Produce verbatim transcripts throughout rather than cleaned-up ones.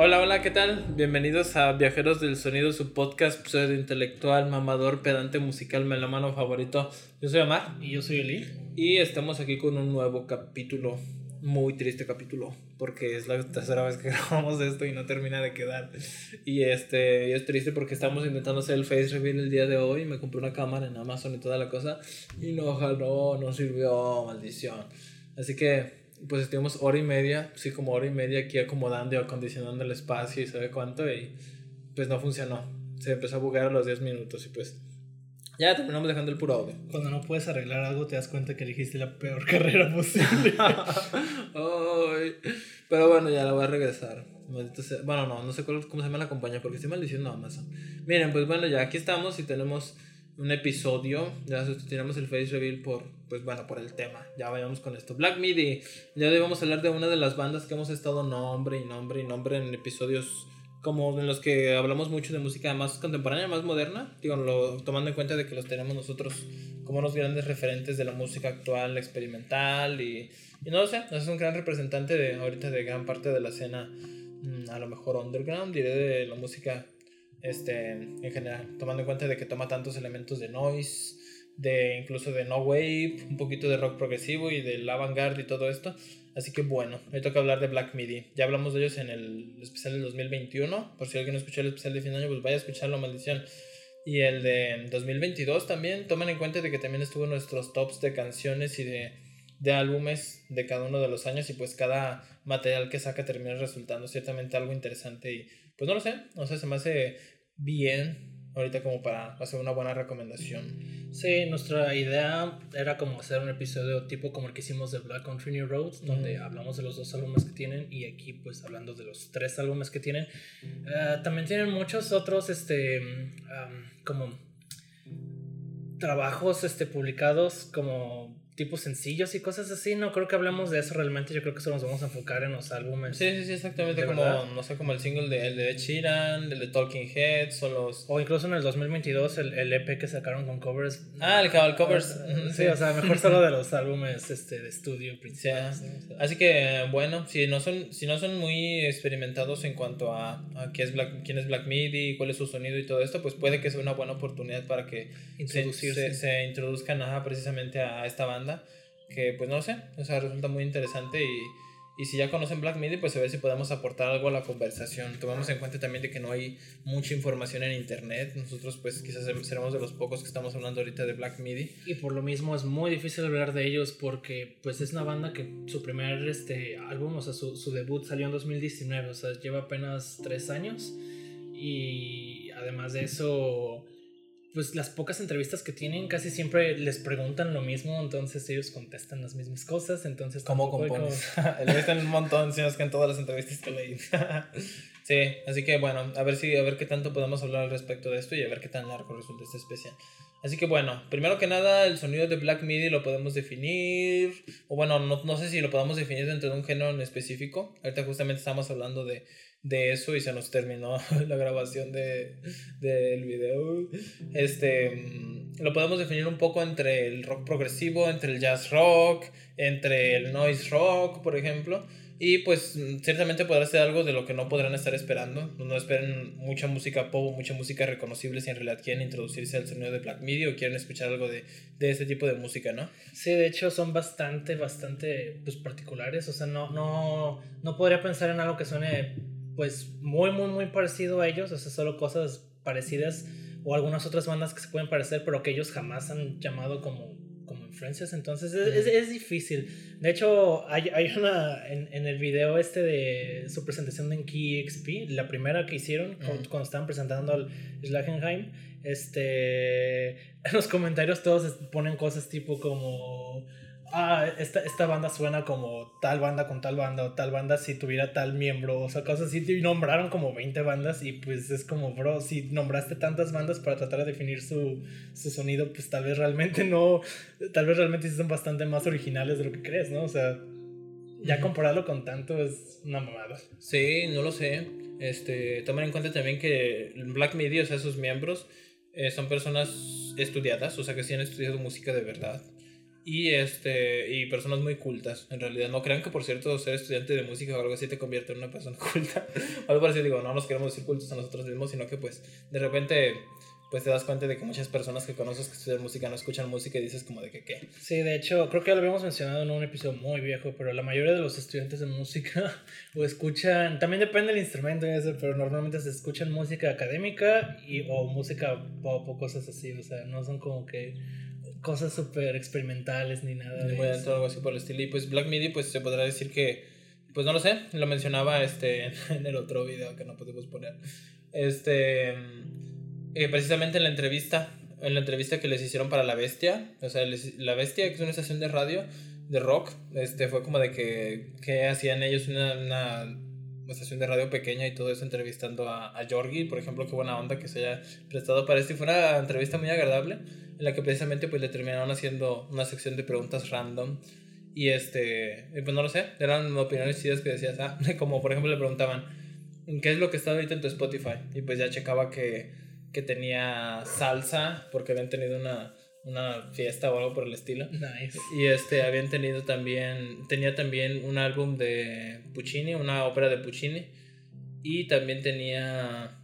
Hola, hola, ¿qué tal? Bienvenidos a Viajeros del Sonido, su podcast pseudo intelectual, mamador, pedante musical, melómano favorito. Yo soy Omar. Y yo soy Eli. Y estamos aquí con un nuevo capítulo, muy triste capítulo, porque es la tercera vez que grabamos esto y no termina de quedar. Y este y es triste porque estamos intentando hacer el face reveal el día de hoy. Me compré una cámara en Amazon y toda la cosa, y no jaló, no sirvió, maldición. Así que pues estuvimos hora y media, sí, como hora y media aquí acomodando y acondicionando el espacio y sabe cuánto, y pues no funcionó. Se empezó a buguear a los diez minutos y pues ya terminamos dejando el puro audio. Cuando no puedes arreglar algo te das cuenta que elegiste la peor carrera posible. Ay, pero bueno, ya la voy a regresar. Bueno, no, no sé cómo se llama la compañía porque estoy maldiciendo a Amazon. Miren, pues bueno, ya aquí estamos y tenemos un episodio. Ya sustituiremos el face reveal por, pues bueno, por el tema. Ya vayamos con esto. Black Midi. Ya debemos hablar de una de las bandas que hemos estado nombre y nombre y nombre en episodios como en los que hablamos mucho de música más contemporánea, más moderna. Digo, lo, tomando en cuenta de que los tenemos nosotros como unos grandes referentes de la música actual, experimental y, y no lo sé, es un gran representante de ahorita de gran parte de la escena, a lo mejor underground, diré, de la música este, en general, tomando en cuenta de que toma tantos elementos de noise, de incluso de no wave, un poquito de rock progresivo y del avant-garde y todo esto. Así que bueno, hoy toca hablar de Black Midi. Ya hablamos de ellos en el especial del dos mil veintiuno. Por si alguien no escuchó el especial de fin de año, pues vaya a escucharlo, maldición. Y el de dos mil veintidós también. Tomen en cuenta de que también estuvo en nuestros tops de canciones y de, de álbumes de cada uno de los años. Y pues cada material que saca termina resultando ciertamente algo interesante. Y pues no lo sé, o sea, se me hace bien ahorita como para hacer una buena recomendación. Sí, nuestra idea era como hacer un episodio tipo como el que hicimos de Black Country New Roads, donde mm. hablamos de los dos álbumes que tienen, y aquí pues hablando de los tres álbumes que tienen. Uh, también tienen muchos otros este um, como trabajos este publicados como tipos sencillos y cosas así. No creo que hablemos de eso realmente. Yo creo que solo nos vamos a enfocar en los álbumes. Sí, sí, sí, exactamente. Como, verdad, no sé, como el single de, el de Ed Sheeran, el de Talking Heads, o los... O incluso en el dos mil veintidós el, el E P que sacaron con covers. Ah, el, el covers. Uh, sí, sí, o sea, mejor solo de los álbumes este, de estudio principales. Sí, o sea. Así que, bueno, si no son, si no son muy experimentados en cuanto a, a qué es Black, quién es Black Midi, cuál es su sonido y todo esto, pues puede que sea una buena oportunidad para que se, se, se introduzcan ajá, precisamente a esta banda. Que pues no sé, o sea, resulta muy interesante y, y si ya conocen Black Midi, pues a ver si podemos aportar algo a la conversación. Tomamos en cuenta también de que no hay mucha información en internet. Nosotros pues quizás seremos de los pocos que estamos hablando ahorita de Black Midi. Y por lo mismo es muy difícil hablar de ellos porque pues es una banda que su primer este, álbum, o sea, su, su debut salió en dos mil diecinueve, o sea, lleva apenas tres años. Y además de eso, pues las pocas entrevistas que tienen casi siempre les preguntan lo mismo, entonces ellos contestan las mismas cosas, entonces ¿cómo compones? Le están un montón, sino es que en todas las entrevistas que leí. Sí, así que bueno, a ver si a ver qué tanto podemos hablar al respecto de esto y a ver qué tan largo resulta este especial. Así que bueno, primero que nada, el sonido de Black Midi lo podemos definir, o bueno, no, no sé si lo podemos definir dentro de un género en específico. Ahorita justamente estamos hablando de, de eso y se nos terminó la grabación de, del video. Este, lo podemos definir un poco entre el rock progresivo, entre el jazz rock, entre el noise rock, por ejemplo. Y pues ciertamente podrá ser algo de lo que no podrán estar esperando. No esperen mucha música pop, mucha música reconocible si en realidad quieren introducirse al sonido de Black Midi o quieren escuchar algo de, de este tipo de música, ¿no? Sí, de hecho son bastante, bastante pues, particulares. O sea, no, no, no podría pensar en algo que suene pues muy, muy, muy parecido a ellos. O sea, solo cosas parecidas o algunas otras bandas que se pueden parecer, pero que ellos jamás han llamado como... como influencias, entonces es, es, es difícil. De hecho hay, hay una en, en el video este de su presentación de Key X P, la primera que hicieron uh-huh. cuando, cuando estaban presentando al Schlagenheim, este en los comentarios todos ponen cosas tipo como ah, esta, esta banda suena como tal banda con tal banda, o tal banda si tuviera tal miembro, o sea, cosas así, y nombraron como veinte bandas, y pues es como, bro, si nombraste tantas bandas para tratar de definir su, su sonido, pues tal vez realmente no, tal vez realmente sí son bastante más originales de lo que crees, ¿no? O sea, ya compararlo con tanto es una mamada. Sí, no lo sé. Este, tomen en cuenta también que Black Midi, o sea, sus miembros, eh, son personas estudiadas, o sea, que sí han estudiado música de verdad. Y, este, y personas muy cultas, en realidad. No crean que, por cierto, ser estudiante de música o algo así te convierte en una persona culta. Algo parecido, digo, no nos queremos decir cultos a nosotros mismos, sino que, pues, de repente, pues te das cuenta de que muchas personas que conoces que estudian música no escuchan música y dices como de que, ¿qué? Sí, de hecho, creo que ya lo habíamos mencionado en un episodio muy viejo, pero la mayoría de los estudiantes de música o escuchan, también depende del instrumento y eso, pero normalmente se escuchan música académica y, o música pop o cosas así, o sea, no son como que cosas súper experimentales ni nada Ni de muy eso. dentro, algo así por el estilo. Y pues Black Midi, pues se podrá decir que, pues no lo sé, lo mencionaba este en el otro video que no podemos poner. Este, eh, precisamente en la entrevista, en la entrevista que les hicieron para La Bestia, o sea, les, La Bestia, que es una estación de radio de rock, este, fue como de que, que hacían ellos una, una estación de radio pequeña y todo eso, entrevistando a, a Yorgi, por ejemplo, qué buena onda que se haya prestado para esto, y fue una entrevista muy agradable, en la que precisamente pues le terminaron haciendo una sección de preguntas random, y este, pues no lo sé, eran opiniones chidas que decías, ah, como por ejemplo le preguntaban, ¿qué es lo que está ahorita en tu Spotify? Y pues ya checaba que, que tenía salsa, porque habían tenido una, una fiesta o algo por el estilo. Nice. Y este, habían tenido también, tenía también un álbum de Puccini, una ópera de Puccini. Y también tenía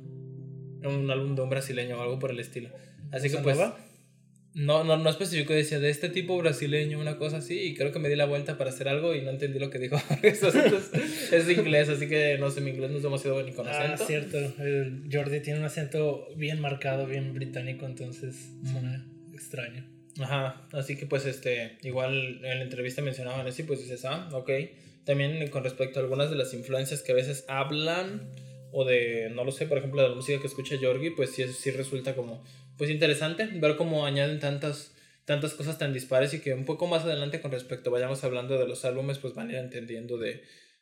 un álbum de un brasileño o algo por el estilo. Así que pues... ¿Nova? No, no, no especificó, decía de este tipo brasileño, una cosa así, y creo que me di la vuelta para hacer algo y no entendí lo que dijo. Eso es inglés, así que no sé, mi inglés no es demasiado bueno ni con acento. Ah, cierto, el Jordi tiene un acento bien marcado, bien británico, entonces suena extraño. Ajá, así que pues este, igual en la entrevista mencionaban eso y pues dices, ah, ok. También con respecto a algunas de las influencias que a veces hablan, o de, no lo sé, por ejemplo, de la música que escucha Yorgi, pues sí, sí resulta como, pues interesante ver cómo añaden tantas, tantas cosas tan dispares, y que un poco más adelante con respecto vayamos hablando de los álbumes, pues van a ir entendiendo de,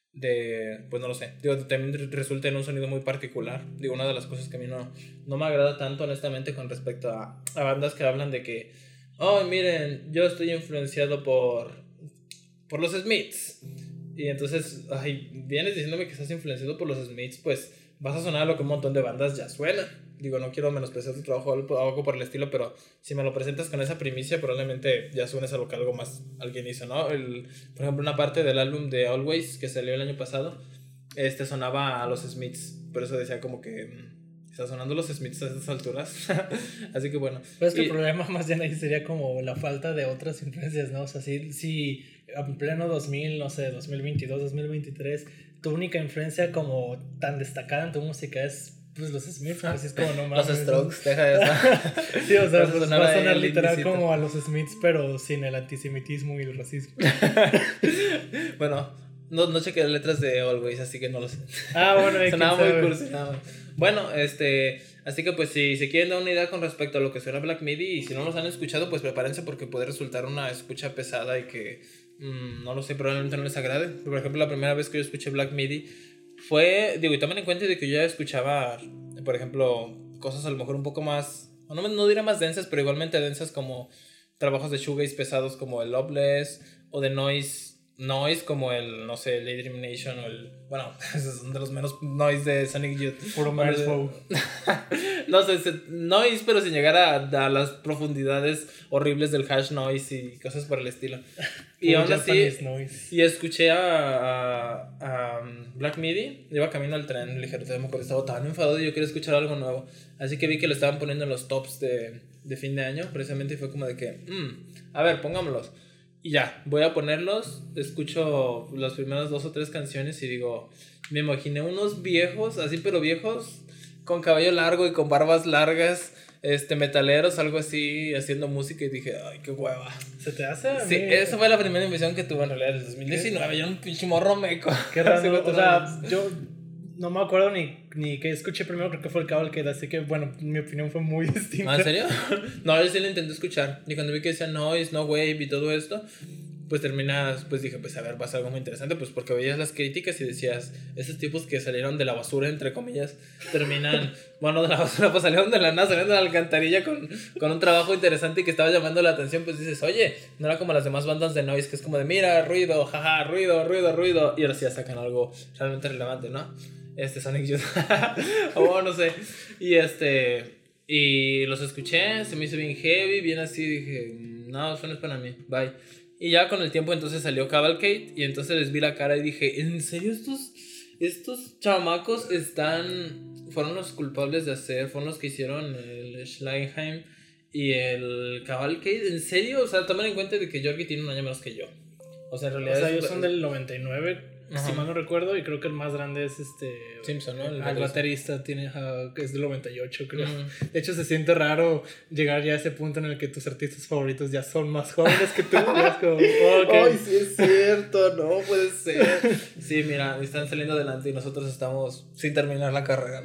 de pues no lo sé, digo, también resulta en un sonido muy particular. Digo, una de las cosas que a mí no, no me agrada tanto honestamente con respecto a, a bandas que hablan de que, oh, miren, yo estoy influenciado por, por los Smiths. Y entonces, ay, vienes diciéndome que estás influenciado por los Smiths, pues vas a sonar a lo que un montón de bandas ya suenan. Digo, no quiero menospreciar tu trabajo o algo por el estilo, pero si me lo presentas con esa primicia, probablemente ya suenes a lo que algo más alguien hizo, ¿no? El, por ejemplo, una parte del álbum de Always, que salió el año pasado, este sonaba a los Smiths. Por eso decía como que... está sonando los Smiths a estas alturas. Así que bueno. Pero es que y, el problema más bien ahí sería como la falta de otras influencias, ¿no? O sea, si, si en pleno dos mil, no sé, dos mil veintidós, dos mil veintitrés, tu única influencia como tan destacada en tu música es pues los Smiths, pues es como no mames. Los Strokes, deja de eso. Sí, o sea, pues va a sonar literal como a los Smiths, pero sin el antisemitismo y el racismo. Bueno, no, no chequé las letras de Always, así que no lo sé. Ah, bueno, sonaba muy cursi, nada. Bueno, este, así que pues si se quieren dar una idea con respecto a lo que suena Black Midi, y si no los han escuchado, pues prepárense porque puede resultar una escucha pesada y que, mmm, no lo sé, probablemente no les agrade. Por ejemplo, la primera vez que yo escuché Black Midi fue, digo, y tomen en cuenta de que yo ya escuchaba, por ejemplo, cosas a lo mejor un poco más, no, no diré más densas, pero igualmente densas, como trabajos de shoegaze pesados como el Loveless, o de noise noise como el, no sé, el Daydream Nation, o el, bueno, esos son de los menos noise de Sonic Youth. Puro Mars Flow. No sé, noise, pero sin llegar a, a las profundidades horribles del hash noise y cosas por el estilo. Y aún así, y escuché a, a, a Black Midi, iba camino al tren ligero, me acuerdo, estaba tan enfadado y yo quería escuchar algo nuevo. Así que vi que lo estaban poniendo en los tops de, de fin de año, precisamente, y fue como de que, mmm, a ver, pongámoslos. Y ya, voy a ponerlos, escucho las primeras dos o tres canciones y digo, me imaginé unos viejos, así pero viejos, con cabello largo y con barbas largas, este, metaleros, algo así, haciendo música, y dije, ay, qué hueva. ¿Se te hace? Sí, esa fue la primera impresión que tuve en realidad, en el dos mil diecinueve, yo era un pinche morro meco. Qué raro, o sea, yo no me acuerdo ni, ni que escuché primero, creo que fue el Cavalcade, así que bueno, mi opinión fue muy distinta. ¿Ah, en serio? No, yo sí lo intenté escuchar, y cuando vi que decía noise, no wave y todo esto, pues terminas, pues dije, pues a ver, va a ser algo muy interesante, pues porque veías las críticas y decías, esos tipos que salieron de la basura, entre comillas, terminan, bueno, de la basura, pues salieron de la nada, salieron de la alcantarilla con, con un trabajo interesante y que estaba llamando la atención, pues dices, oye, no era como las demás bandas de noise, que es como de, mira, ruido, jaja, ruido, ruido, ruido, y ahora sí ya sacan algo realmente relevante, ¿no? Este, Sonic Youth, o no sé, y este, y los escuché, se me hizo bien heavy, bien así, dije... no, eso no es para mí, bye. Y ya con el tiempo entonces salió Cavalcade y entonces les vi la cara y dije, ¿en serio estos, estos chamacos están, fueron los culpables de hacer, fueron los que hicieron el Schlangenheim y el Cavalcade? ¿En serio? O sea, tomen en cuenta de que Georgie tiene un año menos que yo. O sea, en realidad... O sea, es... ellos son del noventa y nueve, Ajá. si mal no recuerdo, y creo que el más grande es este... Simpson, ¿no? El, El el baterista. baterista tiene, uh, que es del noventa y ocho, creo. Mm. De hecho, se siente raro llegar ya a ese punto en el que tus artistas favoritos ya son más jóvenes que tú. Ya es como, oh, okay. Ay, sí es cierto, no puede ser. Sí, mira, están saliendo adelante y nosotros estamos sin terminar la carrera.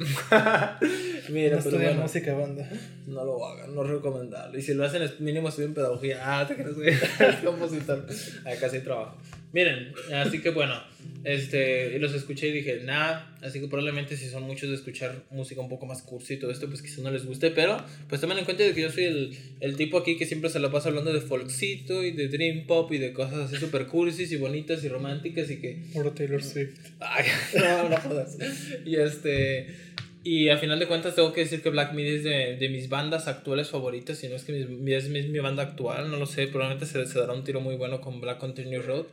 Mira, no pero estudian bueno, música, banda. no lo hagan, no es recomendable. Y si lo hacen, es mínimo estudian pedagogía. Ah, te crees, güey. Es compositor. Acá sí trabajo. Miren, así que bueno, este, los escuché y dije, nada, así que probablemente si son muchos de escuchar música un poco más cursi y todo esto, pues quizás no les guste, pero pues tomen en cuenta de que yo soy el, el tipo aquí que siempre se la pasa hablando de folkcito y de dream pop y de cosas así super cursis y bonitas y románticas y que... Puro Taylor Swift. Ay, no, no jodas. Y este... Y al final de cuentas tengo que decir que Black Midi es de, de mis bandas actuales favoritas. Si no es que mi, es, mi, es mi banda actual, no lo sé. Probablemente se, se dará un tiro muy bueno con Black Country New Road.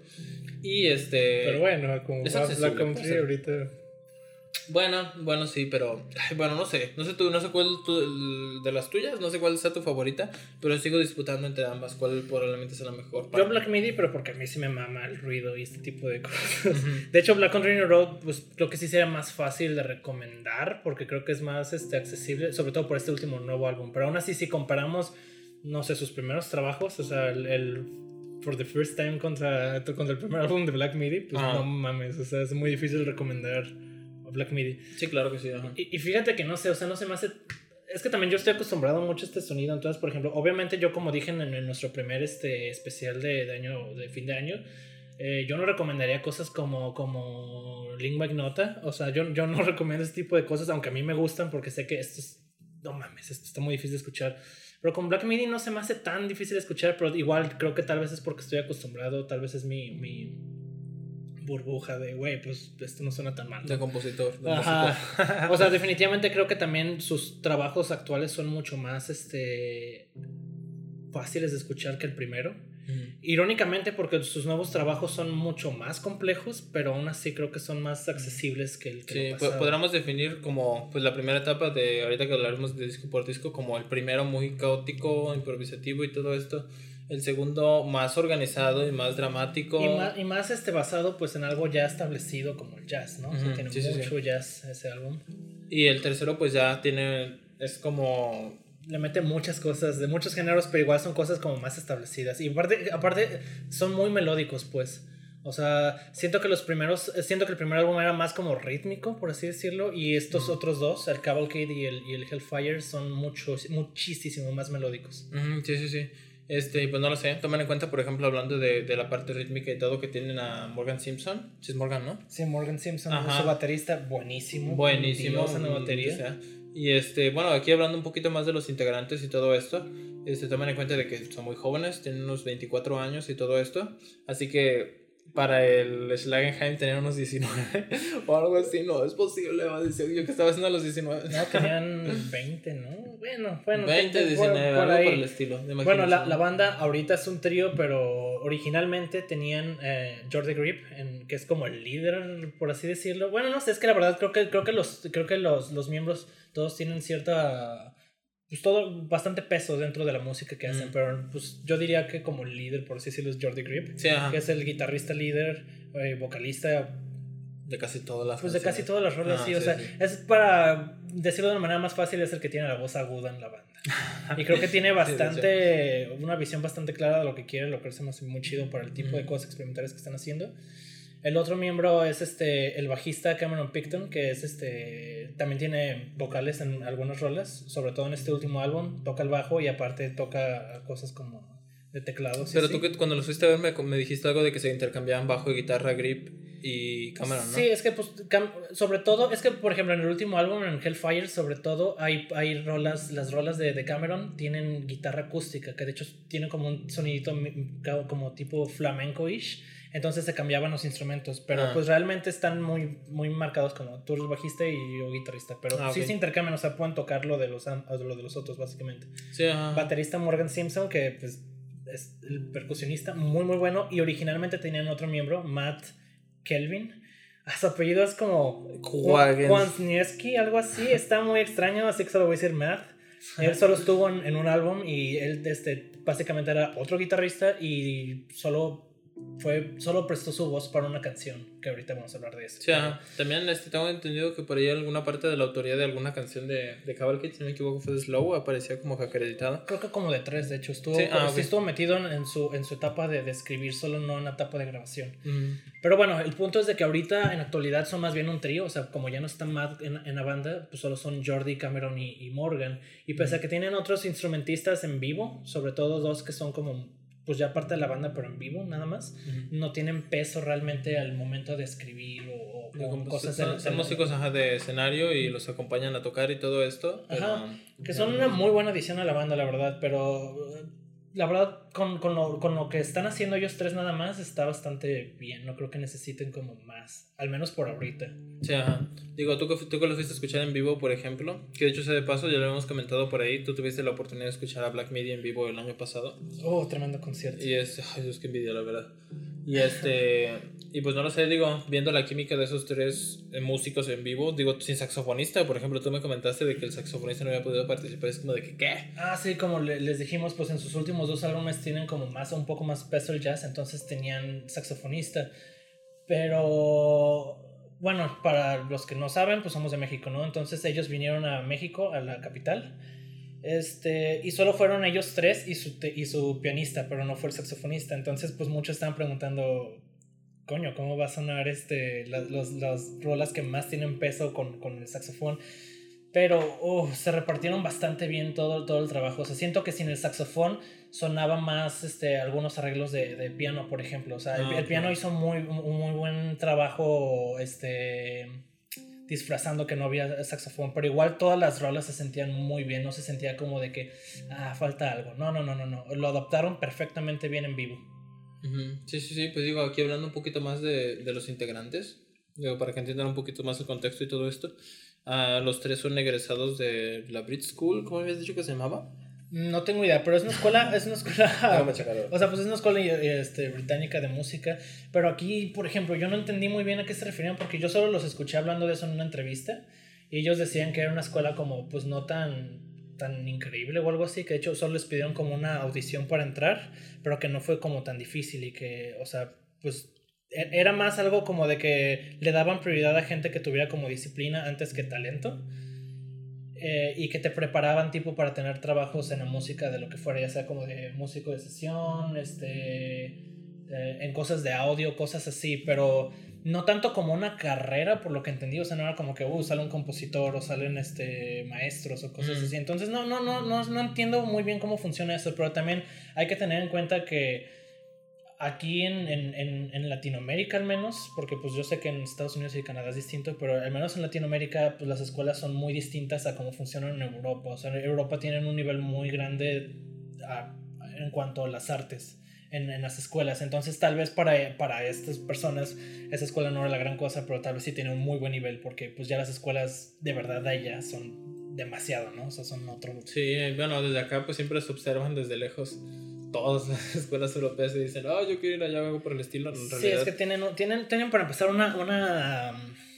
Y este... Pero bueno, como es va accesible, Black Country ahorita... Bueno, bueno, sí, pero... Ay, bueno, no sé. No sé tú, no sé cuál tu, el, de las tuyas. No sé cuál sea tu favorita. Pero sigo disputando entre ambas. ¿Cuál probablemente sea la mejor? Yo Black Midi, pero porque a mí sí me mama el ruido y este tipo de cosas. Uh-huh. De hecho, Black Country New Road, pues creo que sí sería más fácil de recomendar. Porque creo que es más este, accesible. Sobre todo por este último nuevo álbum. Pero aún así, si comparamos, no sé, sus primeros trabajos. O sea, el... el For the First Time contra, contra el primer álbum de Black Midi, pues uh-huh. no mames. O sea, es muy difícil recomendar Black Midi. Sí, claro que sí. Ajá. Y, y fíjate que no sé, o sea, no se me hace... Es que también yo estoy acostumbrado mucho a este sonido. Entonces, por ejemplo, obviamente yo, como dije en, en nuestro primer este, especial de, de, año, de fin de año, eh, yo no recomendaría cosas como, como Lingua Ignota. O sea, yo, yo no recomiendo este tipo de cosas, aunque a mí me gustan, porque sé que esto es... No mames, esto está muy difícil de escuchar. Pero con Black Midi no se me hace tan difícil de escuchar, pero igual creo que tal vez es porque estoy acostumbrado, tal vez es mi... mi burbuja de, güey, pues esto no suena tan mal, ¿no? De compositor. De Ajá. O sea, definitivamente creo que también sus trabajos actuales son mucho más este fáciles de escuchar que el primero. Uh-huh. Irónicamente, porque sus nuevos trabajos son mucho más complejos, pero aún así creo que son más accesibles que el que sí, el pasado. Podríamos definir como pues la primera etapa de, ahorita que hablaremos de disco por disco, como el primero muy caótico, improvisativo y todo esto. El segundo más organizado y más dramático. Y más, y más este, basado pues en algo ya establecido como el jazz, ¿no? Uh-huh. O sea, tiene sí, mucho sí, sí. jazz ese álbum. Y el tercero pues ya tiene, es como... Le mete muchas cosas de muchos géneros, pero igual son cosas como más establecidas. Y aparte, aparte son muy melódicos, pues. O sea, siento que los primeros, siento que el primer álbum era más como rítmico, por así decirlo. Y estos uh-huh. otros dos, el Cavalcade y el, y el Hellfire, son mucho, muchísimo más melódicos. Uh-huh. Sí, sí, sí. Este, pues no lo sé, tomen en cuenta, por ejemplo, hablando de, de la parte rítmica y todo, que tienen a Morgan Simpson. Sí, es Morgan, ¿no? Sí, Morgan Simpson, su baterista, buenísimo. Buenísimo. En la batería. O sea, y este, bueno, aquí hablando un poquito más de los integrantes y todo esto, este, tomen en cuenta de que son muy jóvenes, tienen unos veinticuatro años y todo esto. Así que para el Schlagenheim tenían unos diecinueve o algo así, no es posible, va a decir yo que estaba haciendo a los diecinueve. No, tenían veinte, ¿no? Bueno, bueno. veinte, diecinueve, por, por algo por el estilo. Bueno, la, la banda ahorita es un trío, pero originalmente tenían eh, Jordi Grip, en, que es como el líder, por así decirlo. Bueno, no sé, es que la verdad creo que, creo que, los, creo que los, los miembros todos tienen cierta... Pues todo bastante peso dentro de la música que hacen, mm. pero pues yo diría que como líder, por así decirlo, es Jordi Grip, sí, que es el guitarrista líder, eh, vocalista de casi todas las pues de casi todas las rolas, ah, sí, sí, o sea, sí. Es para decirlo de una manera más fácil, es el que tiene la voz aguda en la banda. Y creo que tiene bastante, sí, una visión bastante clara de lo que quiere, lo que se me hace muy chido para el tipo mm. de cosas experimentales que están haciendo. El otro miembro es este el bajista Cameron Picton, que es este también tiene vocales en algunas rolas, sobre todo en este último álbum, toca el bajo y aparte toca cosas como de teclados. Pero sí, tú que cuando los fuiste a ver me, me dijiste algo de que se intercambiaban bajo y guitarra, Grip y Cameron, ¿no? Sí, es que pues cam- sobre todo, es que por ejemplo en el último álbum, en Hellfire, sobre todo hay, hay rolas, las rolas de, de Cameron tienen guitarra acústica, que de hecho tiene como un sonidito como tipo flamenco-ish. Entonces se cambiaban los instrumentos, pero ah. pues realmente están muy, muy marcados como tú eres bajista y yo guitarrista, pero ah, sí okay. se intercambian, o sea, pueden tocar lo de los, lo de los otros básicamente. Sí, ajá. Baterista Morgan Simpson, que pues es el percusionista, muy muy bueno. Y originalmente tenían otro miembro, Matt Kelvin. Su apellido es como Kwasniewski, algo así. Está muy extraño, así que solo voy a decir Matt. Él solo estuvo en, en un álbum y él este, básicamente era otro guitarrista y solo fue solo prestó su voz para una canción, que ahorita vamos a hablar de eso. Sí, ajá. También este, tengo entendido que por ahí alguna parte de la autoría de alguna canción de, de Cavalcade, si no me equivoco, fue de Slow, aparecía como que acreditada. Creo que como de tres, de hecho. Estuvo, sí, ah, sí okay. estuvo metido en, en, su, en su etapa de, de escribir, solo no en la etapa de grabación. Uh-huh. Pero bueno, el punto es de que ahorita en actualidad son más bien un trío, o sea, como ya no está Matt en, en la banda, pues solo son Jordi, Cameron y, y Morgan. Y pese uh-huh. a que tienen otros instrumentistas en vivo, sobre todo dos que son como pues ya parte de la banda pero en vivo nada más, uh-huh. no tienen peso realmente al momento de escribir o, o con pues cosas son, de, son músicos ajá, de escenario y los acompañan a tocar y todo esto, pero, ajá, que son una muy buena adición a la banda, la verdad, pero la verdad con, con, lo, con lo que están haciendo ellos tres nada más está bastante bien. No creo que necesiten como más, al menos por ahorita. Sí, ajá. Digo, tú que, tú que lo fuiste a escuchar en vivo, por ejemplo, que de hecho sea de paso, ya lo hemos comentado por ahí, tú tuviste la oportunidad de escuchar a Black Midi en vivo el año pasado. Oh, tremendo concierto. Y es, ay Dios, qué envidia, la verdad. Y este, y pues no lo sé, digo, viendo la química de esos tres eh, músicos en vivo, digo, sin saxofonista, por ejemplo, tú me comentaste de que el saxofonista no había podido participar, es como de que, ¿qué? Ah, sí, como le, les dijimos, pues en sus últimos dos álbumes tienen como más, un poco más peso el jazz, entonces tenían saxofonista, pero bueno, para los que no saben, pues somos de México, ¿no? Entonces ellos vinieron a México, a la capital, este, y solo fueron ellos tres y su, y su pianista, pero no fue el saxofonista. Entonces pues muchos estaban preguntando, coño, ¿cómo va a sonar este, las, los, las rolas que más tienen peso con, con el saxofón? Pero uh, se repartieron bastante bien todo, todo el trabajo. O sea, siento que sin el saxofón sonaba más este, algunos arreglos de, de piano, por ejemplo. O sea, el, ah, el piano okay. hizo muy, un muy buen trabajo este, disfrazando que no había saxofón. Pero igual todas las rolas se sentían muy bien. No se sentía como de que, ah, falta algo. No, no, no, no, no. Lo adaptaron perfectamente bien en vivo. Uh-huh. Sí, sí, sí. Pues digo, aquí hablando un poquito más de, de los integrantes, digo, para que entiendan un poquito más el contexto y todo esto. Uh, los tres son egresados de la Brit School, ¿cómo habías dicho que se llamaba? No tengo idea, pero es una escuela, es una escuela, no checar, o sea, pues es una escuela este, británica de música, pero aquí, por ejemplo, yo no entendí muy bien a qué se referían porque yo solo los escuché hablando de eso en una entrevista y ellos decían que era una escuela como, pues no tan, tan increíble o algo así, que de hecho solo les pidieron como una audición para entrar, pero que no fue como tan difícil y que, o sea, pues era más algo como de que le daban prioridad a gente que tuviera como disciplina antes que talento. Eh, y que te preparaban tipo para tener trabajos en la música de lo que fuera, ya sea como de músico de sesión, este, eh, en cosas de audio, cosas así, pero no tanto como una carrera, por lo que entendí. O sea, no era como que uh, sale un compositor o salen este, maestros o cosas mm. así. Entonces no, no, no, no, no entiendo muy bien cómo funciona eso, pero también hay que tener en cuenta que aquí en, en, en, en Latinoamérica al menos, porque pues yo sé que en Estados Unidos y Canadá es distinto, pero al menos en Latinoamérica pues las escuelas son muy distintas a cómo funcionan en Europa. O sea, en Europa tienen un nivel muy grande a, en cuanto a las artes en, en las escuelas. Entonces tal vez para, para estas personas esa escuela no era la gran cosa, pero tal vez sí tiene un muy buen nivel, porque pues ya las escuelas de verdad de allá son demasiado, ¿no? O sea, son otro... Sí, bueno, desde acá pues siempre se observan desde lejos. Todas las escuelas europeas se dicen, oh, yo quiero ir allá o algo por el estilo. En sí, realidad... es que tienen, tienen, tienen para empezar una, una,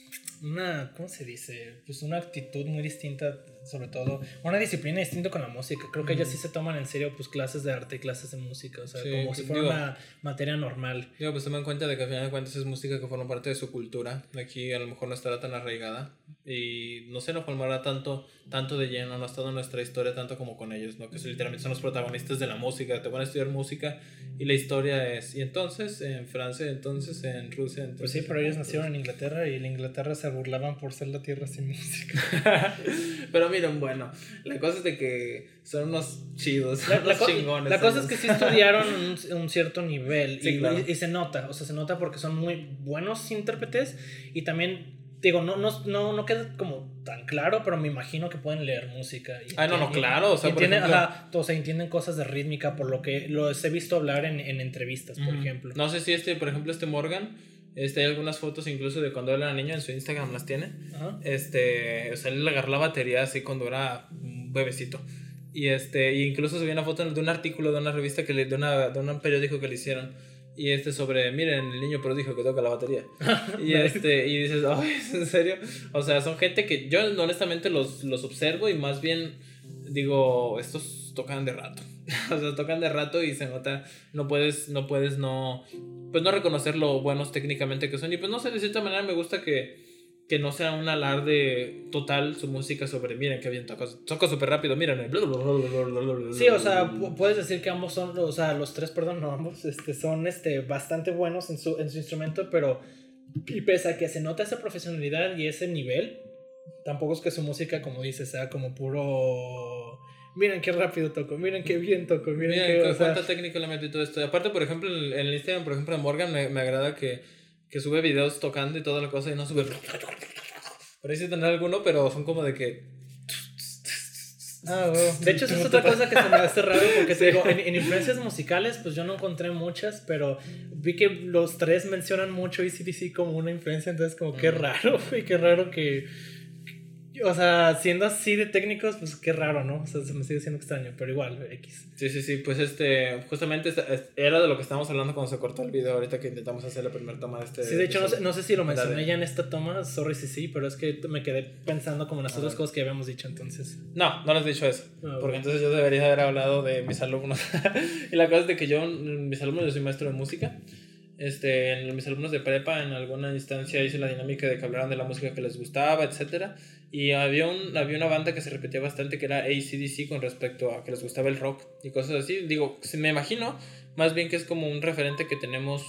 una, ¿cómo se dice? Pues una actitud muy distinta, sobre todo, una disciplina distinta con la música. Creo que mm. ellas sí se toman en serio pues clases de arte y clases de música, o sea, sí, como si fuera digo, una materia normal. Digo, pues toma en cuenta de que al final de cuentas es música que forma parte de su cultura. Aquí a lo mejor no estará tan arraigada y no se nos formará tanto, tanto de lleno, no ha estado en nuestra historia tanto como con ellos, ¿no? Que literalmente son los protagonistas de la música, te van a estudiar música y la historia es, y entonces en Francia, entonces en Rusia, entonces... Pues sí, pero ellos nacieron en Inglaterra y en Inglaterra se burlaban por ser la tierra sin música. Pero miren, bueno, la cosa es de que son unos chidos, la, unos la chingones. La cosa es que sí estudiaron un, un cierto nivel sí, y, claro. y, y se nota, o sea, se nota porque son muy buenos intérpretes y también... Digo, no, no, no, no queda como tan claro, pero me imagino que pueden leer música. Y ah, no, no, claro. O sea, entienden, por ejemplo, ajá, o sea, entienden cosas de rítmica, por lo que los he visto hablar en, en entrevistas, por uh-huh. ejemplo. No sé si este, por ejemplo, este Morgan, este, hay algunas fotos incluso de cuando él era niño, en su Instagram las tiene. Uh-huh. Este, o sea, él agarró la batería así cuando era un bebecito. Y este, y incluso subí una foto de un artículo de una revista que le, de una, de un periódico que le hicieron. Y este sobre, miren, el niño prodigio que toca la batería. Y este, y dices, ay, ¿en serio? O sea, son gente que yo honestamente los, los observo y más bien digo, estos tocan de rato. O sea, tocan de rato y se nota, no puedes, no puedes no, pues no reconocer lo buenos técnicamente que son. Y pues no sé, de cierta manera me gusta que que no sea un alarde total su música sobre, miren qué bien toca, toca súper rápido, miren. Sí, o sea, puedes decir que ambos son, o sea, los tres, perdón, no ambos, este, son este, bastante buenos en su, en su instrumento, pero y pese a que se nota esa profesionalidad y ese nivel, tampoco es que su música, como dices, sea como puro... Miren qué rápido toco, miren qué bien toco, miren, miren qué... O cuánta sea... técnica le metí todo esto. Y aparte, por ejemplo, en el Instagram, por ejemplo, de Morgan, me, me agrada que que sube videos tocando y toda la cosa y no sube... Por ahí sí tendrá alguno, pero son como de que... Ah, bueno. De hecho, esa es otra cosa que se me hace raro porque te digo, en, en influencias musicales pues yo no encontré muchas, pero vi que los tres mencionan mucho A C D C como una influencia, entonces como qué raro, y qué raro que... O sea, siendo así de técnicos, pues qué raro, ¿no? O sea, se me sigue siendo extraño, pero igual, X. Sí, sí, sí, pues este, justamente era de lo que estábamos hablando cuando se cortó el video, ahorita que intentamos hacer la primera toma de este... Sí, de hecho, no sé, no sé si lo mencioné Dale. ya en esta toma, sorry si sí, pero es que me quedé pensando como en las otras cosas que habíamos dicho, entonces... No, no les he dicho eso, ah, porque bueno. Entonces yo debería haber hablado de mis alumnos. Y la cosa es de que yo, mis alumnos, yo soy maestro de música. Este, en mis alumnos de prepa en alguna instancia hice la dinámica de que hablaran de la música que les gustaba, etcétera. Y había, un, había una banda que se repetía bastante que era A C D C con respecto a que les gustaba el rock y cosas así. Digo, me imagino más bien que es como un referente que tenemos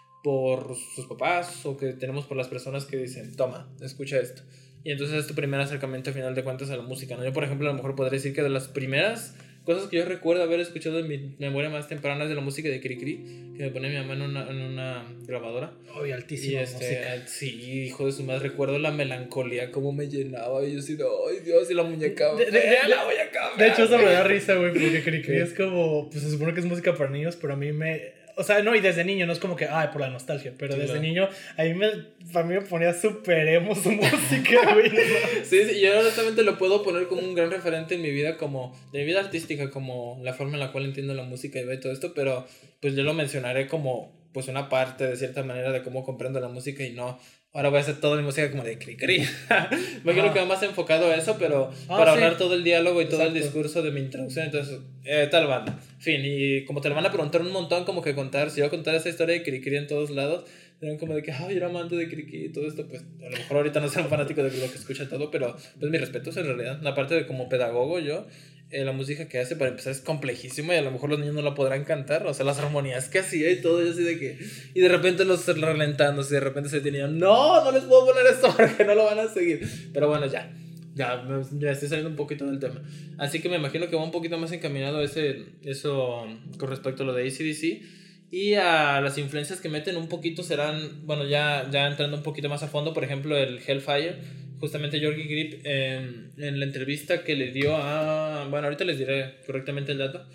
por sus papás o que tenemos por las personas que dicen, toma, escucha esto. Y entonces es tu primer acercamiento a final de cuentas a la música, ¿no? Yo, por ejemplo, a lo mejor podría decir que de las primeras cosas que yo recuerdo haber escuchado en mi memoria más temprana es de la música de Cricri, que me ponía mi mamá en una, en una grabadora. Ay, oh, altísima y este, música. Sí, hijo de su madre, recuerdo la melancolía, cómo me llenaba. Y yo así de, ay Dios, y la muñeca. De, de, de, la muñeca de hecho, eso me da risa, güey, porque Cricri es como, pues se supone que es música para niños, pero a mí me... O sea, no, y desde niño, no es como que, ay, por la nostalgia, pero sí, desde claro. niño, a mí me, a mí me ponía súper emo su música, güey. Sí, sí, yo honestamente lo puedo poner como un gran referente en mi vida, como, de mi vida artística, como la forma en la cual entiendo la música y veo todo esto, pero pues yo lo mencionaré como, pues una parte, de cierta manera, de cómo comprendo la música y no... Ahora voy a hacer toda mi música como de cri cri. Me quiero quedar más enfocado a eso, pero ah, para sí. ahorrar todo el diálogo y todo Exacto. el discurso de mi introducción. Entonces, eh, tal banda. Fin, y como te lo van a preguntar un montón, como que contar, si yo contar esa historia de cri cri en todos lados, eran como de que, ay, era amante de cri cri y todo esto, pues a lo mejor ahorita no soy un fanático de lo que escucha todo, pero pues mi respeto es en realidad. Aparte de como pedagogo, yo. Eh, la música que hace para empezar es complejísima y a lo mejor los niños no la podrán cantar, o sea, las armonías que hacía y todo, y así de que, y de repente los relentándose, de repente se tenían, no, no les puedo poner esto porque no lo van a seguir, pero bueno, ya, ya, ya estoy saliendo un poquito del tema, así que me imagino que va un poquito más encaminado ese, eso con respecto a lo de A C D C, y a las influencias que meten un poquito serán, bueno, ya, ya entrando un poquito más a fondo, por ejemplo, el Hellfire. Justamente Jorgi Grip eh, en la entrevista que le dio a... Bueno, ahorita les diré correctamente el dato.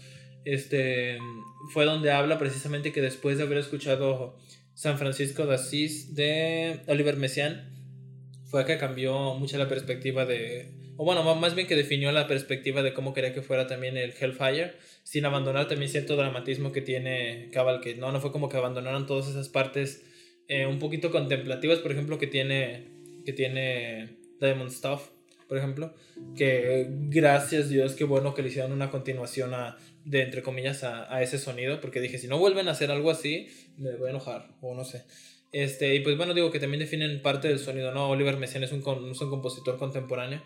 Este, fue donde habla precisamente que después de haber escuchado San Francisco de Asís de Oliver Messiaen, fue que cambió mucho la perspectiva de... O bueno, más bien que definió la perspectiva de cómo quería que fuera también el Hellfire, sin abandonar también cierto dramatismo que tiene Cavalcade. No, no fue como que abandonaron todas esas partes eh, un poquito contemplativas, por ejemplo, que tiene... que tiene Diamond Stuff, por ejemplo, que gracias Dios, qué bueno que le hicieron una continuación a, de entre comillas a, a ese sonido, porque dije, si no vuelven a hacer algo así, me voy a enojar, o no sé. Este, y pues bueno, digo que también definen parte del sonido, ¿no? Oliver Messiaen es un, con, es un compositor contemporáneo,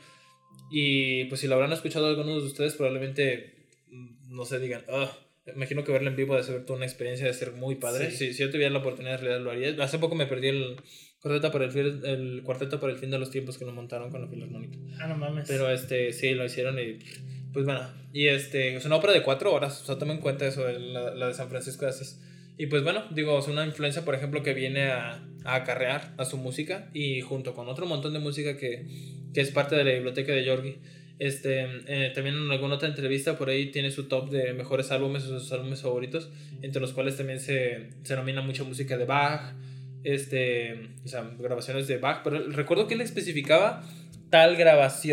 y pues si lo habrán escuchado algunos de ustedes, probablemente, no sé, digan, oh, imagino que verlo en vivo debe ser toda una experiencia, de ser muy padre. Sí. Si, si yo tuviera la oportunidad, en realidad lo haría. Hace poco me perdí el cuarteto para el, fin, el cuarteto para el fin de los tiempos que nos montaron con la Filarmónica. Ah, no mames. Pero este, sí, lo hicieron y pues bueno. Y este, es una ópera de cuatro horas. O sea, tomen en cuenta eso, la, la de San Francisco de Asís. Y pues bueno, digo, es una influencia, por ejemplo, que viene a, a acarrear a su música. Y junto con otro montón de música que, que es parte de la biblioteca de Jorgi. Este, eh, también en alguna otra entrevista por ahí tiene su top de mejores álbumes o sus álbumes favoritos, entre los cuales también se, se nomina mucha música de Bach, este, o sea, grabaciones de Bach, pero recuerdo que él especificaba tal grabación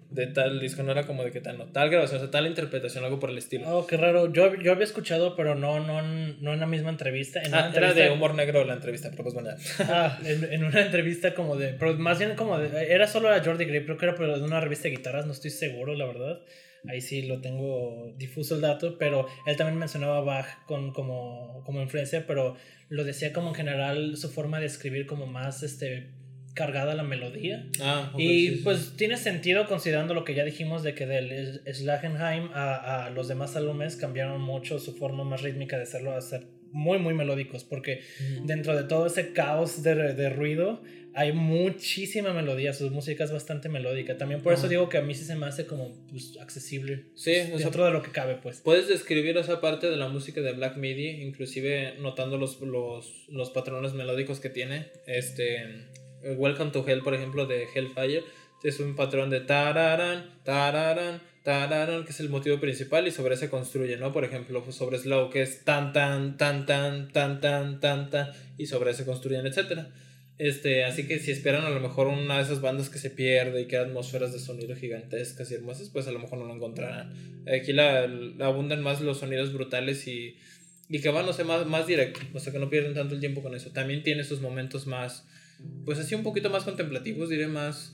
de tal disco, no era como de que tal, no, tal grabación, o sea, tal interpretación, algo por el estilo. Oh, qué raro. Yo, yo había escuchado, pero no, no, no en la misma entrevista. En ah, una entrevista... Era de humor negro la entrevista, pero pues bueno. ah, en, en una entrevista como de... Pero más bien como de... Era solo a Jordi Grey, creo que era pero de una revista de guitarras, no estoy seguro, la verdad. Ahí sí lo tengo difuso el dato, pero él también mencionaba a Bach con, como, como influencia, pero lo decía como en general su forma de escribir como más este, cargada la melodía. Ah, okay, y sí, sí. pues tiene sentido considerando lo que ya dijimos de que del Schlagenheim a, a los demás álbumes cambiaron mucho su forma más rítmica de hacerlo a ser muy muy melódicos, porque uh-huh. dentro de todo ese caos de, de ruido hay muchísima melodía, su música es bastante melódica, también por uh-huh. eso digo que a mí sí se me hace como pues, accesible, sí, dentro o sea, de lo que cabe pues. Puedes describir esa parte de la música de Black Midi, inclusive notando los, los, los patrones melódicos que tiene, este Welcome to Hell por ejemplo de Hellfire, es un patrón de tararán, tararán, tararán, que es el motivo principal y sobre ese construye, ¿no? Por ejemplo, sobre Slow, que es tan, tan, tan, tan, tan, tan, tan, tan, y sobre ese construyen, etcétera. Este, así que si esperan a lo mejor una de esas bandas que se pierde y que atmósferas de sonido gigantescas y hermosas, pues a lo mejor no lo encontrarán. Aquí la, la abundan más los sonidos brutales y, y que van, no sé, más, más directo, o sea que no pierden tanto el tiempo con eso. También tiene sus momentos más, pues así un poquito más contemplativos, diré, más,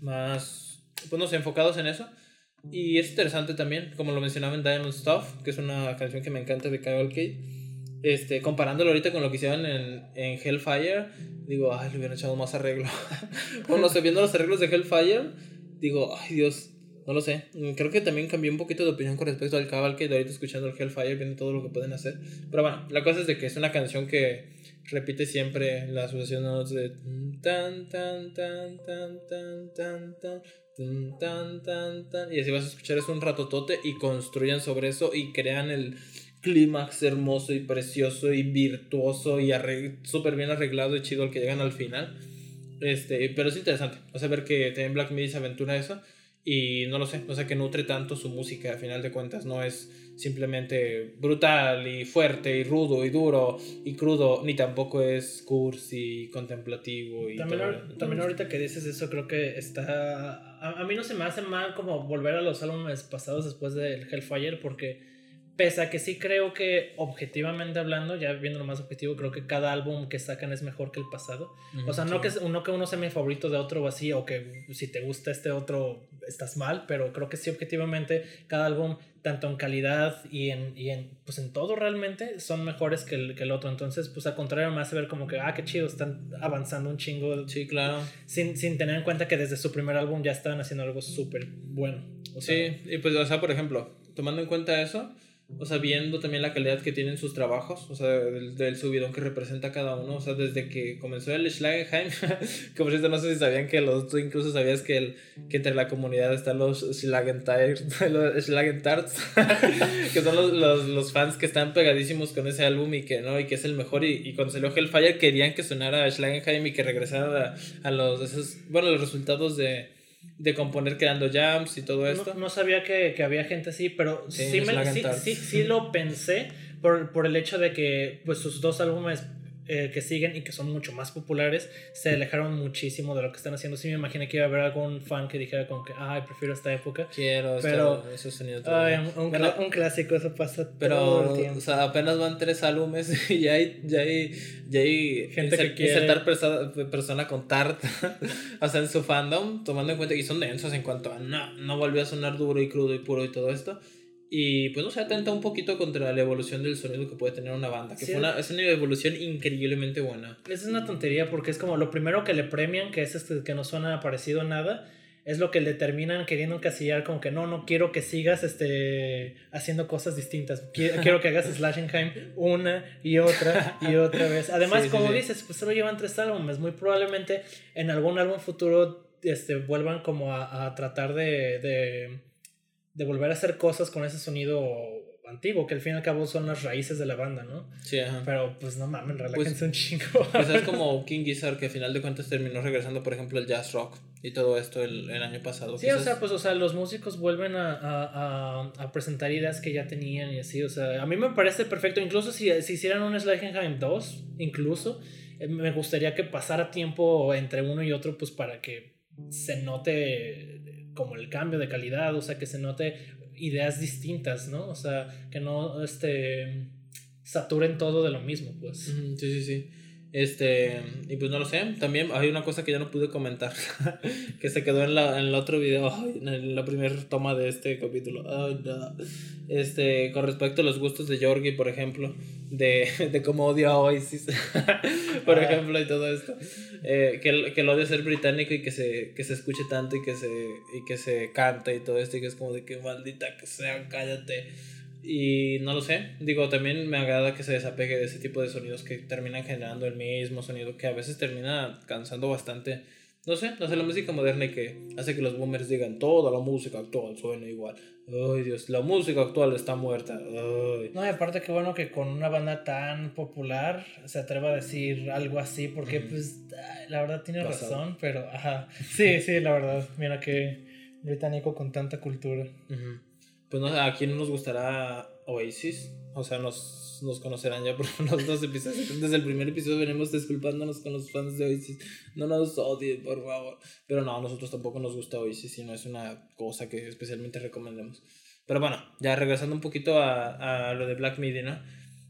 más, pues no sé, enfocados en eso. Y es interesante también, como lo mencionaba en Diamond Stuff, que es una canción que me encanta de Cavalcade. Este, comparándolo ahorita con lo que hicieron en, en Hellfire, digo, ay, le hubieran echado más arreglo. Bueno, no sé, viendo los arreglos de Hellfire, digo, ay, Dios, no lo sé. Creo que también cambié un poquito de opinión con respecto al Cavalcade, ahorita escuchando el Hellfire, viendo todo lo que pueden hacer. Pero bueno, la cosa es de que es una canción que repite siempre la asociación de tan, tan, tan, tan, tan, tan, tan. Tan, tan, tan, tan, y así vas a escuchar eso un ratotote y construyen sobre eso y crean el clímax hermoso y precioso y virtuoso y arreg- súper bien arreglado y chido al que llegan al final. Este, pero es interesante, o sea, ver que también Black Midi se aventura eso y no lo sé, o sea, que nutre tanto su música a final de cuentas, no es simplemente brutal y fuerte y rudo y duro y crudo, ni tampoco es cursi y contemplativo y también, todo. Ahor- también ahorita que dices eso creo que está a, a mí no se me hace mal como volver a los álbumes pasados después del Hellfire, porque pese a que sí creo que objetivamente hablando, ya viendo lo más objetivo, creo que cada álbum que sacan es mejor que el pasado. Mm, o sea, sí. no, que, no que uno sea mi favorito de otro o así, o que si te gusta este otro estás mal, pero creo que sí objetivamente cada álbum, tanto en calidad y en, y en, pues en todo realmente, son mejores que el, que el otro. Entonces, pues al contrario, me hace ver como que, ah, qué chido, están avanzando un chingo. Sí, claro. Sin, sin tener en cuenta que desde su primer álbum ya estaban haciendo algo súper bueno. O sea, sí, y pues, o sea, por ejemplo, tomando en cuenta eso, o sea, viendo también la calidad que tienen sus trabajos, o sea, del, del subidón que representa cada uno, o sea, desde que comenzó el Schlagenheim, que por cierto no sé si sabían que los, tú incluso sabías que, el, que entre la comunidad están los Schlagentarts, los Schlagentarts, que son los, los, los fans que están pegadísimos con ese álbum y que no, y que es el mejor, y, y cuando salió Hellfire querían que sonara Schlagenheim y que regresara a, a los, esos, bueno, los resultados de... de componer creando jams y todo esto. No, no sabía que, que había gente así, pero sí, sí, me, sí, sí, sí lo pensé por, por el hecho de que pues sus dos álbumes eh, que siguen y que son mucho más populares se alejaron muchísimo de lo que están haciendo. Sí me imaginé que iba a haber algún fan que dijera como que ay, prefiero esta época. Quiero pero esto, eso sonido ay, un, un, bueno, un clásico, eso pasa pero, todo el tiempo. O sea, apenas van tres álbumes y ya hay, ya hay, ya hay gente insert, que quiere insertar persona, persona con tart o sea, en su fandom, tomando en cuenta que son densos en cuanto a no, no volvió a sonar duro y crudo y puro y todo esto. Y pues no se atenta un poquito contra la evolución del sonido que puede tener una banda, que sí, fue una, es una evolución increíblemente buena. Es una tontería porque es como lo primero que le premian, que es este que no suena parecido a nada, es lo que le terminan queriendo encasillar como que no, no quiero que sigas este, haciendo cosas distintas, quiero, quiero que hagas Schlagenheim una y otra y otra vez. Además, sí, como sí, dices, pues solo llevan tres álbumes, muy probablemente en algún álbum futuro este, vuelvan como a, a tratar de... de de volver a hacer cosas con ese sonido antiguo, que al fin y al cabo son las raíces de la banda, ¿no? Sí, ajá. Pero pues no mames, relájense pues, un chingo. Pues es como King Gizzard, que al final de cuentas terminó regresando, por ejemplo, el jazz rock y todo esto el, el año pasado. Sí, quizás. O sea, pues o sea, los músicos vuelven a, a, a, a presentar ideas que ya tenían y así, o sea, a mí me parece perfecto, incluso si, si hicieran un Schlagenheim dos, incluso, eh, me gustaría que pasara tiempo entre uno y otro, pues para que se note como el cambio de calidad, o sea, que se note ideas distintas, ¿no? O sea, que no este, saturen todo de lo mismo, pues. Sí, sí, sí. Este, y pues no lo sé, también hay una cosa que ya no pude comentar, que se quedó en, la, en el otro video, ay, en la primera toma de este capítulo. Ay, no. Este, con respecto a los gustos de Yorgi, por ejemplo, de, de cómo odia a Oasis, por ah. ejemplo, y todo esto, eh, que, que lo odia ser británico y que se, que se escuche tanto y que se, y que se cante y todo esto, y que es como de que maldita que sea, cállate. Y no lo sé, digo, también me agrada que se desapegue de ese tipo de sonidos que terminan generando el mismo sonido, que a veces termina cansando bastante. No sé, no sé, la música moderna y que hace que los boomers digan toda la música actual suena igual. Ay, Dios, la música actual está muerta. Ay. No, y aparte que bueno que con una banda tan popular se atreva a decir algo así, porque mm. pues la verdad tiene Pasado. razón, pero ajá, sí, sí, la verdad, mira que británico con tanta cultura. Uh-huh. Pues no sé, ¿a quién nos gustará Oasis? O sea, nos, nos conocerán ya por unos dos episodios. Desde el primer episodio venimos disculpándonos con los fans de Oasis. No nos odien, por favor. Pero no, a nosotros tampoco nos gusta Oasis y no es una cosa que especialmente recomendemos. Pero bueno, ya regresando un poquito a, a lo de Black Midi, ¿no?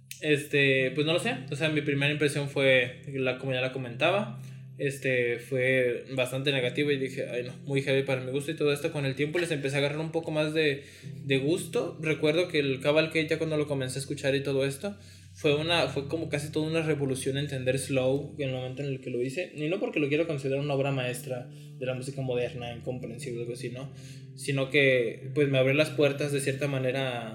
Este, pues no lo sé. O sea, mi primera impresión fue, la, como ya la comentaba, este fue bastante negativo y dije, ay no, muy heavy para mi gusto y todo esto. Con el tiempo les empecé a agarrar un poco más de, de gusto. Recuerdo que el Cavalcade, ya cuando lo comencé a escuchar y todo esto, fue, una, fue como casi toda una revolución entender Slow en el momento en el que lo hice. Y no porque lo quiero considerar una obra maestra de la música moderna, incomprensible o algo así, ¿no? Sino que pues me abrió las puertas de cierta manera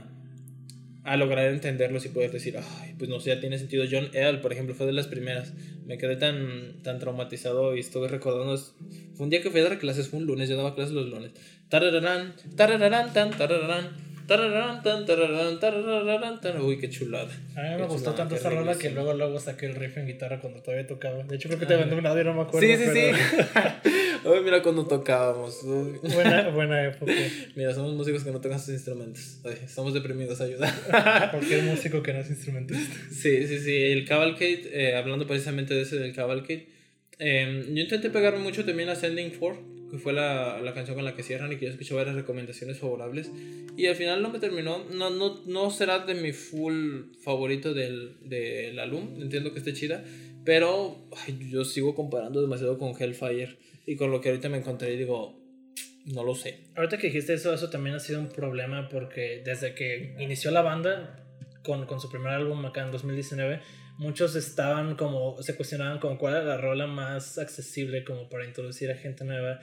a, a lograr entenderlos y poder decir, ay, pues no sé, ya tiene sentido. John Ell, por ejemplo, fue de las primeras. Me quedé tan, tan traumatizado y estuve recordando. Fue un día que fui a dar clases, fue un lunes, yo daba clases los lunes. Tarararán, tarararán, tan, tarararán, tarararán, tan, tarararán, tarararán, tan. Uy, qué chulada. A mí me qué gustó chulada, tanto esa rola que luego, luego saqué el riff en guitarra cuando todavía tocaba. De hecho, creo que te mandé un audio, no me acuerdo. Sí, sí, pero... sí. Uy, mira cuando tocábamos. Uy. Buena, buena época. Mira, somos músicos que no tocan sus instrumentos. Ay, estamos deprimidos, ayuda. Cualquier músico que no es instrumentista. Sí, sí, sí. El Cavalcade, eh, hablando precisamente de ese del Cavalcade, eh, yo intenté pegarme mucho también a Sending For, que fue la, la canción con la que cierran y que yo escuché varias recomendaciones favorables. Y al final no me terminó. No, no, no será de mi full favorito del, del álbum. Entiendo que esté chida. Pero ay, yo sigo comparando demasiado con Hellfire. Y con lo que ahorita me encontré y digo, no lo sé. Ahorita que dijiste eso, eso también ha sido un problema porque desde que inició la banda con, con su primer álbum acá en dos mil diecinueve, muchos estaban como, se cuestionaban como cuál era la rola más accesible como para introducir a gente nueva.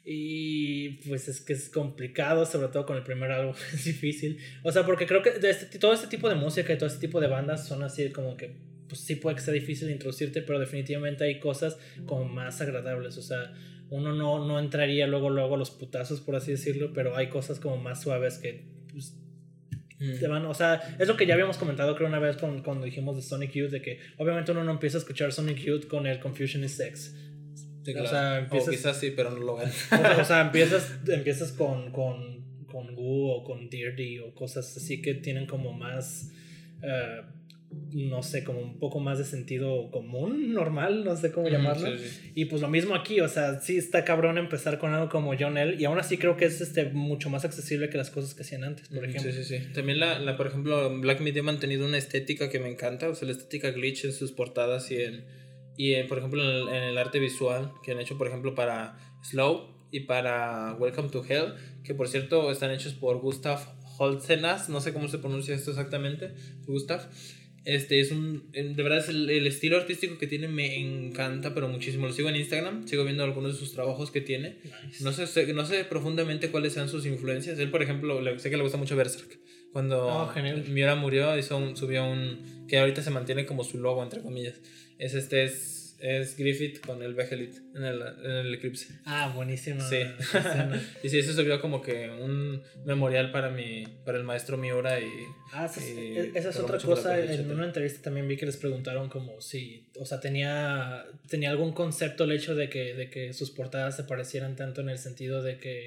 Y pues es que es complicado, sobre todo con el primer álbum, es difícil. O sea, porque creo que de este, todo este tipo de música y todo este tipo de bandas son así como que pues sí puede que sea difícil introducirte, pero definitivamente hay cosas como más agradables. O sea, uno no, no entraría luego luego a los putazos, por así decirlo, pero hay cosas como más suaves que pues, mm. te van, o sea, es lo que ya habíamos comentado creo una vez con, cuando dijimos de Sonic Youth, de que obviamente uno no empieza a escuchar Sonic Youth con el Confusion is Sex. Sí, claro. O sea, empiezas, o quizás sí, pero no lo ven. O sea, o sea empiezas, empiezas con, con, con Goo o con Deardy o cosas así que tienen como más... Uh, no sé, como un poco más de sentido común, normal, no sé cómo llamarlo. Mm, sí, sí. Y pues lo mismo aquí, o sea, sí está cabrón empezar con algo como John L. Y aún así creo que es este, mucho más accesible que las cosas que hacían antes, por mm, ejemplo. Sí, sí, sí. También, la, la, por ejemplo, Black Midi ha mantenido una estética que me encanta, o sea, la estética glitch en sus portadas y, en, y en, por ejemplo, en el, en el arte visual que han hecho, por ejemplo, para Slow y para Welcome to Hell, que por cierto están hechos por Gustav Holzenas, no sé cómo se pronuncia esto exactamente, Gustav. Este es un, de verdad es el, el estilo artístico que tiene me encanta, pero muchísimo. Lo sigo en Instagram, sigo viendo algunos de sus trabajos que tiene. Nice. No sé, no sé profundamente cuáles sean sus influencias. Él, por ejemplo, le, sé que le gusta mucho Berserk. Cuando oh, Miura murió, hizo un, subió un que ahorita se mantiene como su logo, entre comillas. Es este es es Griffith con el Behelit en el, en el eclipse. Ah, buenísimo. Sí. Y sí, eso subió como que un memorial para mi, para el maestro Miura y... Ah, esa, y esa es otra cosa. En una entrevista también vi que les preguntaron como si, o sea, tenía, tenía algún concepto el hecho de que, de que sus portadas se parecieran tanto en el sentido de que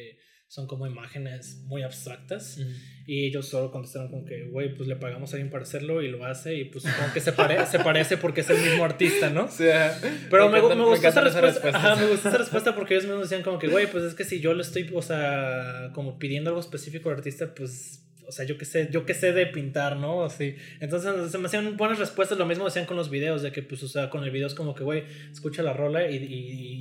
son como imágenes muy abstractas. Uh-huh. Y ellos solo contestaron como que, güey, pues le pagamos a alguien para hacerlo y lo hace. Y pues como que se, pare- se parece porque es el mismo artista, ¿no? Sí, ajá. Pero me, encanta, me gustó esa respuesta. respuesta. Ajá, me gustó esa respuesta porque ellos mismos decían como que, güey, pues es que si yo le estoy, o sea, como pidiendo algo específico al artista, pues... O sea, yo qué sé, yo qué sé de pintar, ¿no? Así. Entonces se me hacían buenas respuestas. Lo mismo decían con los videos, de que, pues, o sea, con el video es como que, güey, escucha la rola y, y,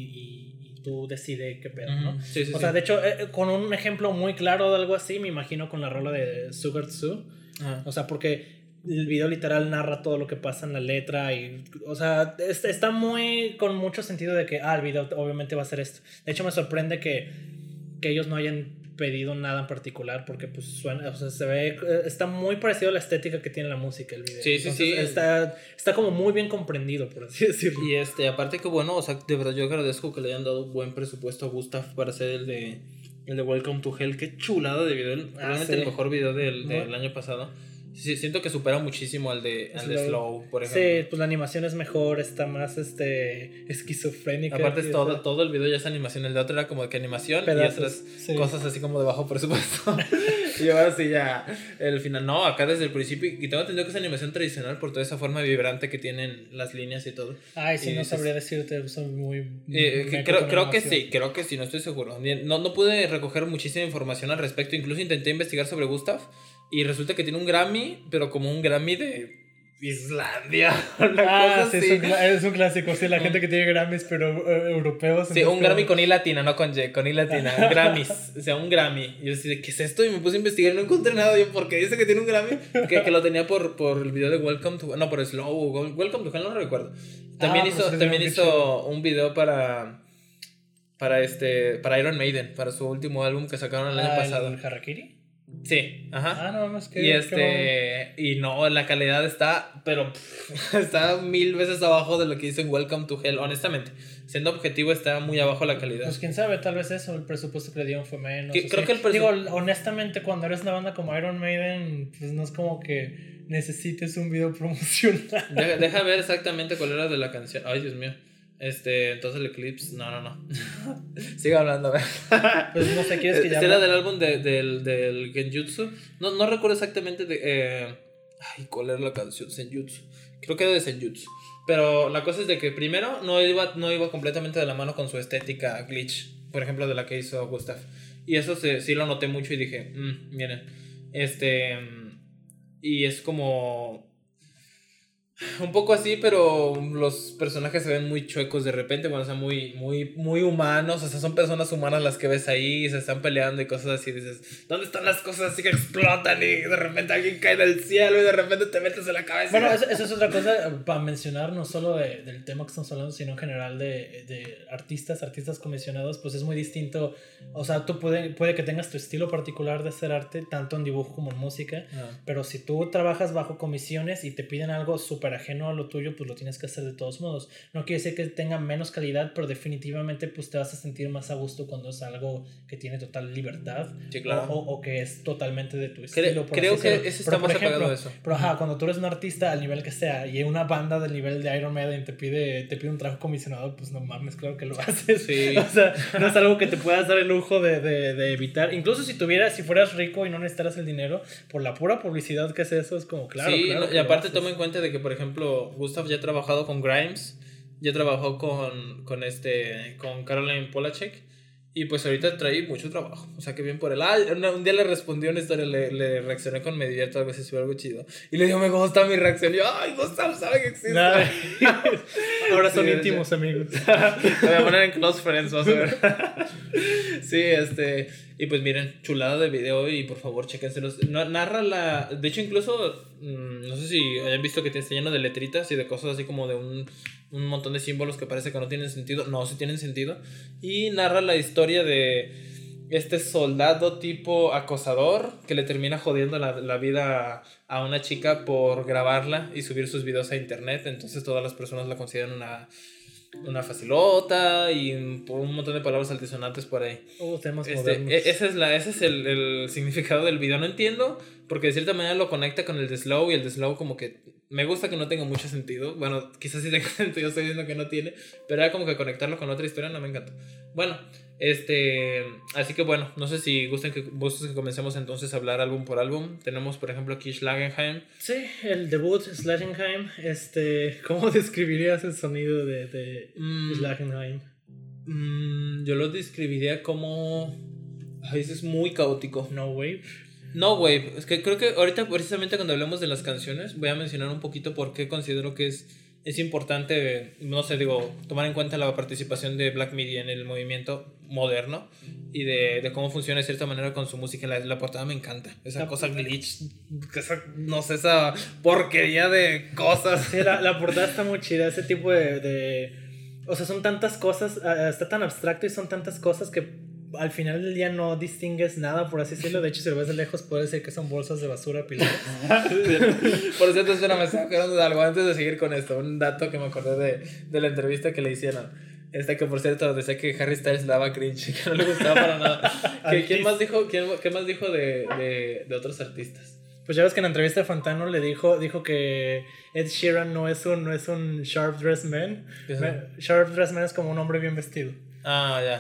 y, y tú decides qué pedo, ¿no? Uh-huh. Sí, sí, o sí. sea, de hecho, eh, con un ejemplo muy claro de algo así, me imagino con la rola de Sugar Tzu. Uh-huh. O sea, porque el video literal narra todo lo que pasa en la letra y, o sea, está muy, con mucho sentido de que, ah, el video obviamente va a ser esto. De hecho, me sorprende que, que ellos no hayan pedido nada en particular porque pues suena, o sea, se ve, está muy parecido a la estética que tiene la música el video. Sí, sí, Entonces, sí. Está, está como muy bien comprendido, por así decirlo. Y este, aparte que bueno, o sea, de verdad yo agradezco que le hayan dado buen presupuesto a Gustav para hacer el de el de Welcome to Hell. Qué chulada de video, probablemente ah, sí. el mejor video del, del ¿no? año pasado. Sí, siento que supera muchísimo al de, al de Slow, por ejemplo. Sí, pues la animación es mejor, está más este esquizofrénica. Aparte es todo, todo el video ya es animación. El de otro era como de que animación pedazos, y otras sí. cosas así como de bajo presupuesto. Y ahora sí ya el final. No, acá desde el principio. Y tengo entendido que es animación tradicional por toda esa forma vibrante que tienen las líneas y todo. Ay, sí, y no dices, sabría decirte. Soy muy. Eh, creo creo que sí, creo que sí, no estoy seguro. No, no pude recoger muchísima información al respecto. Incluso intenté investigar sobre Gustav. Y resulta que tiene un Grammy, pero como un Grammy de Islandia. Una ah, cosa sí, así. Es, un, es un clásico. Sí, la gente que tiene Grammys, pero uh, europeos. Sí, un Grammy con I latina, no con Y, con I latina. Un Grammys, o sea, un Grammy. Y yo decía, ¿qué es esto? Y me puse a investigar y no encontré nada. Yo, ¿por qué dice que tiene un Grammy? Que, que lo tenía por, por el video de Welcome to... No, por Slow. Welcome to Hell, no lo recuerdo. También ah, hizo, pues también hizo un video para... Para este... Para Iron Maiden, para su último álbum que sacaron el año ah, pasado. ¿El Harakiri? Sí, ajá. Ah, no, más que. Y este. Y no, la calidad está. Pero. Pff, está mil veces abajo de lo que hizo en Welcome to Hell. Honestamente. Siendo objetivo, está muy abajo la calidad. Pues quién sabe, tal vez eso. El presupuesto que le dieron fue menos. Que, creo sí. que el presup- Digo, honestamente, cuando eres una banda como Iron Maiden, pues no es como que necesites un video promocional. Deja, deja ver exactamente cuál era de la canción. Ay, Dios mío. Este, entonces el Eclipse, no, no, no. Sigue hablando, ¿ver? Pues no sé, ¿quieres que ya Este era del álbum de, del, del Genjutsu. No, no recuerdo exactamente de. Eh... Ay, ¿cuál era la canción? Senjutsu. Creo que era de Senjutsu. Pero la cosa es de que primero no iba, no iba completamente de la mano con su estética glitch, por ejemplo, de la que hizo Gustav. Y eso se, sí lo noté mucho y dije, mmm, miren. Este. Y es como. Un poco así, pero los personajes se ven muy chuecos de repente, bueno, o sea, muy, muy, muy humanos, o sea, son personas humanas las que ves ahí, se están peleando y cosas así, dices, ¿dónde están las cosas así que explotan y de repente alguien cae del cielo y de repente te metes en la cabeza? Bueno, eso, eso es otra cosa para mencionar, no solo de, del tema que estamos hablando, sino en general de, de artistas, artistas comisionados, pues es muy distinto, o sea, tú puede, puede que tengas tu estilo particular de hacer arte, tanto en dibujo como en música, ah. pero si tú trabajas bajo comisiones y te piden algo súper ajeno a lo tuyo, pues lo tienes que hacer de todos modos. No quiere decir que tenga menos calidad, pero definitivamente pues te vas a sentir más a gusto cuando es algo que tiene total libertad. Sí, claro. o, o, o que es totalmente de tu estilo. Cre- creo que ese está más apagado de eso. Pero ajá, cuando tú eres un artista al nivel que sea y una banda del nivel de Iron Maiden te pide, te pide un trabajo comisionado, pues no mames, claro que lo haces. Sí. O sea, no es algo que te puedas dar el lujo de, de, de evitar. Incluso si tuvieras, si fueras rico y no necesitaras el dinero, por la pura publicidad que es eso, es como claro. Sí, claro no, y aparte toma en cuenta de que, por ejemplo, Gustav ya ha trabajado con Grimes, ya trabajó con, con, este, con Caroline Polachek. Y pues ahorita trae mucho trabajo. O sea, que bien por él. Ah, un, un día le respondí una historia, le, le reaccioné con me divierto, a veces fue algo chido. Y le digo, me gusta mi reacción. Y yo, ay, Gustav, sabe que existe. Nah. Ahora son sí, íntimos sí. amigos. Te voy a poner en close friends, vas a ver. Sí, este. Y pues miren, chulada de video y por favor, chéquenselos. Narra la. De hecho, incluso. Mmm, no sé si hayan visto que está lleno de letritas y de cosas así como de un. Un montón de símbolos que parece que no tienen sentido. No, sí tienen sentido. Y narra la historia de este soldado tipo acosador que le termina jodiendo la, la vida a una chica por grabarla y subir sus videos a internet. Entonces todas las personas la consideran una, una facilota y por un montón de palabras altisonantes por ahí. Oh, temas este, modernos. Ese es, la, ese es el, el significado del video. No entiendo, porque de cierta manera lo conecta con el de Slow y el de Slow como que... Me gusta que no tenga mucho sentido. Bueno, quizás sí tenga sentido, estoy diciendo que no tiene. Pero era como que conectarlo con otra historia no me encantó. Bueno, Este, así que bueno, no sé si gusten que, gusten que comencemos entonces a hablar álbum por álbum. Tenemos por ejemplo aquí Schlagenheim. Sí, el debut Schlagenheim. Este, ¿cómo describirías el sonido de, de mm, Schlagenheim? Mm, yo lo describiría como... Ay, eso es muy caótico. No Wave. No Wave, es que creo que ahorita precisamente cuando hablemos de las canciones voy a mencionar un poquito por qué considero que es... Es importante, no sé, digo, tomar en cuenta la participación de Black Midi en el movimiento moderno y de, de cómo funciona de cierta manera con su música. La, la portada me encanta, esa la cosa glitch, esa, no sé, esa porquería de cosas. Sí, la, la portada está muy chida, ese tipo de, de... O sea, son tantas cosas, está tan abstracto y son tantas cosas que al final del día no distingues nada, por así decirlo. De hecho, si lo ves de lejos, puede decir que son bolsas de basura apiladas. Por cierto, espera, me estaba acordando de algo antes de seguir con esto. Un dato que me acordé de, de la entrevista que le hicieron. Esta que, por cierto, decía que Harry Styles daba cringe, que no le gustaba para nada. ¿Qué, ¿Quién más dijo, quién, qué más dijo de, de, de otros artistas? Pues ya ves que en la entrevista de Fantano le dijo, dijo que Ed Sheeran no es un, no es un sharp dressed man. Sharp dressed man es como un hombre bien vestido. Ah, ya.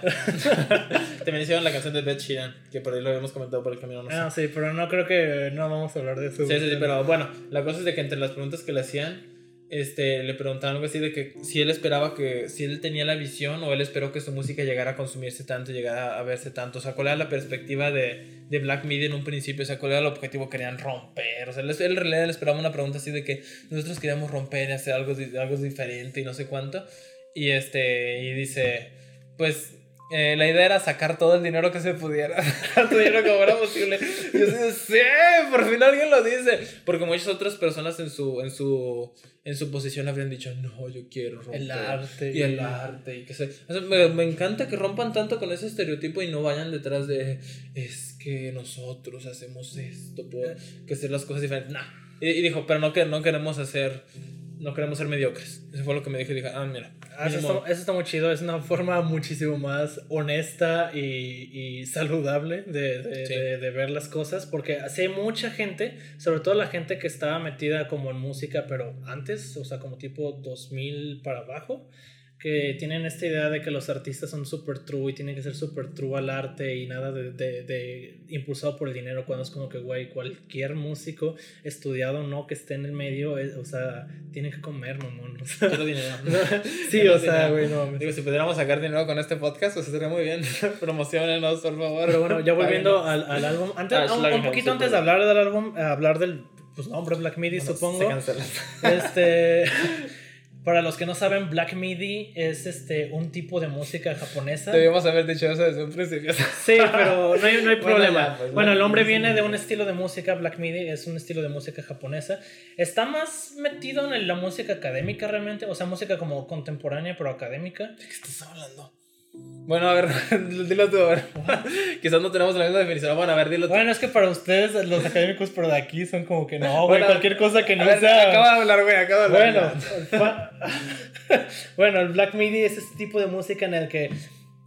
También hicieron la canción de Ed Sheeran, que por ahí lo habíamos comentado por el camino. No sé. Ah, sí, pero no creo que no vamos a hablar de eso. Sí, sí, sí, pero bueno, la cosa es de que entre las preguntas que le hacían, este, le preguntaban algo así de que si él esperaba que, si él tenía la visión o él esperó que su música llegara a consumirse tanto, llegara a verse tanto. O sea, ¿cuál era la perspectiva de, de Black Midi en un principio? O sea, ¿cuál era el objetivo que querían romper? O sea, él, él en realidad le esperaba una pregunta así de que nosotros queríamos romper y hacer algo, algo diferente y no sé cuánto. Y este, y dice, pues... Eh, la idea era sacar todo el dinero que se pudiera, tanto dinero como era posible. Y yo dije, sí, por fin alguien lo dice. Porque muchas otras personas en su, en su, en su posición habrían dicho, no, yo quiero romper el arte y el arte y que se, o sea, me, me encanta que rompan tanto con ese estereotipo y no vayan detrás de es que nosotros hacemos esto, por que hacer las cosas diferentes. Nah. Y, y dijo, pero no, que, no queremos hacer no queremos ser mediocres. Eso fue lo que me dijo y dije, ah, mira. Ah, eso, está, eso está muy chido. Es una forma muchísimo más honesta y, y saludable de, de, sí. de, de ver las cosas. Porque así hay mucha gente, sobre todo la gente que estaba metida como en música, pero antes, o sea, como tipo dos mil para abajo, que tienen esta idea de que los artistas son super true y tienen que ser super true al arte y nada de, de, de impulsado por el dinero, cuando es como que, güey, cualquier músico estudiado o no que esté en el medio, es, o sea, tiene que comer, mamón. O sea, quiero dinero. Sí, quiero o sea, güey, no. Digo, si pudiéramos sacar dinero con este podcast, pues estaría muy bien. Promocionenos, por favor. Pero bueno, ya volviendo al, al álbum, antes, ah, un, un poquito antes de hablar del álbum, hablar del pues, nombre Black Midi, bueno, supongo. Se cancela. Este... Para los que no saben, Black Midi es este, un tipo de música japonesa. Debíamos haber dicho eso desde un principio. Sí, pero no hay, no hay problema. Bueno, ya, pues, bueno, el nombre Midi viene de un estilo de música, Black Midi es un estilo de música japonesa. Está más metido en la música académica realmente, o sea, música como contemporánea pero académica. ¿De qué estás hablando? Bueno, a ver, dilo tú, a ver. Quizás no tenemos la misma definición. Bueno, a ver, dilo tú. Bueno, es que para ustedes, los académicos, pero de aquí son como que no, güey, bueno, cualquier cosa que no ver, sea. Acaba de hablar, güey, acaba de hablar. Bueno, bueno, el Black Midi es este tipo de música en el que,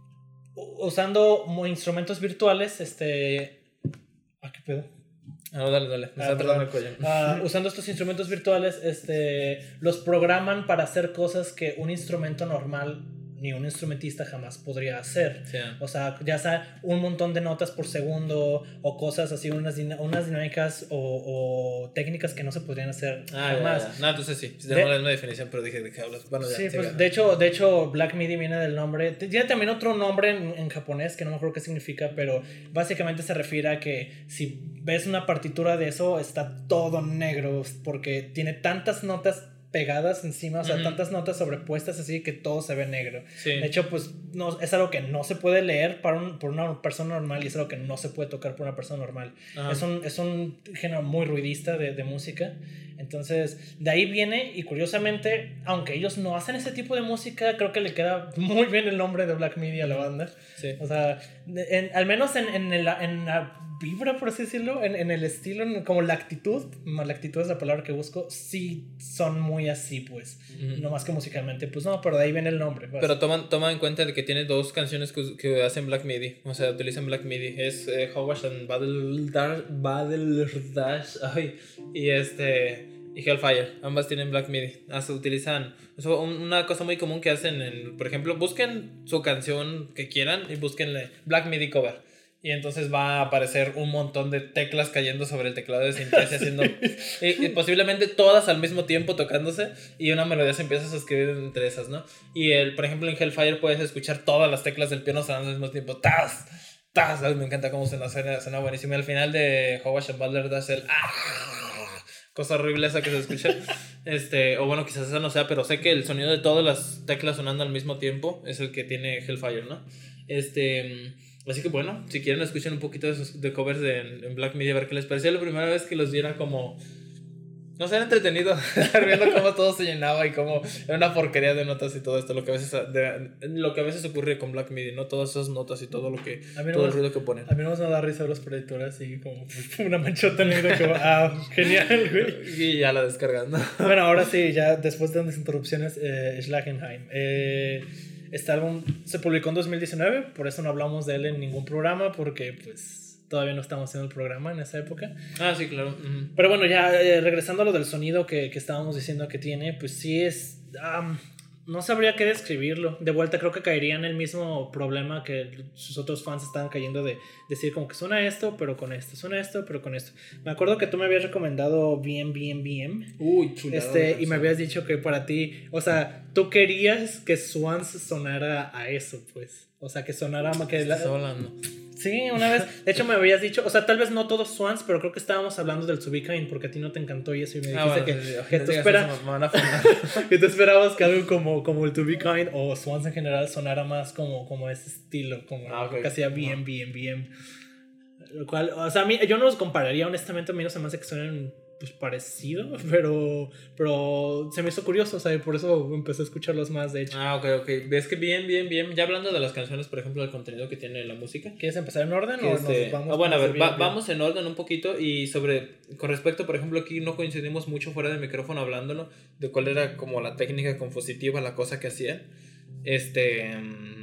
usando instrumentos virtuales, este. Ah, qué pedo. No, dale, dale. Me ah, está el cuello. Uh, usando estos instrumentos virtuales, este, los programan para hacer cosas que un instrumento normal ni un instrumentista jamás podría hacer. Sí. O sea, ya sea un montón de notas por segundo o cosas así, unas, unas dinámicas o, o técnicas que no se podrían hacer ah, jamás. Ya, ya. No, entonces sí, tenemos la misma definición, pero dije de qué hablas. Bueno, ya, sí, sí, pues, de hecho, de hecho, Black Midi viene del nombre. Tiene también otro nombre en, en japonés que no me acuerdo qué significa, pero básicamente se refiere a que si ves una partitura de eso, está todo negro porque tiene tantas notas pegadas encima, o sea, uh-huh. tantas notas sobrepuestas así que todo se ve negro. Sí. De hecho, pues no, es algo que no se puede leer para un, por una persona normal y es algo que no se puede tocar por una persona normal. Uh-huh. Es un, es un género muy ruidista de, de música. Entonces, de ahí viene, y curiosamente, aunque ellos no hacen ese tipo de música, creo que le queda muy bien el nombre de Black Midi a la banda. Sí. O sea, en, al menos en, en, el, en la vibra, por así decirlo, en, en el estilo, en, como la actitud, la actitud es la palabra que busco, sí son muy así, pues. Uh-huh. No más que musicalmente, pues no, pero de ahí viene el nombre. Pues. Pero toman, toma en cuenta de que tiene dos canciones que, que hacen Black Midi, o sea, utilizan Black Midi. Es eh, Hogwash and Battle Dash, Battle Dash, ay, y este... y Hellfire. Ambas tienen Black MIDI. Ah, se utilizan. O sea, una cosa muy común que hacen, en, por ejemplo, busquen su canción que quieran y búsquenle Black MIDI cover. Y entonces va a aparecer un montón de teclas cayendo sobre el teclado de Synthese, haciendo y, y posiblemente todas al mismo tiempo tocándose, y una melodía se empieza a escribir entre esas, ¿no? Y el, por ejemplo, en Hellfire puedes escuchar todas las teclas del piano sonando al mismo tiempo. ¡Tas! ¡Tas! Ay, me encanta cómo suena, suena, suena buenísimo. Y al final de Howard and Butler das el ¡ah! Cosa horrible esa que se escucha. Este, o bueno, quizás esa no sea, pero sé que el sonido de todas las teclas sonando al mismo tiempo es el que tiene Hellfire, ¿no? Este, así que bueno, si quieren escuchen un poquito de, sus, de covers de, en Black MIDI, a ver qué les parecía. La primera vez que los viera como... No sé, era entretenido viendo cómo todo se llenaba y cómo era una porquería de notas y todo esto, lo que a veces, de, lo que a veces ocurre con Black MIDI, ¿no? Todas esas notas y todo lo que, no todo me, el ruido que ponen. A mí no me da risa los proyectores y como una manchota negra que va, ah, genial, güey. Y ya la descargando. Bueno, ahora sí, ya después de unas interrupciones, eh, Schlagenheim. Eh, este álbum se publicó en dos mil diecinueve, por eso no hablamos de él en ningún programa, porque pues... Todavía no estamos haciendo el programa en esa época. Ah, sí, claro. Uh-huh. Pero bueno, ya eh, regresando a lo del sonido que, que estábamos diciendo que tiene, pues sí es... Um, no sabría qué describirlo. De vuelta creo que caería en el mismo problema que sus otros fans estaban cayendo de decir como que suena esto, pero con esto. Suena esto, pero con esto. Me acuerdo que tú me habías recomendado B M B M B M. Uy, chulada. Este, y me habías dicho que para ti... O sea, tú querías que Swans sonara a eso, pues. O sea, que sonara... Que la, hablando. Sí, una vez, de hecho me habías dicho, o sea, tal vez no todos Swans, pero creo que estábamos hablando del To Be Kind porque a ti no te encantó y eso, y me dijiste ah, bueno, que, sí, sí. que, tú espera, que tú esperabas que algo como, como el To Be Kind o Swans en general sonara más como, como ese estilo, como ah, okay. casi a B M, B M, B M. Lo cual, o sea, a mí, yo no los compararía, honestamente, a mí no se me hace que suenen pues parecido, pero, pero se me hizo curioso, o sea, por eso empecé a escucharlos más, de hecho. Ah, ok, ok. Ves que bien, bien, bien. Ya hablando de las canciones, por ejemplo, del contenido que tiene la música. ¿Quieres empezar en orden o este... nos vamos? Ah, bueno, a ver, bien, va, bien. vamos en orden un poquito y sobre, con respecto, por ejemplo, aquí no coincidimos mucho fuera del micrófono hablándolo, de cuál era como la técnica compositiva, la cosa que hacían. Este...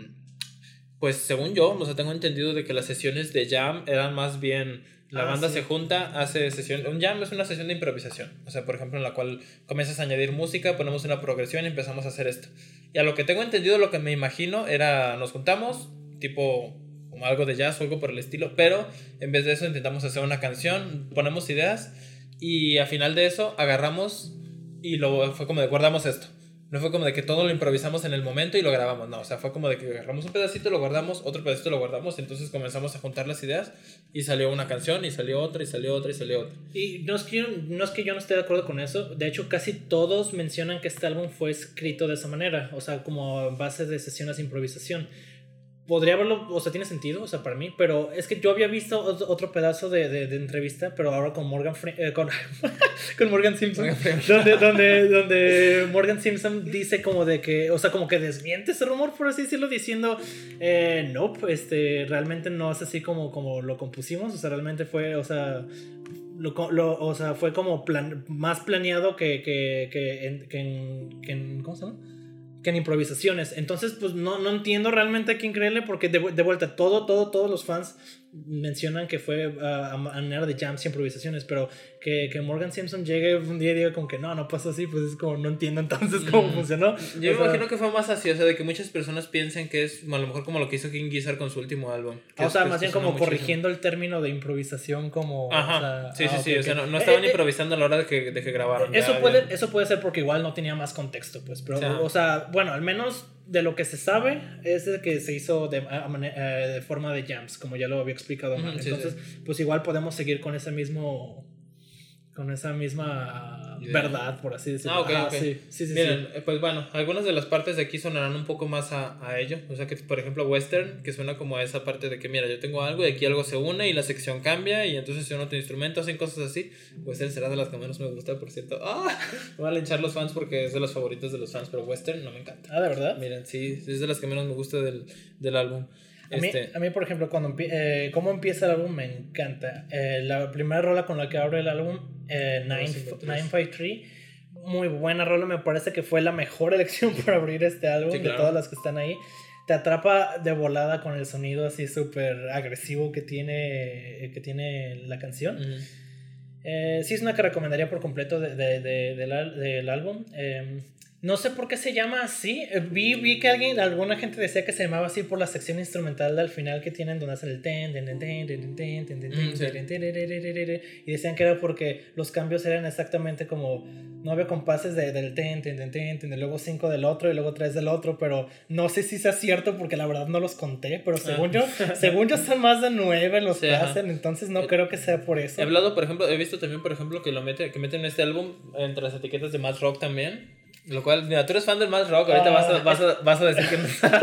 Pues según yo, o sea, tengo entendido de que las sesiones de jam eran más bien... La ah, banda sí. se junta, hace sesión. Un jam es una sesión de improvisación. O sea, por ejemplo, en la cual comienzas a añadir música, ponemos una progresión y empezamos a hacer esto. Y a lo que tengo entendido, lo que me imagino era: nos juntamos, tipo como algo de jazz o algo por el estilo, pero en vez de eso intentamos hacer una canción, ponemos ideas y al final de eso agarramos y luego fue como de guardamos esto. No fue como de que todo lo improvisamos en el momento y lo grabamos, no, o sea, fue como de que agarramos un pedacito, lo guardamos, otro pedacito lo guardamos, y entonces comenzamos a juntar las ideas y salió una canción, y salió otra, y salió otra, y salió otra. Y no es que yo no, es que yo no esté de acuerdo con eso, de hecho casi todos mencionan que este álbum fue escrito de esa manera, o sea, como a base de sesiones de improvisación. Podría haberlo, o sea, tiene sentido, o sea, para mí, pero es que yo había visto otro pedazo de, de, de entrevista, pero ahora con Morgan Fre- eh, con, con Morgan Simpson, donde, donde, donde Morgan Simpson dice como de que, o sea, como que desmiente ese rumor, por así decirlo, diciendo, eh, no, nope, este, realmente no es así como, como lo compusimos, o sea, realmente fue, o sea... Lo, lo, o sea, fue como plan, más planeado que, que, que, en, que, en, que en... ¿Cómo se llama? Que en improvisaciones. Entonces pues no, no entiendo realmente a quién creerle, porque de, de vuelta todo, todo, todos los fans mencionan que fue uh, a manera de jams y improvisaciones, pero que, que Morgan Simpson llegue un día y diga como que no, no pasó así, pues es como no entiendo entonces cómo mm. funcionó. Yo me imagino que fue más así, o sea, de que muchas personas piensen que es a lo mejor como lo que hizo King Gizzard con su último álbum. O es, sea, más bien como corrigiendo el término de improvisación como... Ajá, o sea, sí, sí, ah, sí, okay, o sea, okay. no, no estaban eh, improvisando a la hora de que, de que grabaron. Eso, ya, puede, ya. eso puede ser porque igual no tenía más contexto, pues, pero, o sea, o sea bueno, al menos... De lo que se sabe es de que se hizo de, de forma de jams, como ya lo había explicado. Uh-huh, sí, Entonces, sí. pues igual podemos seguir con ese mismo... Con esa misma yeah. verdad, por así decirlo. Ah, ok, ah, ok. Sí, sí, sí, Miren, sí. pues bueno, algunas de las partes de aquí sonarán un poco más a, a ello. O sea que, por ejemplo, Western, que suena como a esa parte de que, mira, yo tengo algo y aquí algo se une y la sección cambia y entonces se une otro instrumento, hacen cosas así. Western será de las que menos me gusta, por cierto. ¡Ah! Me van a linchar los fans porque es de los favoritos de los fans, pero Western no me encanta. Ah, ¿de verdad? Miren, sí, es de las que menos me gusta del, del álbum. A mí, este... a mí, por ejemplo, cuando empie- eh, cómo empieza el álbum me encanta. Eh, la primera rola con la que abre el álbum, eh, nine five three, muy buena rola, me parece que fue la mejor elección para abrir este álbum, sí, claro. De todas las que están ahí. Te atrapa de volada con el sonido así súper agresivo que tiene, que tiene la canción. Uh-huh. Eh, sí, es una que recomendaría por completo de, de, de, de la, del álbum. Eh, no sé por qué se llama así. Eh, vi, vi que alguien, alguna gente decía que se llamaba así por la sección instrumental al final que tienen donde hacen el ten, ten, ten, ten, ten, ten, ten, ten, ten, y decían que era porque los cambios eran exactamente como nueve compases de, del ten, ten, ten, ten, ten, y luego cinco del otro y luego tres del otro, pero no sé si sea cierto porque la verdad no los conté, pero según yo, según yo son más de nueve los sí, que ajá. hacen, entonces no eh, creo que sea por eso. He hablado, por ejemplo, he visto también, por ejemplo, que lo mete, que meten este álbum entre las etiquetas de Math Rock también. Lo cual, mira, tú eres fan del Math Rock, ahorita ah, vas, a, vas, a, vas a decir que no.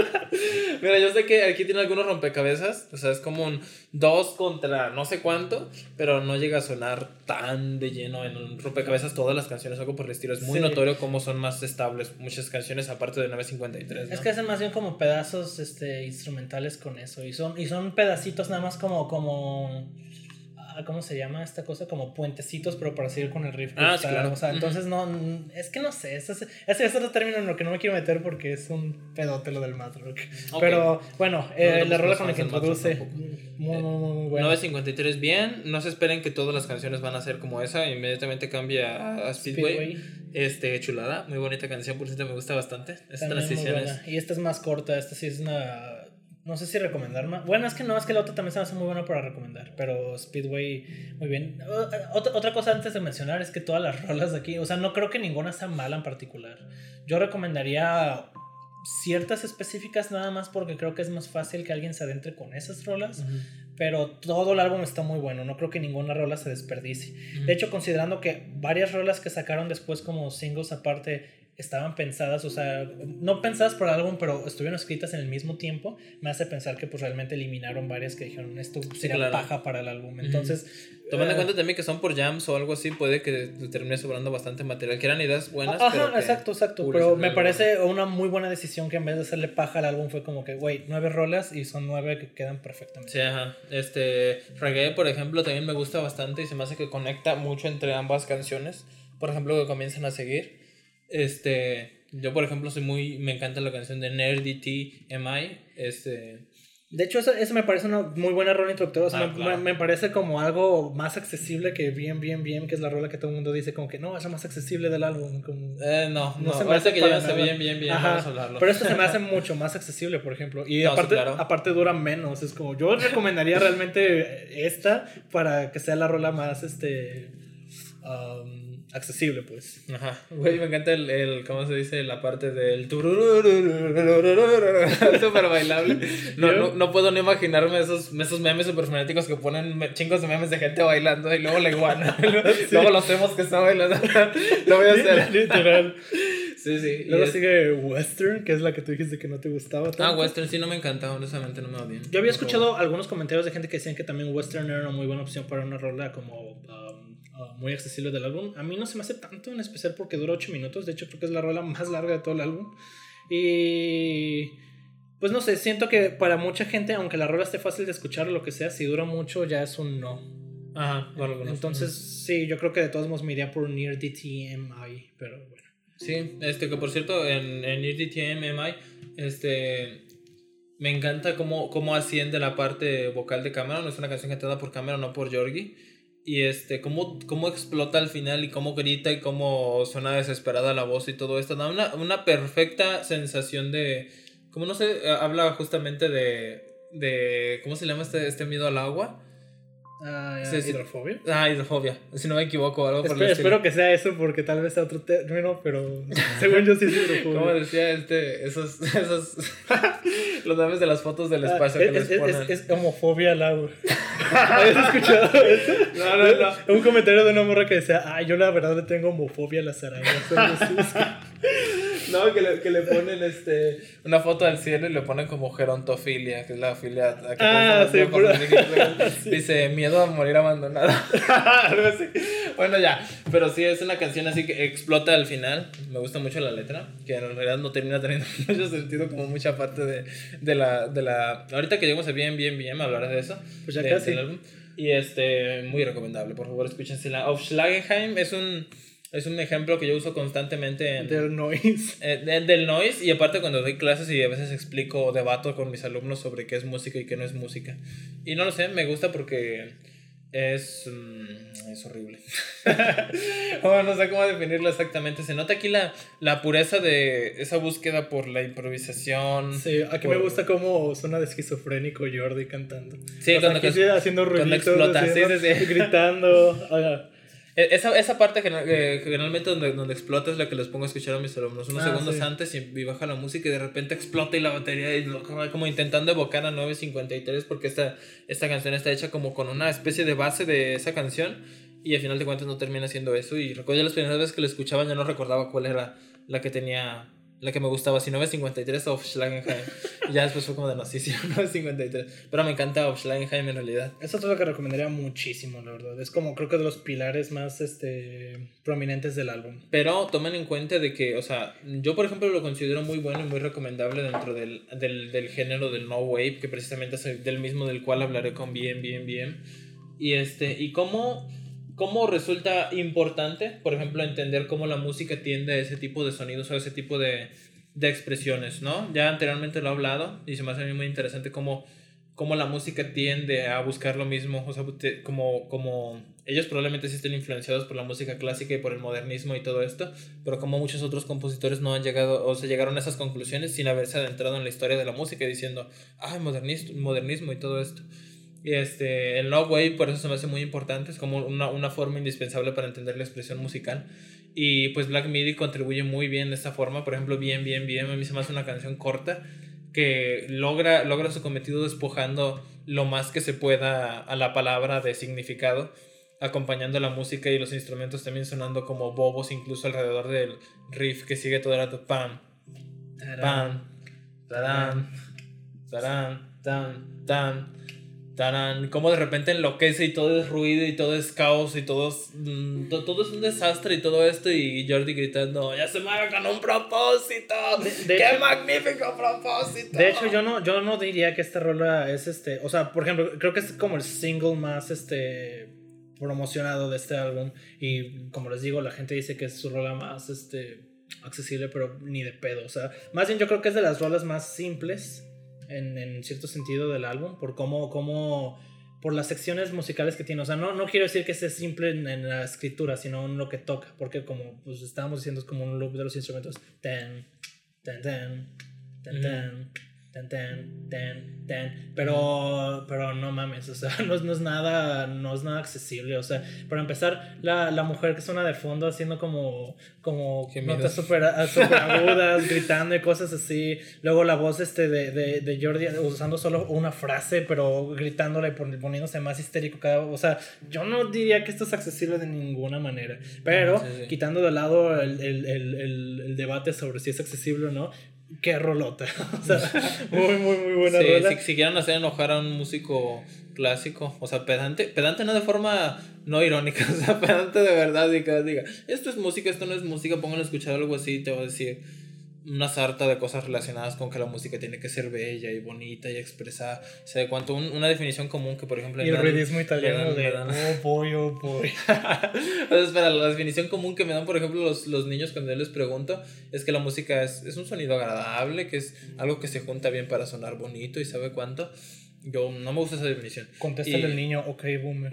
Mira, yo sé que aquí tiene algunos rompecabezas, o sea, es como un dos contra no sé cuánto, pero no llega a sonar tan de lleno en un rompecabezas todas las canciones, algo por el estilo. Es muy sí. notorio cómo son más estables muchas canciones aparte de nueve cincuenta y tres, ¿no? Es que hacen más bien como pedazos este, instrumentales con eso, y son, y son pedacitos nada más como... como... ¿cómo se llama esta cosa? Como puentecitos, pero para seguir con el riff. Ah, sí, claro. O sea, entonces no, es que no sé, ese es, ese es otro término en lo que no me quiero meter porque es un pedote lo del Math Rock. Okay. Pero bueno, eh, no, la rola con la que introduce, muy, muy, muy buena. nueve cincuenta y tres bien, no se esperen que todas las canciones van a ser como esa, inmediatamente cambia a Speedway. Speedway. Este, chulada, muy bonita canción, por cierto me gusta bastante. Esta transición es... Y esta es más corta, esta sí es una... No sé si recomendar más. Bueno, es que no, es que la otra también se me hace muy buena para recomendar. Pero Speedway, muy bien. Otra, otra cosa antes de mencionar es que todas las rolas de aquí, o sea, no creo que ninguna sea mala en particular. Yo recomendaría ciertas específicas nada más porque creo que es más fácil que alguien se adentre con esas rolas. Uh-huh. Pero todo el álbum está muy bueno. No creo que ninguna rola se desperdicie. Uh-huh. De hecho, considerando que varias rolas que sacaron después como singles aparte estaban pensadas, o sea, no pensadas por el álbum, pero estuvieron escritas en el mismo tiempo, me hace pensar que pues realmente eliminaron varias que dijeron esto sería sí, claro. paja para el álbum. Entonces, uh-huh. tomando en uh, cuenta también que son por jams o algo así, puede que termine sobrando bastante material, que eran ideas buenas. Ajá, pero exacto, exacto, pero me parece una muy buena decisión que en vez de hacerle paja al álbum fue como que, güey, nueve rolas y son nueve que quedan perfectamente. Sí, ajá. Este, Reggae, por ejemplo, también me gusta bastante y se me hace que conecta mucho entre ambas canciones, por ejemplo, que comienzan a seguir. Este, yo por ejemplo soy muy, me encanta la canción de Nerdity M I, este, de hecho eso, eso me parece una muy buena rola introductoria, o sea, ah, me, claro. me, me parece como algo más accesible que bien, bien, bien, que es la rola que todo el mundo dice como que no, es la más accesible del álbum, como, eh, no, no, no se me hace que ya está bien, bien, bien, ajá, vamos a hablarlo. Pero esto se me hace mucho más accesible, por ejemplo, y no, aparte, sí, claro. aparte dura menos, es como, yo recomendaría realmente esta para que sea la rola más, este, um, accesible, pues. Ajá. Güey, me encanta el, el ¿cómo se dice? La parte del súper bailable. No, no, no puedo ni imaginarme esos, esos memes super fanáticos que ponen chingos de memes de gente bailando y luego la iguana. Sí. Luego los vemos que está bailando. Lo voy a hacer. Literal. Sí, sí. Luego es... sigue Western, que es la que tú dijiste que no te gustaba tanto. Ah, Western sí no me encantaba, honestamente no me va bien. Yo había escuchado favor. algunos comentarios de gente que decían que también Western era una muy buena opción para una rola como... Um, Uh, muy accesible del álbum. A mí no se me hace tanto, en especial porque dura ocho minutos. De hecho creo que es la rola más larga de todo el álbum. Y pues no sé, siento que para mucha gente, aunque la rola esté fácil de escuchar o lo que sea, si dura mucho ya es un no. Ajá, bueno, bueno, entonces uh-huh. sí, yo creo que de todos modos me iría por Near D T M I, pero bueno. Sí, este que por cierto en, en Near D T M I este me encanta cómo, cómo asciende la parte vocal de Cameron. Es una canción cantada por Cameron, no por Georgie. Y este, cómo, cómo explota al final y cómo grita y cómo suena desesperada la voz y todo esto. Da una, una perfecta sensación de... Como no sé, habla justamente de... de ¿cómo se llama este, este miedo al agua? Ah, uh, sí, ¿hidrofobia? Ah, hidrofobia, si no me equivoco. Algo espero, por el espero que sea eso porque tal vez sea otro término, pero según yo sí es hidrofobia. Como decía este, esos... esos los memes de las fotos del espacio uh, que es, les ponen. Es, es homofobia al agua. ¿Habías escuchado eso? No, no, no. Un comentario de una morra que decía, ah, yo la verdad le tengo homofobia a las arañas. No, que le, que le ponen este una foto del cielo y le ponen como gerontofilia, que es la filia a que ah, sí, puro... sí. Dice, miedo a morir abandonado. Algo así. Bueno, ya. Pero sí, es una canción así que explota al final. Me gusta mucho la letra, que en realidad no termina teniendo mucho sentido como mucha parte de, de, la, de la... Ahorita que lleguemos a bien, bien, bien, hablar de eso. Pues ya de, casi. Del álbum. Y este, muy recomendable, por favor, escúchensela. Auf Schlagenheim es un... Es un ejemplo que yo uso constantemente en, del noise. Eh, del, del noise, y aparte cuando doy clases y a veces explico o debato con mis alumnos sobre qué es música y qué no es música. Y no lo sé, me gusta porque Es, mm, es horrible. Oh, no sé cómo definirlo exactamente. Se nota aquí la, la pureza de esa búsqueda por la improvisación. Sí, aquí por... me gusta cómo suena de esquizofrénico Jordi cantando. Sí, o cuando, sea, aquí que, haciendo ruiditos, cuando explota, haciendo, sí, sí, sí. gritando. Oiga. Esa, esa parte que, que generalmente donde, donde explota es la que les pongo a escuchar a mis alumnos unos ah, segundos sí. antes y, y baja la música y de repente explota y la batería y lo, como intentando evocar a nueve cincuenta y tres porque esta, esta canción está hecha como con una especie de base de esa canción y al final de cuentas no termina siendo eso y recuerdo las primeras veces que la escuchaba ya no recordaba cuál era la que tenía la que me gustaba, si nueve cincuenta y tres o Aufschlagenheim. Y ya después fue como de no, sí, sí, nueve cincuenta y tres. Pero me encanta Aufschlagenheim en realidad. Eso es lo que recomendaría muchísimo, la verdad. Es como creo que de los pilares más este, prominentes del álbum. Pero tomen en cuenta de que, o sea, yo por ejemplo lo considero muy bueno y muy recomendable dentro del, del, del género del no wave, que precisamente es del mismo del cual hablaré con Bien, Bien, Bien. Y este, y cómo... ¿Cómo resulta importante, por ejemplo, entender cómo la música tiende a ese tipo de sonidos o a ese tipo de, de expresiones, ¿no? Ya anteriormente lo he hablado y se me hace a mí muy interesante cómo, cómo la música tiende a buscar lo mismo, o sea, como, como ellos probablemente sí estén influenciados por la música clásica y por el modernismo y todo esto, pero como muchos otros compositores no han llegado o se llegaron a esas conclusiones sin haberse adentrado en la historia de la música diciendo, ah, modernismo, modernismo y todo esto. Y este, el no wave por eso se me hace muy importante, es como una, una forma indispensable para entender la expresión musical. Y pues Black Midi contribuye muy bien de esta forma. Por ejemplo, Bien, Bien, Bien, a mí se me hace una canción corta que logra, logra su cometido despojando lo más que se pueda a la palabra de significado, acompañando la música y los instrumentos también sonando como bobos, incluso alrededor del riff que sigue todo el rato. Pam, pam, tarán, tarán, tan, tan. Tarán, como de repente enloquece y todo es ruido y todo es caos y todo es, mm, to, todo es un desastre y todo esto y Jordi gritando, ya se mueve con un propósito, de, de ¡qué hecho, magnífico propósito! De hecho yo no, yo no diría que esta rola es este, o sea, por ejemplo, creo que es como el single más este promocionado de este álbum y como les digo, la gente dice que es su rola más este accesible, pero ni de pedo, o sea, más bien yo creo que es de las rolas más simples En, en cierto sentido del álbum por cómo, cómo por las secciones musicales que tiene, o sea, no, no quiero decir que sea simple en, en la escritura, sino en lo que toca, porque como pues estábamos diciendo es como un loop de los instrumentos tan, tan, tan, tan, tan, tan, tan, tan, tan, pero, pero no mames, o sea, no, no es nada, no es nada accesible, o sea, para empezar, la, la mujer que suena de fondo haciendo como, como notas super, super agudas, gritando y cosas así, luego la voz este de, de, de Jordi usando solo una frase, pero gritándola y poniéndose más histérico cada, o sea, yo no diría que esto es accesible de ninguna manera, pero sí, sí. Quitando de lado el, el, el, el, el debate sobre si es accesible o no, qué rolota, o sea, muy, muy, muy buena sí, rola. Si, si quieren hacer enojar a un músico clásico, o sea, pedante, pedante no de forma no irónica, o sea, pedante de verdad, y que diga, esto es música, esto no es música, pónganlo a escuchar algo así, te va a decir una sarta de cosas relacionadas con que la música tiene que ser bella y bonita y expresar, o sea, de cuanto un, una definición común que por ejemplo y el ruidismo italiano de dan, oh boy, oh boy. O sea, espera, la definición común que me dan por ejemplo los, los niños cuando yo les pregunto es que la música es, es un sonido agradable, que es algo que se junta bien para sonar bonito y sabe cuánto. Yo no me gusta esa definición. Contéstale al niño, ok, boomer.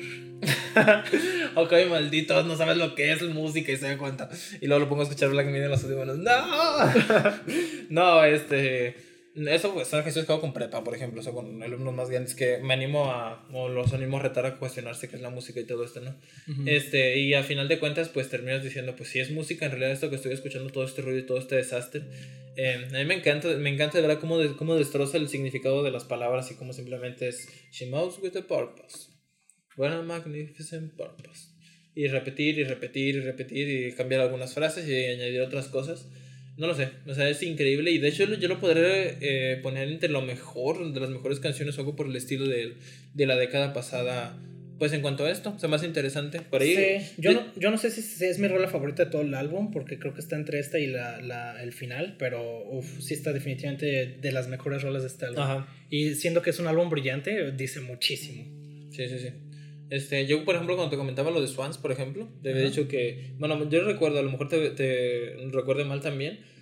Ok, maldito, no sabes lo que es música y se da cuenta. Y luego lo pongo a escuchar Black Mirror en los audífonos. ¡No! No, este... Eso pues, son ejercicios que hago con prepa, por ejemplo. O sea, con alumnos más grandes que me animo a... O los animo a retar a cuestionarse qué es la música y todo esto, ¿no? Uh-huh. Este, y a final de cuentas, pues terminas diciendo, pues si es música, en realidad esto que estoy escuchando, todo este ruido y todo este desastre... Eh, a mí me encanta, me encanta de verdad cómo, de, cómo destroza el significado de las palabras y cómo simplemente es she moves with a purpose, what a magnificent purpose, y repetir y repetir y repetir y cambiar algunas frases y añadir otras cosas. No lo sé, o sea, es increíble y de hecho yo lo podré eh, poner entre lo mejor, de las mejores canciones o algo por el estilo de, de la década pasada. Pues en cuanto a esto, se me hace interesante. Por ahí. Sí, yo, no, yo no sé si es mi rola favorita de todo el álbum, porque creo que está entre esta y la, la, el final, pero uf, sí está definitivamente de las mejores rolas de este álbum. Ajá. Y siendo que es un álbum brillante, dice muchísimo. Sí, sí, sí. Este, yo, por ejemplo, cuando te comentaba lo de Swans, por ejemplo, te había dicho que. Bueno, yo recuerdo, a lo mejor te, te recuerde mal también.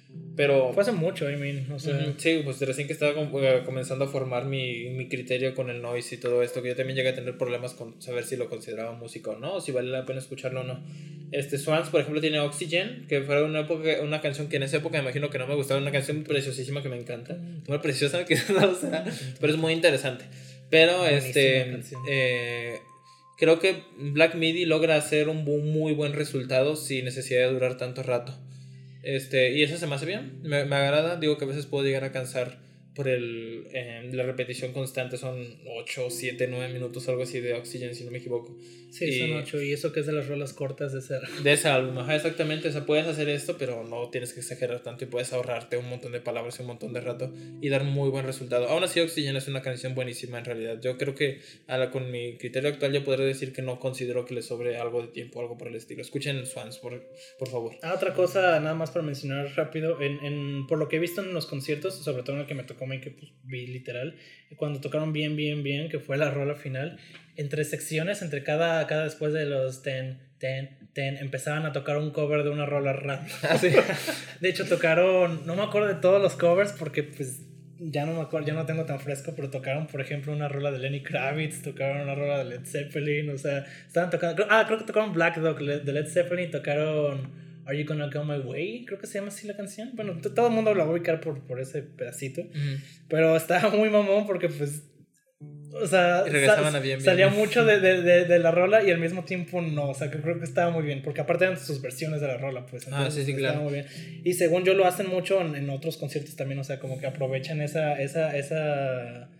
Pero... Fue hace mucho, I mean, o sea... Uh-huh. Sí, pues recién que estaba com- uh, comenzando a formar mi, mi criterio con el noise y todo esto, que yo también llegué a tener problemas con saber si lo consideraba música o no, o si vale la pena escucharlo o no. Este, Swans, por ejemplo, tiene Oxygen, que fue una, época, una canción que en esa época me imagino que no me gustaba, una canción preciosísima que me encanta. Muy preciosa, que no lo será, pero es muy interesante. Pero, buenísima este... Eh, creo que Black Midi logra hacer un muy buen resultado sin necesidad de durar tanto rato. Este, y eso se me hace bien, me, me agrada. Digo que a veces puedo llegar a cansar por el, eh, la repetición constante. Son ocho, siete, nueve minutos, algo así de Oxygen, si no me equivoco. Sí, y son ocho, y eso que es de las rolas cortas de ese álbum. De ese álbum, ajá, exactamente. O sea, puedes hacer esto, pero no tienes que exagerar tanto y puedes ahorrarte un montón de palabras y un montón de rato y dar muy buen resultado. Aún así, Oxygen es una canción buenísima en realidad. Yo creo que a la, con mi criterio actual yo podré decir que no considero que le sobre algo de tiempo o algo por el estilo. Escuchen Swans, por, por favor. Ah, otra cosa, nada más para mencionar rápido, en, en, por lo que he visto en los conciertos, sobre todo en el que me tocó a mí, que pues, vi literal, cuando tocaron bien, bien, bien, que fue la rola final, entre secciones, entre cada, cada después de los ten, ten, ten, empezaban a tocar un cover de una rola rap. ¿Ah, sí? De hecho, tocaron, no me acuerdo de todos los covers porque pues ya no me acuerdo, ya no tengo tan fresco, pero tocaron, por ejemplo, una rola de Lenny Kravitz, tocaron una rola de Led Zeppelin, o sea, estaban tocando, ah, creo que tocaron Black Dog de Led Zeppelin, tocaron Are You Gonna Go My Way, creo que se llama así la canción. Bueno, t- todo el mundo la va a ubicar por, por ese pedacito, uh-huh. Pero estaba muy mamón porque pues, o sea, regresaban a bien, bien. salía mucho de, de, de, de la rola y al mismo tiempo no, o sea, que creo que estaba muy bien, porque aparte eran sus versiones de la rola, pues, entonces, ah, sí, sí, estaba claro. muy bien. Y según yo lo hacen mucho en, en otros conciertos también, o sea, como que aprovechan esa, esa, esa,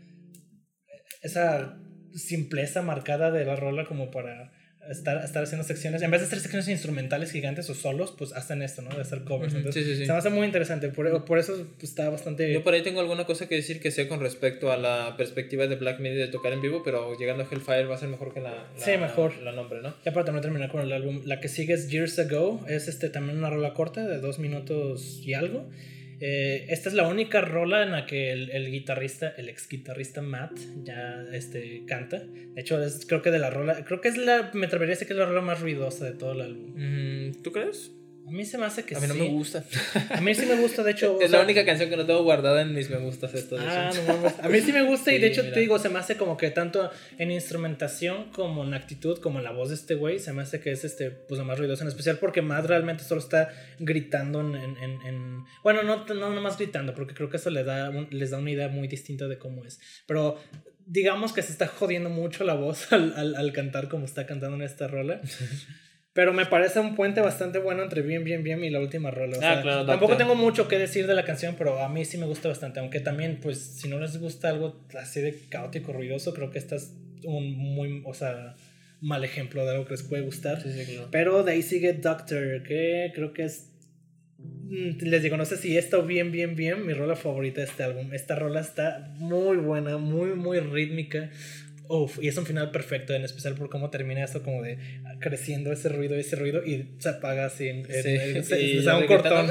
esa simpleza marcada de la rola como para estar, estar haciendo secciones, en vez de hacer secciones instrumentales gigantes o solos, pues hacen esto, ¿no? De hacer covers. Entonces, sí, sí, sí. Se me hace muy interesante, por, por eso pues, está bastante... Yo por ahí tengo alguna cosa que decir que sé con respecto a la perspectiva de Black Midi de tocar en vivo, pero llegando a Hellfire va a ser mejor que la, la, sí, mejor. la, la nombre, ¿no? Ya para también terminar con el álbum, la que sigue es Years Ago, es este, también una rola corta de dos minutos y algo. Eh, esta es la única rola en la que el, el guitarrista, el ex guitarrista Matt, ya este, canta. De hecho, es, creo que de la rola, creo que es la, me atrevería a decir que es la rola más ruidosa de todo el álbum. Mm, ¿Tú crees? A mí se me hace que sí. A mí no sí. me gusta. A mí sí me gusta, de hecho. Es o sea, la única canción que no tengo guardada en mis me gustas. Esto, de ah, no mames. A mí sí me gusta, sí, y de hecho, mira. Te digo, se me hace como que tanto en instrumentación como en actitud, como en la voz de este güey, se me hace que es este, pues lo más ruidoso. En especial porque Matt realmente solo está gritando en. en, en, en... Bueno, no, no nomás gritando, porque creo que eso le da un, les da una idea muy distinta de cómo es. Pero digamos que se está jodiendo mucho la voz al, al, al cantar como está cantando en esta rola. Pero me parece un puente bastante bueno entre Bien, Bien, Bien y la última rola. O sea, ah, claro, tampoco tengo mucho que decir de la canción, pero a mí sí me gusta bastante. Aunque también, pues, si no les gusta algo así de caótico, ruidoso, creo que esta es un muy, o sea, mal ejemplo de algo que les puede gustar. Sí, sí, claro. Pero de ahí sigue Doctor, que creo que es... Les digo, no sé si esta o Bien, Bien, Bien, mi rola favorita de este álbum. Esta rola está muy buena, muy, muy rítmica. Uf, y es un final perfecto, en especial por cómo termina esto como de creciendo ese ruido, ese ruido y se apaga así, en, sí, en, se, y se da un cortón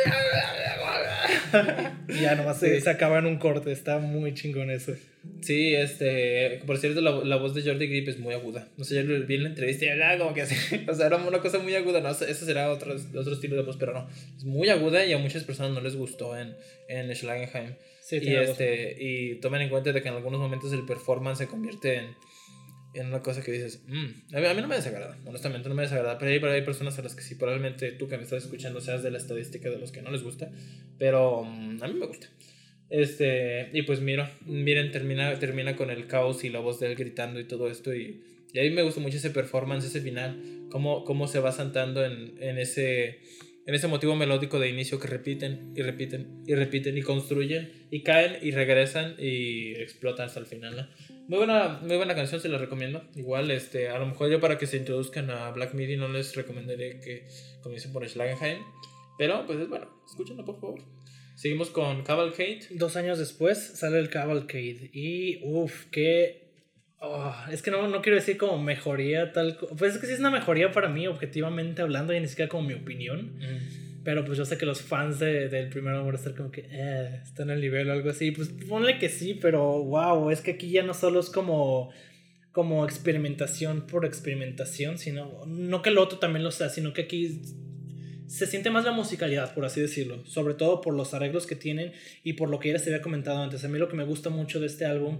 y ya nomás sí. se, se acaba en un corte. Está muy chingón eso. Sí, este, por cierto, la, la voz de Jordi Grip es muy aguda. No sé, yo vi en la entrevista y hablaba como que así, o sea, era una cosa muy aguda. No, eso será otro, otro estilo de voz, pero no, es muy aguda y a muchas personas no les gustó en, en Schlagenheim. Sí, y, este, y tomen en cuenta de que en algunos momentos el performance se convierte en, en una cosa que dices, mmm, a, mí, a mí no me desagrada, honestamente no me desagrada, pero hay, pero hay personas a las que sí, probablemente tú que me estás escuchando seas de la estadística de los que no les gusta, pero um, a mí me gusta. Este, y pues mira, miren, termina, termina con el caos y la voz de él gritando y todo esto, y, y a mí me gusta mucho ese performance, ese final, cómo, cómo se va saltando en, en ese... en ese motivo melódico de inicio que repiten y repiten y repiten y construyen y caen y regresan y explotan hasta el final, ¿no? Muy buena, muy buena canción, se la recomiendo. Igual, este, a lo mejor yo para que se introduzcan a Black Midi no les recomendaría que comiencen por Schlagenheim, pero pues es bueno, escúchenlo por favor. Seguimos con Cavalcade. Dos años después sale el Cavalcade y uff, qué... Oh, es que no, no quiero decir como mejoría tal, pues es que sí es una mejoría para mí objetivamente hablando y ni siquiera como mi opinión, mm. pero pues yo sé que los fans de, del primero van a estar como que eh, están al nivel o algo así, pues ponle que sí, pero wow, es que aquí ya no solo es como como experimentación por experimentación, sino no que el otro también lo sea, sino que aquí se siente más la musicalidad, por así decirlo, sobre todo por los arreglos que tienen y por lo que ya les había comentado antes. A mí lo que me gusta mucho de este álbum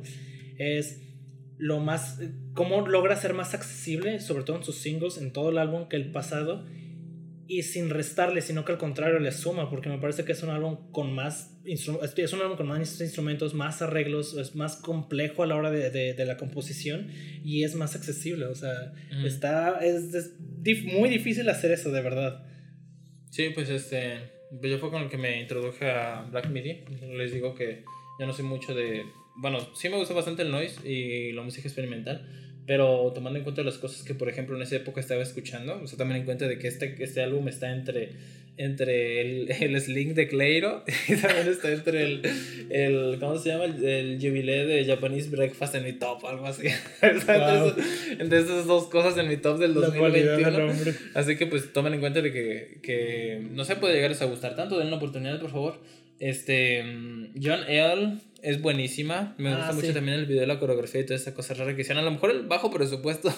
es lo más, cómo logra ser más accesible, sobre todo en sus singles, en todo el álbum, que el pasado, y sin restarle, sino que al contrario le suma, porque me parece que es un álbum con más instru- es un álbum con más instrumentos, más arreglos, es más complejo a la hora de, de, de la composición y es más accesible. O sea, mm. está es, es dif- muy difícil hacer eso, de verdad. Sí, pues este pues yo fue con el que me introduje a Black Midi. Les digo que yo no soy mucho de, bueno, sí me gusta bastante el noise y la música experimental, pero tomando en cuenta las cosas que, por ejemplo, en esa época estaba escuchando, o sea, también en cuenta de que este, este álbum está entre, entre el, el Sling de Cleiro y también está entre el, el ¿cómo se llama? El, el jubilé de Japanese Breakfast en mi top, algo así. Wow. Entre, entre esas dos cosas en mi top del dos mil veintiuno. Así que, pues, tomen en cuenta de que, que no se puede llegarles a gustar tanto. Den una oportunidad, por favor. Este, John L. es buenísima. Me ah, gusta sí. mucho también el video de la coreografía y toda esa cosa rara que hicieron. A lo mejor el bajo presupuesto.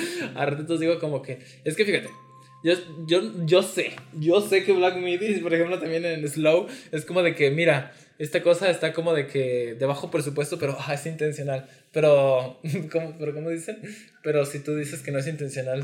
A ratitos digo como que, es que fíjate, yo, yo, yo sé, yo sé que Black Midi, por ejemplo, también en Slow, es como de que, mira, esta cosa está como de que de bajo presupuesto, pero ah, es intencional. Pero, ¿cómo, pero ¿cómo dicen? Pero si tú dices que no es intencional,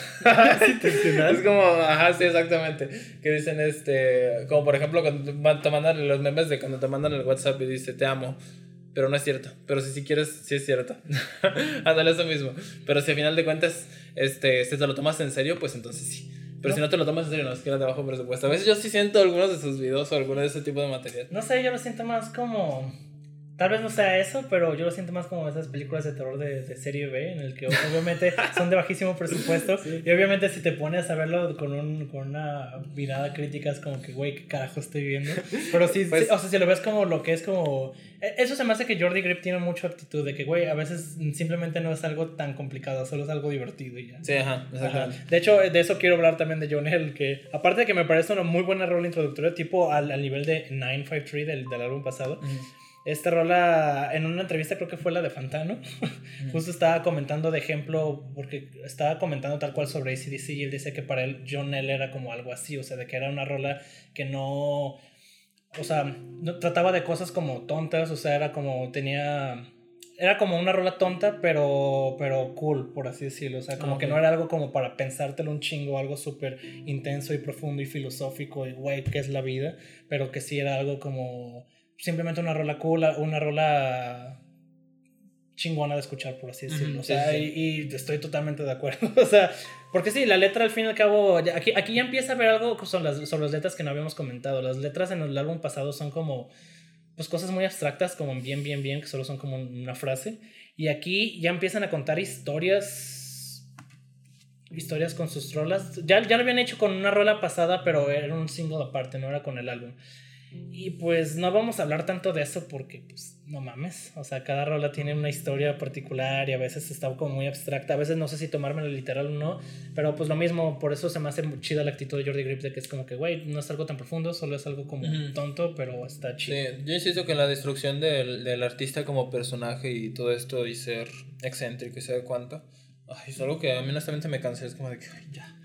¿es intencional? Es como, ajá, sí, exactamente. Que dicen, este, como por ejemplo, cuando te mandan los memes de cuando te mandan el WhatsApp y dice, te amo. Pero no es cierto. Pero si, si quieres, sí es cierto. Ándale, eso mismo. Pero si al final de cuentas, este, si te lo tomas en serio, pues entonces sí. Pero no. Si no te lo tomas en serio, no es que era de bajo presupuesto. A veces yo sí siento algunos de sus videos o alguno de ese tipo de material. No sé, yo lo siento más como... Tal vez no sea eso, pero yo lo siento más como esas películas de terror de, de serie B, en el que obviamente son de bajísimo presupuesto. Sí. Y obviamente si te pones a verlo con, un, con una mirada crítica es como que, güey, ¿qué carajo estoy viendo? Pero sí, pues, sí, o sea, si lo ves como lo que es como... Eso se me hace que Jordi Grip tiene mucha actitud de que, güey, a veces simplemente no es algo tan complicado, solo es algo divertido y ya. Sí, ajá, exactamente. Ajá. De hecho, de eso quiero hablar también de John L, que aparte de que me parece una muy buena rola introductoria, tipo al, al nivel de nine five three del, del álbum pasado, uh-huh. Esta rola, en una entrevista creo que fue la de Fantano, mm. justo estaba comentando de ejemplo, porque estaba comentando tal cual sobre A C D C y él dice que para él John L era como algo así, o sea, de que era una rola que no, o sea, no, trataba de cosas como tontas, o sea, era como, tenía, era como una rola tonta, pero, pero cool, por así decirlo, o sea, como okay. que no era algo como para pensártelo un chingo, algo súper intenso y profundo y filosófico y güey, ¿qué es la vida? Pero que sí era algo como... simplemente una rola cool, una rola chingona de escuchar, por así decirlo. Uh-huh, o sea, sí, sí. Y, y estoy totalmente de acuerdo. O sea, porque sí, la letra al fin y al cabo, aquí, aquí ya empieza a ver algo sobre las, sobre las letras que no habíamos comentado. Las letras en el álbum pasado son como, pues cosas muy abstractas, como bien, bien, bien, que solo son como una frase. Y aquí ya empiezan a contar historias, historias con sus rolas. Ya, ya lo habían hecho con una rola pasada, pero era un single aparte, no era con el álbum. Y pues no vamos a hablar tanto de eso porque pues no mames, o sea, cada rola tiene una historia particular y a veces está como muy abstracta, a veces no sé si tomármela literal o no, pero pues lo mismo, por eso se me hace muy chida la actitud de Jordi Grip de que es como que güey, no es algo tan profundo, solo es algo como uh-huh. tonto, pero está chido. Sí, yo insisto que en la destrucción del, del artista como personaje y todo esto y ser excéntrico y sabe cuánto, ay, es algo que a mí honestamente me cansé, es como de que ay, ya,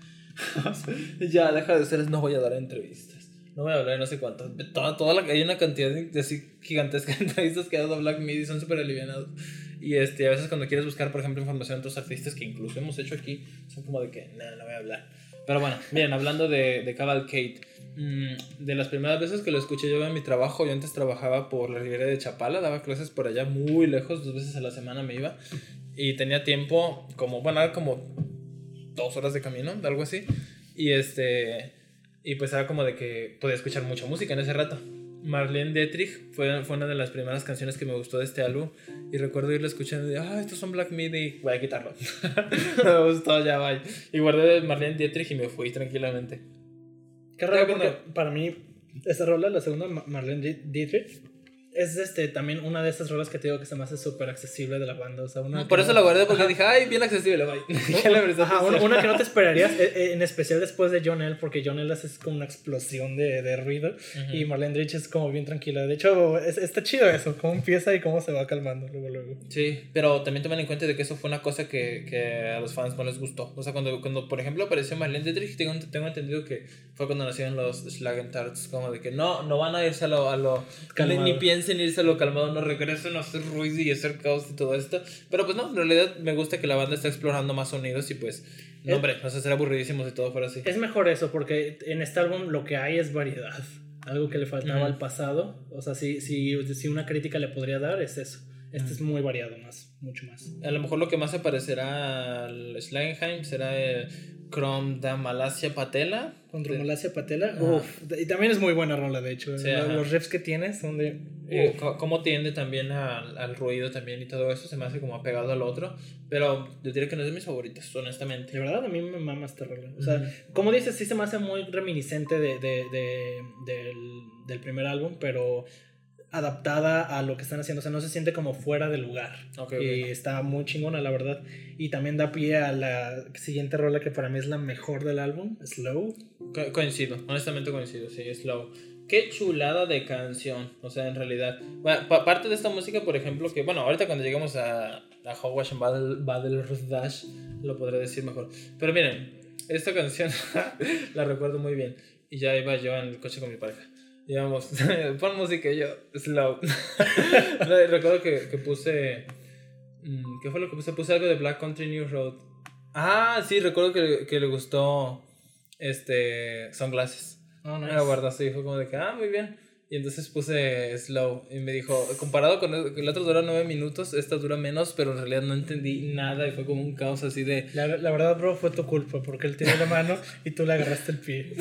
ya deja de ser, no voy a dar entrevistas. No voy a hablar de no sé cuántas. Toda, toda la, hay una cantidad de, de así gigantescas de entrevistas que ha dado Black Midi. Son súper alivianados. Y este, a veces cuando quieres buscar, por ejemplo, información de otros artistas que incluso hemos hecho aquí, son como de que, nada, no voy a hablar. Pero bueno, miren, hablando de, de Cavalcade, mmm, de las primeras veces que lo escuché yo en mi trabajo, yo antes trabajaba por la Riviera de Chapala, daba clases por allá muy lejos, dos veces a la semana me iba. Y tenía tiempo, como, bueno, era como dos horas de camino, algo así. Y este... Y pues era como de que podía escuchar mucha música en ese rato. Marlene Dietrich fue, fue una de las primeras canciones que me gustó de este álbum. Y recuerdo irla escuchando y de, ah, estos son Black Midi. Voy a quitarlo. Me gustó, ya vaya. Y guardé Marlene Dietrich y me fui tranquilamente. Qué raro porque no. Para mí, esa rola, la segunda, Marlene Dietrich, es este, también una de esas rolas que te digo que se me hace súper accesible de la banda. O sea, una por eso no... la guardé porque ajá. dije, ay, bien accesible, bye. Ajá, una, una que no te esperarías, en especial después de John L, porque John L es como una explosión de, de ruido uh-huh. y Marlene Dietrich es como bien tranquila. De hecho, es, está chido eso, cómo empieza y cómo se va calmando luego, luego. Sí, pero también tomen en cuenta de que eso fue una cosa que, que a los fans no les gustó. O sea, cuando, cuando por ejemplo apareció Marlene Dietrich, tengo, tengo entendido que fue cuando nacieron los Schlagentarts, como de que no, no van a irse a lo, a lo ni, ni piensen irse a lo calmado, no regresen a hacer ruido y hacer caos y todo esto, pero pues no, en realidad me gusta que la banda está explorando más sonidos y pues, no, hombre, o sea, será aburridísimo si todo fuera así. Es mejor eso, porque en este álbum lo que hay es variedad, algo que le faltaba mm. al pasado, o sea, si, si, si una crítica le podría dar es eso. Este mm. es muy variado, más, mucho más. A lo mejor lo que más se parecerá al Schlagenheim será el Chromdamalacia Patella. Chromdamalacia Patella. Uf, y también es muy buena rola, de hecho. Sí, los, los riffs que tiene son de... Eh, cómo tiende también al, al ruido también y todo eso, se me hace como apegado al otro. Pero yo diría que no es de mis favoritos, honestamente. De verdad, a mí me mama esta rola. O sea, mm. como dices, sí se me hace muy reminiscente de, de, de, del, del primer álbum, pero... adaptada a lo que están haciendo, o sea, no se siente como fuera de lugar. Okay, y okay. Está muy chingona, la verdad. Y también da pie a la siguiente rola que para mí es la mejor del álbum, Slow. Co- coincido, honestamente coincido, sí, Slow. Qué chulada de canción, o sea, en realidad. Bueno, pa- parte de esta música, por ejemplo, que, bueno, ahorita cuando lleguemos a, a Hogwash and Battle, Battle Dash, lo podré decir mejor. Pero miren, esta canción la recuerdo muy bien. Y ya iba yo en el coche con mi pareja. Digamos, pon música y yo, Slow. Recuerdo que, que puse. ¿Qué fue lo que puse? Puse algo de Black Country New Road. Ah, sí, recuerdo que, que le gustó este Sunglasses. Oh, nice. Me lo guardó así, fue como de que, ah, muy bien. Y entonces puse Slow. Y me dijo, comparado con el, el otro dura nueve minutos, esta dura menos, pero en realidad no entendí nada. Y fue como un caos así de. La, la verdad, bro, fue tu culpa, porque él tiró la mano y tú le agarraste el pie.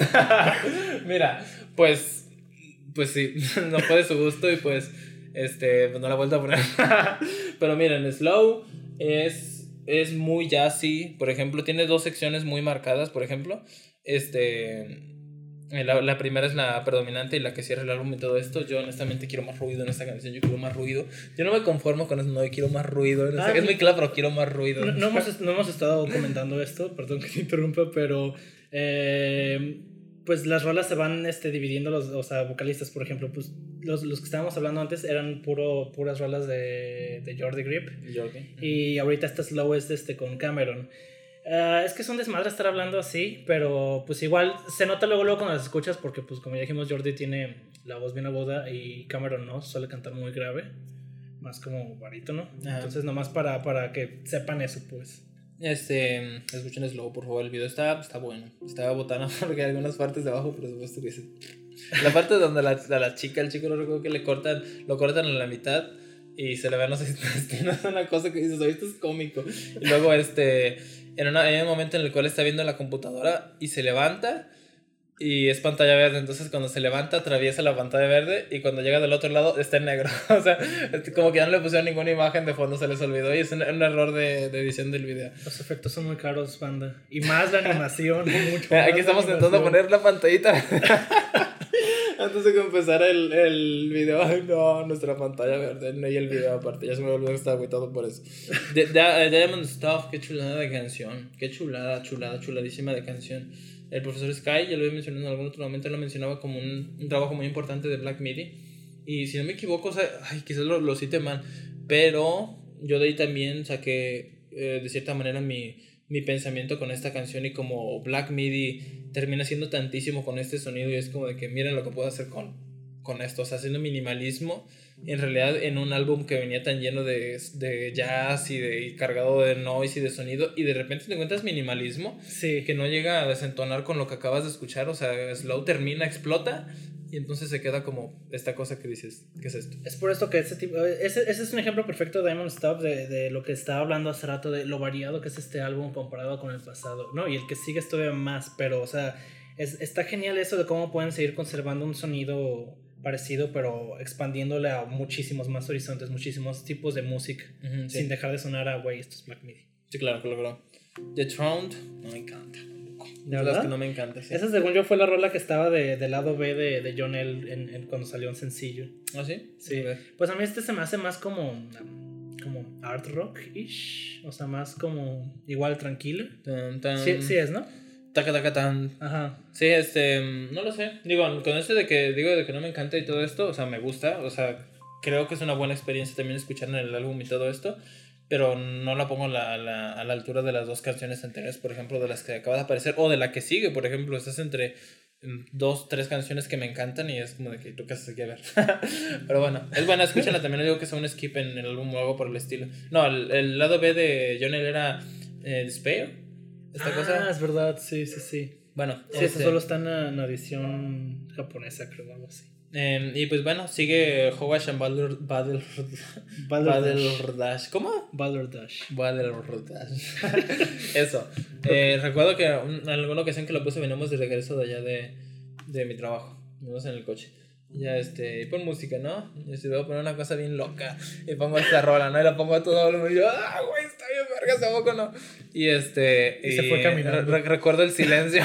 Mira, pues. Pues sí, no fue de su gusto y pues este, pues no la he vuelto a poner. Pero miren, Slow es, es muy jazzy. Por ejemplo, tiene dos secciones muy marcadas. Por ejemplo, este, la, la primera es la predominante y la que cierra el álbum y todo esto. Yo honestamente quiero más ruido en esta canción. Yo quiero más ruido. Yo no me conformo con eso, no, yo quiero más ruido. Ah, es muy claro, pero quiero más ruido. No, no, hemos, no hemos estado comentando esto, perdón que te interrumpa, pero... Eh, pues las rolas se van este, dividiendo los, o sea, vocalistas, por ejemplo, pues los, los que estábamos hablando antes eran puro, puras rolas de, de Jordi Grip. Jordi. Y ahorita esta Slow es este, con Cameron. Uh, es que es un desmadre estar hablando así, pero pues igual se nota luego, luego cuando las escuchas, porque pues como ya dijimos, Jordi tiene la voz bien aguda y Cameron no, suele cantar muy grave, más como barítono. Ajá. Entonces nomás para, para que sepan eso, pues. Este, escuchen Slow, por favor. El video está, está bueno. Está botana porque hay algunas partes de abajo, por supuesto que sí. La parte donde la, la, la chica, el chico, no recuerdo que le cortan, lo cortan a la mitad y se le ven los intestinos. Es una cosa que dices, oye, esto es cómico. Y luego, este, en una, hay un momento en el cual está viendo la computadora y se levanta y es pantalla verde. Entonces, cuando se levanta, atraviesa la pantalla verde y cuando llega del otro lado está en negro. O sea, como que ya no le pusieron ninguna imagen de fondo, se les olvidó y es un, un error de, de edición del video. Los efectos son muy caros, banda. Y más la animación. Mucho Aquí más estamos intentando poner la pantallita antes de que empezara el, el video. Ay, no, nuestra pantalla verde. No, y el video aparte. Ya se me olvidó que estaba agüitado por eso. De, de, de Diamond Stuff, qué chulada de canción. Qué chulada, chulada, chuladísima de canción. El profesor Sky, ya lo había mencionado en algún otro momento, lo mencionaba como un, un trabajo muy importante de Black Midi. Y si no me equivoco, o sea, ay, quizás lo, lo cite mal, pero yo de ahí también saqué eh, de cierta manera mi, mi pensamiento con esta canción. Y como Black Midi termina siendo tantísimo con este sonido, y es como de que miren lo que puedo hacer con, con esto, o sea, haciendo minimalismo. En realidad, en un álbum que venía tan lleno de, de jazz y, de, y cargado de noise y de sonido, y de repente te encuentras minimalismo, sí, que no llega a desentonar con lo que acabas de escuchar. O sea, Slow termina, explota, y entonces se queda como esta cosa que dices, ¿qué es esto? Es por esto que ese tipo, ese, ese es un ejemplo perfecto de Diamond Stuff, de, de lo que estaba hablando hace rato, de lo variado que es este álbum comparado con el pasado, ¿no? Y el que sigue es todavía más, pero, o sea, es, está genial eso de cómo pueden seguir conservando un sonido parecido, pero expandiéndole a muchísimos más horizontes, muchísimos tipos de música, uh-huh, sin sí. dejar de sonar a, güey, esto es Black Midi. Sí, claro, claro, claro. The Throned no me encanta. ¿De verdad? Es que no me encanta, sí. Esa, según yo, fue la rola que estaba de, del lado B de, de John L. En, en, cuando salió un sencillo. ¿Ah, sí? Sí. Pues a mí este se me hace más como, como art rock-ish, o sea, más como igual tranquilo. Tan, tan. Sí, sí es, ¿no? Taca, taca, tan. Ajá. Sí, este, no lo sé. Digo, con esto de que digo de que no me encanta y todo esto, o sea, me gusta, o sea, creo que es una buena experiencia también escuchar en el álbum y todo esto, pero no la pongo a la, a la, a la altura de las dos canciones anteriores, por ejemplo, de las que acaba de aparecer, o de la que sigue, por ejemplo. Estás entre dos, tres canciones que me encantan y es como de que tú qué haces aquí a ver. Pero bueno, es buena, escúchala también. No digo que sea un skip en el álbum o algo por el estilo. No, el, el lado B de Johnny era eh, Despair. Esta ah, cosa. es verdad, sí, sí, sí. Bueno, sí, este, solo está en la, en la edición japonesa, creo, algo así. Eh, y pues bueno, sigue Hogwash and Battle Battle Balderdash. ¿Cómo? Balderdash. Balderdash. Eso. Eh, recuerdo que en alguna ocasión que lo puse, venimos de regreso de allá de, de mi trabajo. Venimos en el coche. Ya este, y pon música, ¿no? Y si voy a poner una cosa bien loca y pongo esta rola, ¿no? Y la pongo a todo volumen y yo, ah, güey, está bien verga, ¿a poco no? Y este, y, y se fue caminando. Re- recuerdo el silencio.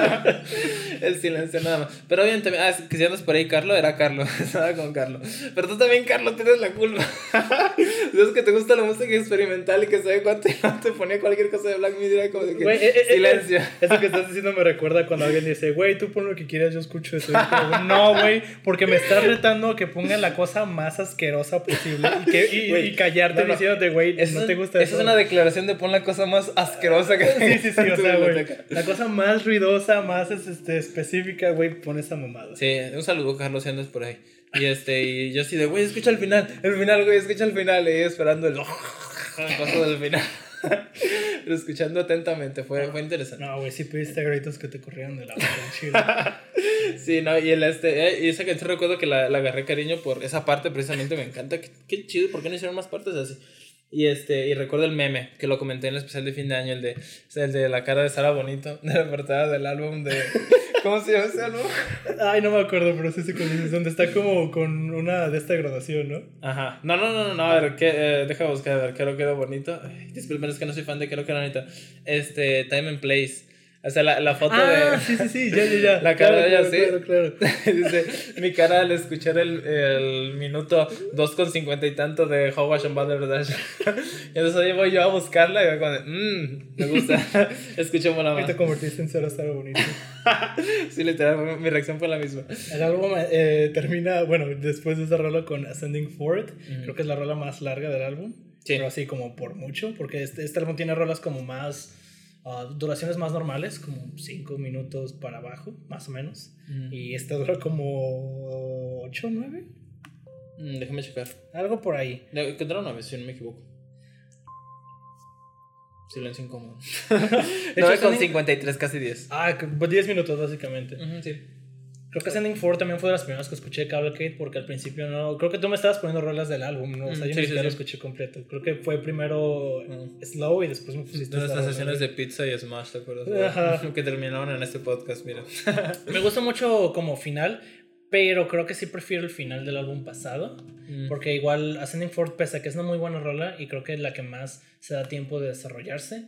El silencio nada más. Pero bien, también, ah, que si andas por ahí, Carlos, era Carlos. Estaba con Carlos. Pero tú también, Carlos, tienes la culpa. Sabes que te gusta la música experimental y que sabe cuánto te ponía cualquier cosa de Black Mirror, como de que wey, eh, silencio. Eh, eh, eso que estás diciendo me recuerda cuando alguien dice, güey, tú pon lo que quieras, yo escucho eso. Pero, no, güey, porque me estás retando que ponga la cosa más asquerosa posible y, que, y, wey, y callarte no, no. diciéndote, güey, no te gusta eso. Esa es una declaración de pon la cosa más asquerosa que sí, sí, sí, o sea, güey, la cosa más ruidosa, más este, específica, güey, pon esa mamada. Sí, un saludo, Carlos, si andas por ahí. Y este, y yo así de, güey, escucha el final, el final, güey, escucha el final, y esperando el paso del final. Pero escuchando atentamente, fue, fue interesante. No, güey, sí pediste gritos que te corrieron de la boca, chido. Sí, no, y el este, eh, y esa canción recuerdo que la, la agarré cariño por esa parte, precisamente me encanta. Qué, qué chido, ¿por qué no hicieron más partes así? Y este, y recuerdo el meme que lo comenté en el especial de fin de año, el de, o sea, el de la cara de Sara Bonito, de la portada del álbum de. ¿Cómo se llama ese álbum? Ay, no me acuerdo, pero sí sé cuál dices, donde está como con una de esta graduación, ¿no? Ajá. No, no, no, no, no, a ver, ¿qué, eh, deja buscar, a ver, ¿qué lo quedó bonito? Ay, disculpen, es que no soy fan de qué lo quedó bonito. Este, Time and Place. O sea, la, la foto ah, de. sí, sí, sí, ya, ya, ya. La cara claro, de ella, claro, sí. Claro, claro. Dice, mi cara al escuchar el, el minuto dos con cincuenta y tanto de Hogwash and Balderdash. Y entonces ahí voy yo a buscarla y voy como de, mmm, me gusta. Escuchémosla más. Y te convertiste en Cero Cero Bonito. Sí, literal, mi reacción fue la misma. El álbum eh, termina, bueno, después de esa rola con Ascending Forward. Mm. Creo que es la rola más larga del álbum. Sí. Pero así como por mucho, porque este, este álbum tiene rolas como más. Uh, duraciones más normales, como cinco minutos para abajo, más o menos. Mm. Y esta dura como ocho o nueve. Mm, déjame checar. Algo por ahí. ¿Qué dura nueve, si no me equivoco? Silencio incómodo. nueve con cincuenta y tres, casi diez. Ah, diez minutos básicamente. Uh-huh, sí. Creo que Ascending Forward también fue de las primeras que escuché de Cavalcade, porque al principio no. Creo que tú me estabas poniendo rolas del álbum, ¿no? O sea, yo sí, ni siquiera sí, sí. lo escuché completo. Creo que fue primero uh, Slow y después me pusiste. Nuestras sesiones de pizza y Smash, ¿te acuerdas? Ajá. Que terminaron en este podcast, mira. Me gusta mucho como final, pero creo que sí prefiero el final del álbum pasado. Mm. Porque igual Ascending Forward, pese a que es una muy buena rola y creo que es la que más se da tiempo de desarrollarse.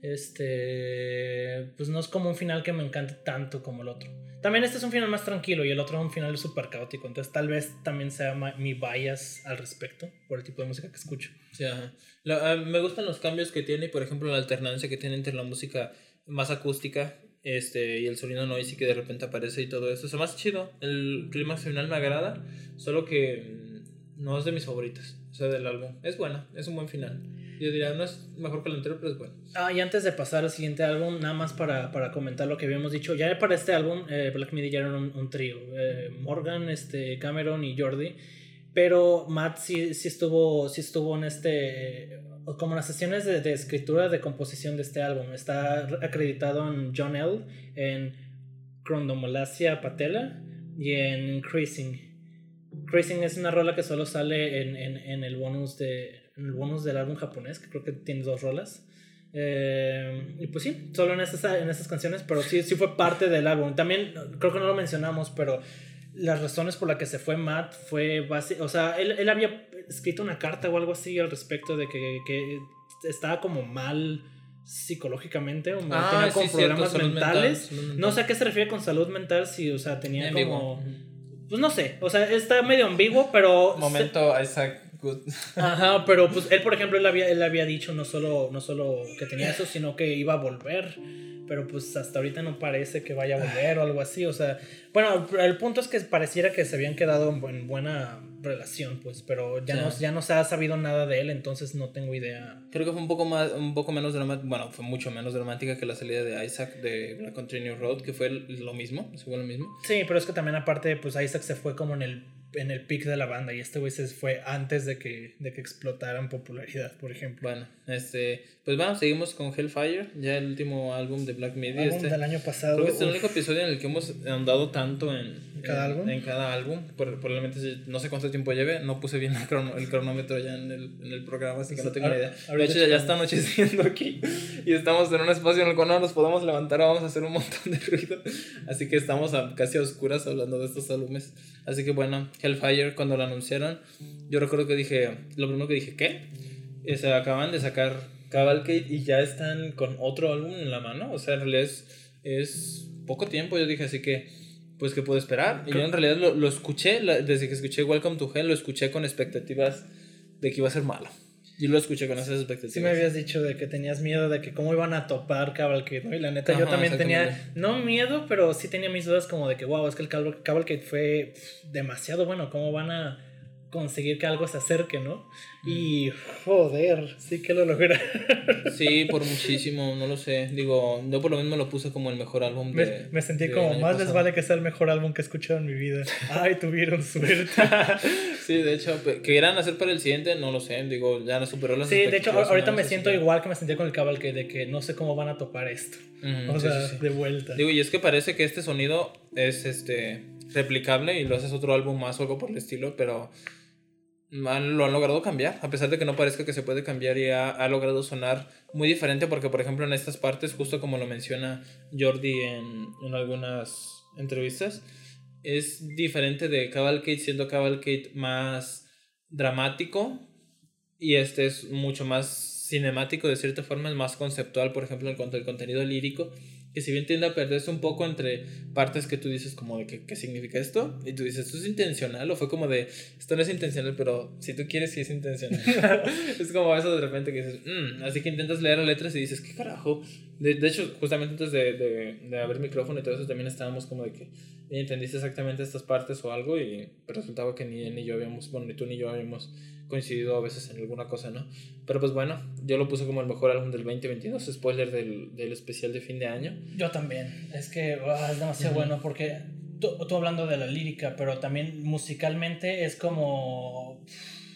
Este, pues no es como un final que me encante tanto como el otro. También este es un final más tranquilo y el otro es un final súper caótico. Entonces tal vez también sea ma- mi bias al respecto por el tipo de música que escucho. Sí, ajá. La, uh, me gustan los cambios que tiene, por ejemplo la alternancia que tiene entre la música más acústica este, y el sonido noisy que de repente aparece y todo eso. O sea, más chido. El clímax final me agrada, solo que no es de mis favoritas, o sea, del álbum. Es buena, es un buen final. Yo diría, no es mejor que el anterior, pero es bueno. Ah, y antes de pasar al siguiente álbum, nada más para, para comentar lo que habíamos dicho. Ya para este álbum, eh, Black Midi ya eran un, un trío. Eh, Morgan, este, Cameron y Jordi. Pero Matt sí, sí, estuvo, sí estuvo en este... Como en las sesiones de, de escritura, de composición de este álbum. Está acreditado en John L., en Chronomalacia Patella y en Increasing. Increasing es una rola que solo sale en, en, en el bonus de... en el bonus del álbum japonés, que creo que tiene dos rolas. Eh, y pues sí, solo en esas, en esas canciones, pero sí, sí fue parte del álbum. También creo que no lo mencionamos, pero las razones por las que se fue Matt fue base, o sea, él, él había escrito una carta o algo así al respecto de que, que estaba como mal psicológicamente o ah, tenía como sí, problemas cierto, mentales. Salud mental, salud mental. No sé a qué se refiere con salud mental, si, o sea, tenía en como... vivo. Pues no sé, o sea, está medio ambiguo, pero... Momento se... Isaac Good. Ajá, pero pues él, por ejemplo, él había, él había dicho no solo, no solo que tenía eso, sino que iba a volver. Pero pues hasta ahorita no parece que vaya a volver o algo así. O sea, bueno, el punto es que pareciera que se habían quedado en buena relación, pues, pero ya, Sí. no, ya no se ha sabido ndo de él, entonces no tengo idea. Creo que fue un poco más, un poco menos dramática, bueno, fue mucho menos dramática que la salida de Isaac de Black Country New Road, que fue lo mismo, fue lo mismo. Sí, pero es que también aparte, pues Isaac se fue como en el en el pic de la banda y este güey se fue antes de que, de que explotara en popularidad, por ejemplo. Bueno, este, pues bueno, seguimos con Hellfire, ya el último álbum de Black Midi. Álbum este, del año pasado. Creo que este es el uf. único episodio en el que hemos andado tanto en, ¿Cada en, álbum? en cada álbum. Por, probablemente no sé cuánto tiempo lleve, no puse bien el, crono, el cronómetro ya en el, en el programa, así que no tengo ni idea. De hecho, ya, ya está anocheciendo aquí y estamos en un espacio en el cual no nos podemos levantar o vamos a hacer un montón de ruido. Así que estamos a, casi a oscuras hablando de estos álbumes. Así que bueno, Hellfire, cuando lo anunciaron, yo recuerdo que dije, lo primero que dije, ¿qué? O sea, acaban de sacar Cavalcade y ya están con otro álbum en la mano. O sea, en realidad es, es poco tiempo, yo dije, así que, pues, ¿qué puedo esperar? Y yo en realidad lo, lo escuché, la, desde que escuché Welcome to Hell, lo escuché con expectativas de que iba a ser malo. Yo lo escuché con esas expectativas. Sí me habías dicho de que tenías miedo de que cómo iban a topar Cavalcade, ¿no? Y la neta, Ajá, yo también tenía, no miedo, pero sí tenía mis dudas como de que, wow, es que el Cavalcade fue demasiado bueno, ¿cómo van a conseguir que algo se acerque, ¿no? Mm. Y joder, sí que lo lograron. Sí, por muchísimo, no lo sé. Digo, yo por lo mismo lo puse como el mejor álbum de... Me, me sentí como, más les vale que sea el mejor álbum que he escuchado en mi vida. Ay, tuvieron suerte. Sí, de hecho, que irán a hacer para el siguiente, no lo sé. Digo, ya no superó las Sí, de hecho, ahorita me siento que... igual que me sentí con el Cavalcade, de que no sé cómo van a topar esto. Uh-huh, o sí, sea, sí, sí. de vuelta. Digo, y es que parece que este sonido es este replicable y lo haces otro álbum más o algo por el estilo, pero... Han, lo han logrado cambiar, a pesar de que no parezca que se puede cambiar, y ha, ha logrado sonar muy diferente, porque por ejemplo en estas partes, justo como lo menciona Jordi en, en algunas entrevistas, es diferente de Cavalcade, siendo Cavalcade más dramático y este es mucho más cinemático, de cierta forma es más conceptual, por ejemplo en cuanto al contenido lírico, que si bien tiende a perderse un poco entre partes que tú dices como de que, ¿qué significa esto? Y tú dices, ¿esto es intencional? O fue como de, esto no es intencional, pero si tú quieres sí es intencional. Es como eso de repente que dices, mmm. Así que intentas leer las letras y dices, ¿qué carajo? De, de hecho, justamente antes de, de, de abrir micrófono y todo eso también estábamos como de que entendiste exactamente estas partes o algo, y resultaba que ni él ni yo habíamos, bueno, ni tú ni yo habíamos coincidido a veces en alguna cosa, ¿no? Pero pues bueno, yo lo puse como el mejor álbum del veinte veintidós, spoiler del, del especial de fin de año. Yo también, es que oh, es demasiado uh-huh. bueno, porque tú, tú hablando de la lírica, pero también musicalmente es como...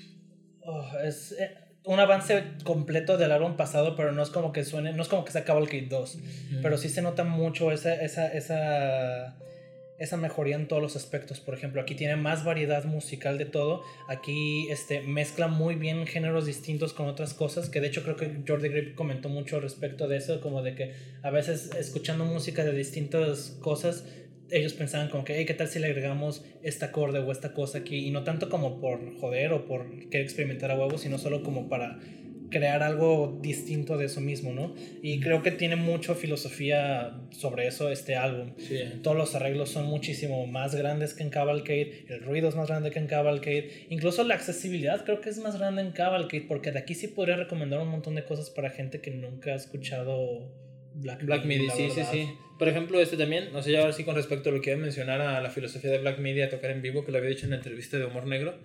Oh, es eh, un avance completo del álbum pasado, pero no es como que suene, no es como que se acaba el Cavalcade dos, uh-huh. pero sí se nota mucho esa... esa, esa esa mejoría en todos los aspectos. Por ejemplo, aquí tiene más variedad musical de todo. Aquí este, mezcla muy bien géneros distintos con otras cosas, que de hecho creo que Jordi Grip comentó mucho al respecto de eso, como de que a veces escuchando música de distintas cosas, ellos pensaban como que, hey, ¿qué tal si le agregamos este acorde o esta cosa aquí? Y no tanto como por joder o por querer experimentar a huevo, sino solo como para crear algo distinto de eso mismo, ¿no? Y creo que tiene mucha filosofía sobre eso este álbum. Sí. Todos los arreglos son muchísimo más grandes que en Cavalcade, el ruido es más grande que en Cavalcade, incluso la accesibilidad creo que es más grande en Cavalcade, porque de aquí sí podría recomendar un montón de cosas para gente que nunca ha escuchado Black, Black Midi, sí, sí, sí. Por ejemplo, este también, o sea, ya ahora sí con respecto a lo que iba a mencionar a la filosofía de Black Midi a tocar en vivo, que lo había dicho en la entrevista de Humor Negro,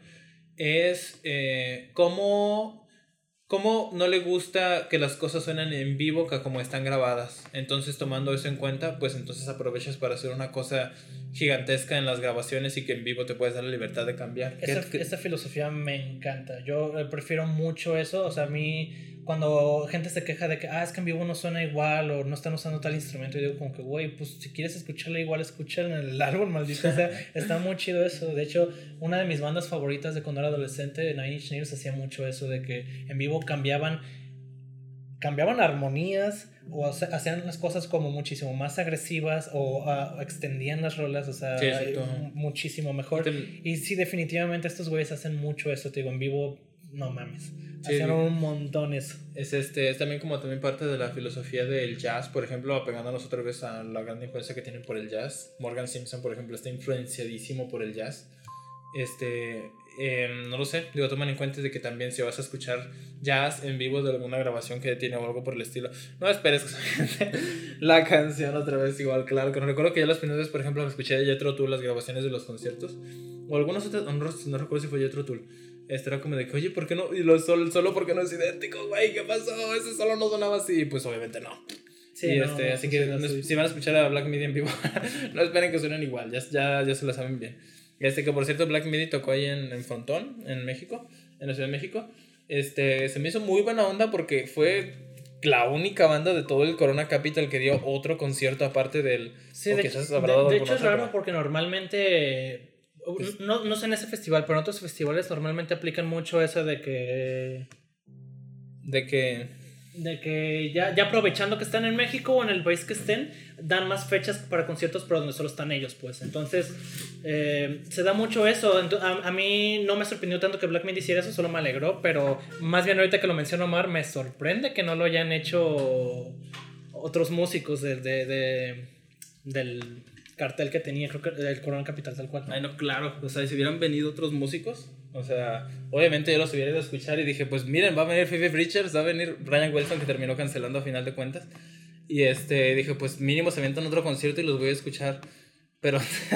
es eh, cómo... ¿Cómo no le gusta que las cosas suenen en vivo que como están grabadas? Entonces, tomando eso en cuenta, pues entonces aprovechas para hacer una cosa gigantesca en las grabaciones y que en vivo te puedes dar la libertad de cambiar. Esa, ¿Qué, esa filosofía me encanta. Yo prefiero mucho eso. O sea, a mí, cuando gente se queja de que, ah, es que en vivo no suena igual o no están usando tal instrumento, yo digo como que, güey, pues si quieres escucharla igual, escucha en el álbum, maldito. O sea, está muy chido eso. De hecho, una de mis bandas favoritas de cuando era adolescente, Nine Inch Nails, hacía mucho eso de que en vivo cambiaban cambiaban armonías o hacían las cosas como muchísimo más agresivas o uh, extendían las rolas, o sea, sí, muchísimo mejor. Te... Y sí, definitivamente estos güeyes hacen mucho eso, te digo, en vivo, no mames. Sí, hacían un montón eso. Es, este, es también como también parte de la filosofía del jazz, por ejemplo, apegándonos otra vez a la gran influencia que tienen por el jazz. Morgan Simpson, por ejemplo, está influenciadísimo por el jazz. Este, eh, no lo sé, digo, toman en cuenta de que también si vas a escuchar jazz en vivo de alguna grabación que tiene o algo por el estilo, no esperes que la canción otra vez igual, claro, que no recuerdo que ya las primeras veces, por ejemplo, escuché de Jethro Tull las grabaciones de los conciertos, o algunos otros, no, no recuerdo si fue Jethro Tull, este era como de que, oye, ¿por qué no? Y lo solo, solo porque no es idéntico, güey, ¿qué pasó? Ese solo no sonaba así, pues obviamente no. Sí, y no, este, no, así que no, si van a escuchar a Black Midi en vivo, no esperen que suenen igual, ya, ya, ya se lo saben bien. Este, que por cierto, Black Midi tocó ahí en, en Frontón, en México, en la Ciudad de México. Este, se me hizo muy buena onda porque fue la única banda de todo el Corona Capital que dio otro concierto aparte del... Sí, de, de, de hecho es raro porque normalmente, pues, no, no sé en ese festival, pero en otros festivales normalmente aplican mucho eso de que... De que... De que ya, ya aprovechando que están en México o en el país que estén, dan más fechas para conciertos, pero donde solo están ellos, pues. Entonces, eh, se da mucho eso. A, a mí no me sorprendió tanto que Black Midi hiciera eso, solo me alegró, pero más bien ahorita que lo menciona Omar, me sorprende que no lo hayan hecho otros músicos de, de, de, del cartel que tenía, creo que del Corona Capital, tal cual. Ay, no, claro. O sea, si hubieran venido otros músicos, o sea, obviamente yo los hubiera ido a escuchar y dije, pues miren, va a venir Phoebe Bridgers, va a venir Brian Wilson, que terminó cancelando a final de cuentas. Y este, dije, pues mínimo se avientan otro concierto y los voy a escuchar. Pero,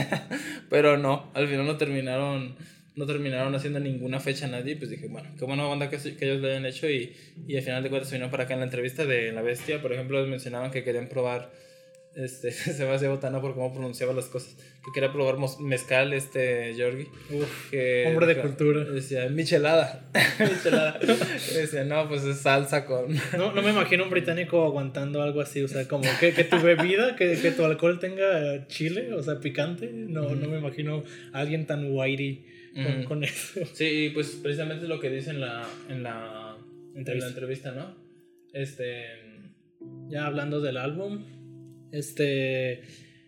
pero no, al final no terminaron, no terminaron haciendo ninguna fecha a nadie. Pues dije, bueno, qué buena banda que, que ellos lo hayan hecho. Y, y al final de cuentas se vinieron para acá en la entrevista de La Bestia. Por ejemplo, les mencionaban que querían probar, este, se me hacía botana por cómo pronunciaba las cosas, que quería probar mezcal, este, Georgie. Uf, que, hombre de que, cultura. Decía, michelada. Michelada. Decía, no, pues es salsa con... No, no me imagino un británico aguantando algo así, o sea, como que, que tu bebida, que, que tu alcohol tenga chile, o sea, picante. No, mm. no me imagino a alguien tan whitey con, mm. con eso. Sí, pues precisamente es lo que dice en la, en la, entrevista. En la entrevista, ¿no? Este... Ya hablando del álbum... Este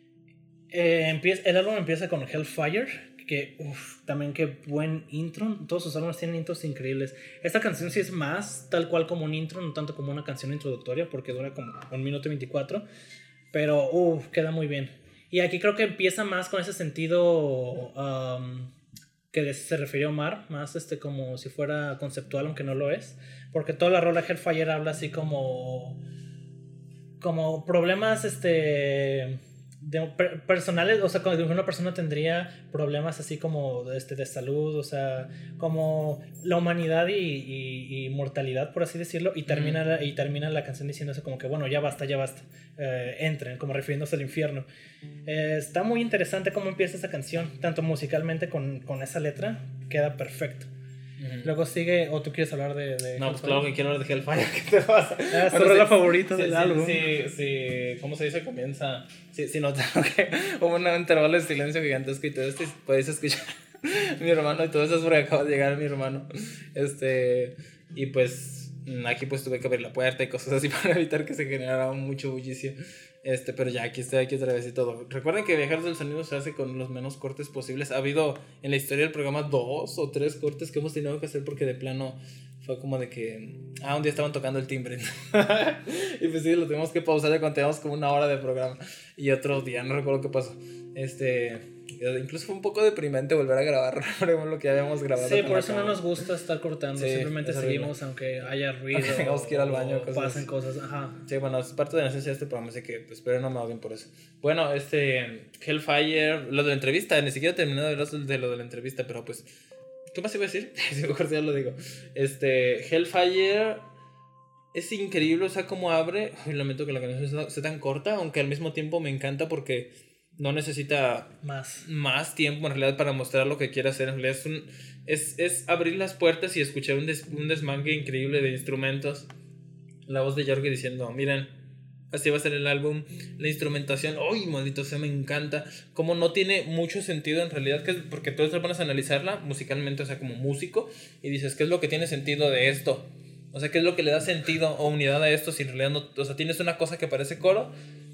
eh, empieza, el álbum empieza con Hellfire, que uf, también qué buen intro. Todos sus álbumes tienen intros increíbles. Esta canción sí es más tal cual como un intro, no tanto como una canción introductoria, porque dura como un minuto veinticuatro, pero uf, queda muy bien. Y aquí creo que empieza más con ese sentido um, que se refirió a Omar, más este como si fuera conceptual, aunque no lo es, porque toda la rola Hellfire habla así como como problemas este de, per, personales, o sea, como una persona tendría problemas así como este, de salud, o sea, como la humanidad y, y, y mortalidad, por así decirlo, y termina, mm. la, y termina la canción diciéndose como que bueno, ya basta, ya basta, eh, entren, como refiriéndose al infierno. Eh, está muy interesante cómo empieza esa canción, tanto musicalmente con, con esa letra, queda perfecto. Uh-huh. Luego sigue, o tú quieres hablar de, de no, pues claro que quiero hablar de Hellfire. ¿Qué te pasa? Ah, es tu rola favorita sí, del sí, álbum. Sí, sí, ¿cómo se dice? Comienza. Sí, sí, notaron que hubo un intervalo de silencio gigantesco y todo esto. Podéis escuchar mi hermano y todo eso es porque acaba de llegar mi hermano. Este, y pues aquí pues tuve que abrir la puerta y cosas así para evitar que se generara mucho bullicio. Este, pero ya aquí estoy aquí otra vez y todo. Recuerden que Viajeros del Sonido se hace con los menos cortes posibles. Ha habido en la historia del programa dos o tres cortes que hemos tenido que hacer porque de plano fue como de que ah, un día estaban tocando el timbre y pues sí, lo tuvimos que pausar ya cuando teníamos como una hora de programa. Y otro día, no recuerdo qué pasó. Este, incluso fue un poco deprimente volver a grabar lo que habíamos grabado. Sí, por eso no nos gusta estar cortando. Sí, simplemente seguimos aunque haya ruido. Tenemos que ir al baño. O cosas pasen cosas. Ajá. Sí, bueno, es parte de la esencia de este programa, así que pues, espero no me odien por eso. Bueno, este Hellfire, lo de la entrevista, ni siquiera he terminado de hablar de lo de la entrevista, pero pues ¿qué más iba a decir? Si mejor ya lo digo. Este Hellfire es increíble, o sea, cómo abre. Ay, lamento que la canción sea tan corta, aunque al mismo tiempo me encanta porque no necesita más, más tiempo en realidad para mostrar lo que quiere hacer. En realidad es, un, es, es abrir las puertas y escuchar un, des, un desmangue increíble de instrumentos. La voz de Georgie diciendo, miren, así va a ser el álbum. La instrumentación, ¡ay, maldito sea! Me encanta. Como no tiene mucho sentido en realidad, que es porque tú te pones a analizarla musicalmente, o sea, como músico, y dices, ¿qué es lo que tiene sentido de esto? O sea, ¿qué es lo que le da sentido o unidad a esto si en realidad no... O sea, tienes una cosa que parece coro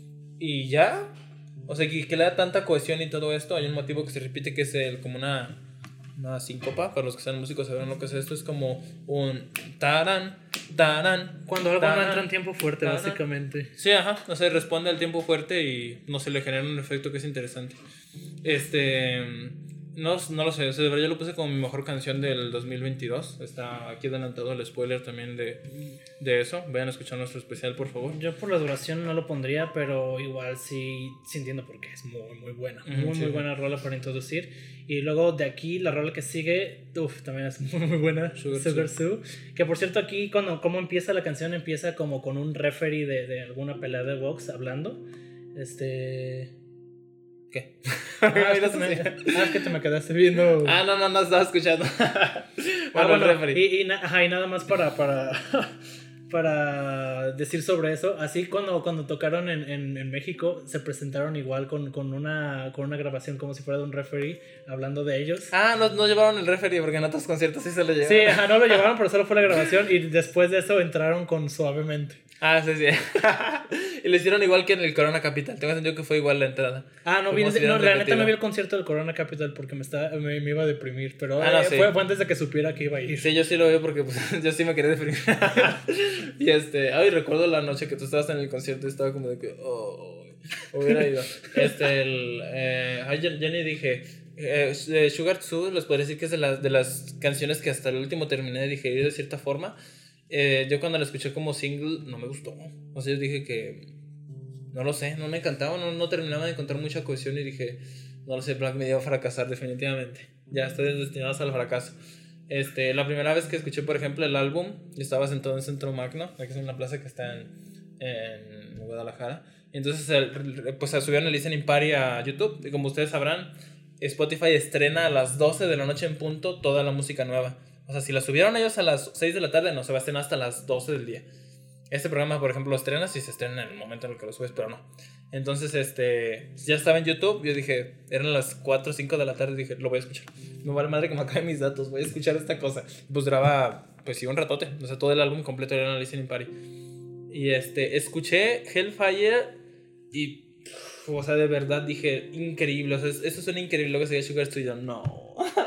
y ya... O sea, que, que le da tanta cohesión y todo esto. Hay un motivo que se repite que es el, como una, una síncopa. Para los que sean músicos sabrán lo que es esto. Es como un tarán, tarán. Cuando algo tarán, no entra en tiempo fuerte, tarán. Básicamente. Sí, ajá. O sea, responde al tiempo fuerte y no se le genera un efecto que es interesante. Este... No, no lo sé, o sea, de verdad yo lo puse como mi mejor canción del dos mil veintidós. Está aquí adelantado el spoiler también de, de eso. Vayan a escuchar nuestro especial, por favor. Yo por la duración no lo pondría, pero igual sí, sí entiendo por qué. Es muy, muy buena. Muy, sí. muy buena rola para introducir. Y luego de aquí, la rola que sigue, uff, también es muy, muy buena. Sugar, Sugar Sue. Que por cierto, aquí, cuando como empieza la canción, empieza como con un referee de, de alguna pelea de box hablando. Este... ¿Qué? Ah, es que, me, ah, es que te me quedaste viendo. Ah, no, no, no estaba escuchando. Bueno, ah, bueno, y, y, ajá, y nada más para, para, para decir sobre eso. Así cuando, cuando tocaron en, en, en México, se presentaron igual con, con, una, con una grabación como si fuera de un referee hablando de ellos. Ah, no, no llevaron el referee porque en otros conciertos sí se lo llevaron. Sí, ajá, no lo llevaron, pero solo fue la grabación. Y después de eso entraron con Suavemente. Ah, sí, sí. Y lo hicieron igual que en el Corona Capital. Tengo entendido que fue igual la entrada. Ah, no, vi, si no la neta no vi el concierto del Corona Capital porque me, estaba, me, me iba a deprimir. Pero ah, no, eh, sí. fue, fue antes de que supiera que iba a ir. Sí, yo sí lo vi porque pues, yo sí me quería deprimir. Y este, ay, recuerdo la noche que tú estabas en el concierto y estaba como de que, oh, hubiera ido. Este, el, eh, ay, ya, ya ni dije. Eh, Sugar Sue, les podría decir que es de las, de las canciones que hasta el último terminé de digerir de cierta forma. Eh, yo cuando la escuché como single no me gustó. O sea, yo dije que no lo sé, no me encantaba, no, no terminaba de encontrar mucha cohesión y dije, no lo sé, Black me iba a fracasar definitivamente. Ya estoy destinado al fracaso. Este, la primera vez que escuché, por ejemplo, el álbum, yo estaba sentado en Centro Magno, que es una plaza que está en, en Guadalajara. Y entonces, el, pues subieron el Listening Party a YouTube. Y como ustedes sabrán, Spotify estrena a las doce de la noche en punto toda la música nueva. O sea, si la subieron ellos a las seis de la tarde, no, se va a estrenar hasta las doce del día. Este programa, por ejemplo, lo estrena si se estrena en el momento en el que lo subes, pero no. Entonces, este, ya estaba en YouTube. Yo dije, eran las cuatro o cinco de la tarde. Dije, lo voy a escuchar. Me vale madre que me acaben mis datos. Voy a escuchar esta cosa. Pues duraba, pues sí, un ratote. O sea, todo el álbum completo era una listening party. Y este, escuché Hellfire y, o sea, de verdad dije, increíble. O sea, eso suena increíble. Lo que sería Sugar Sue. No.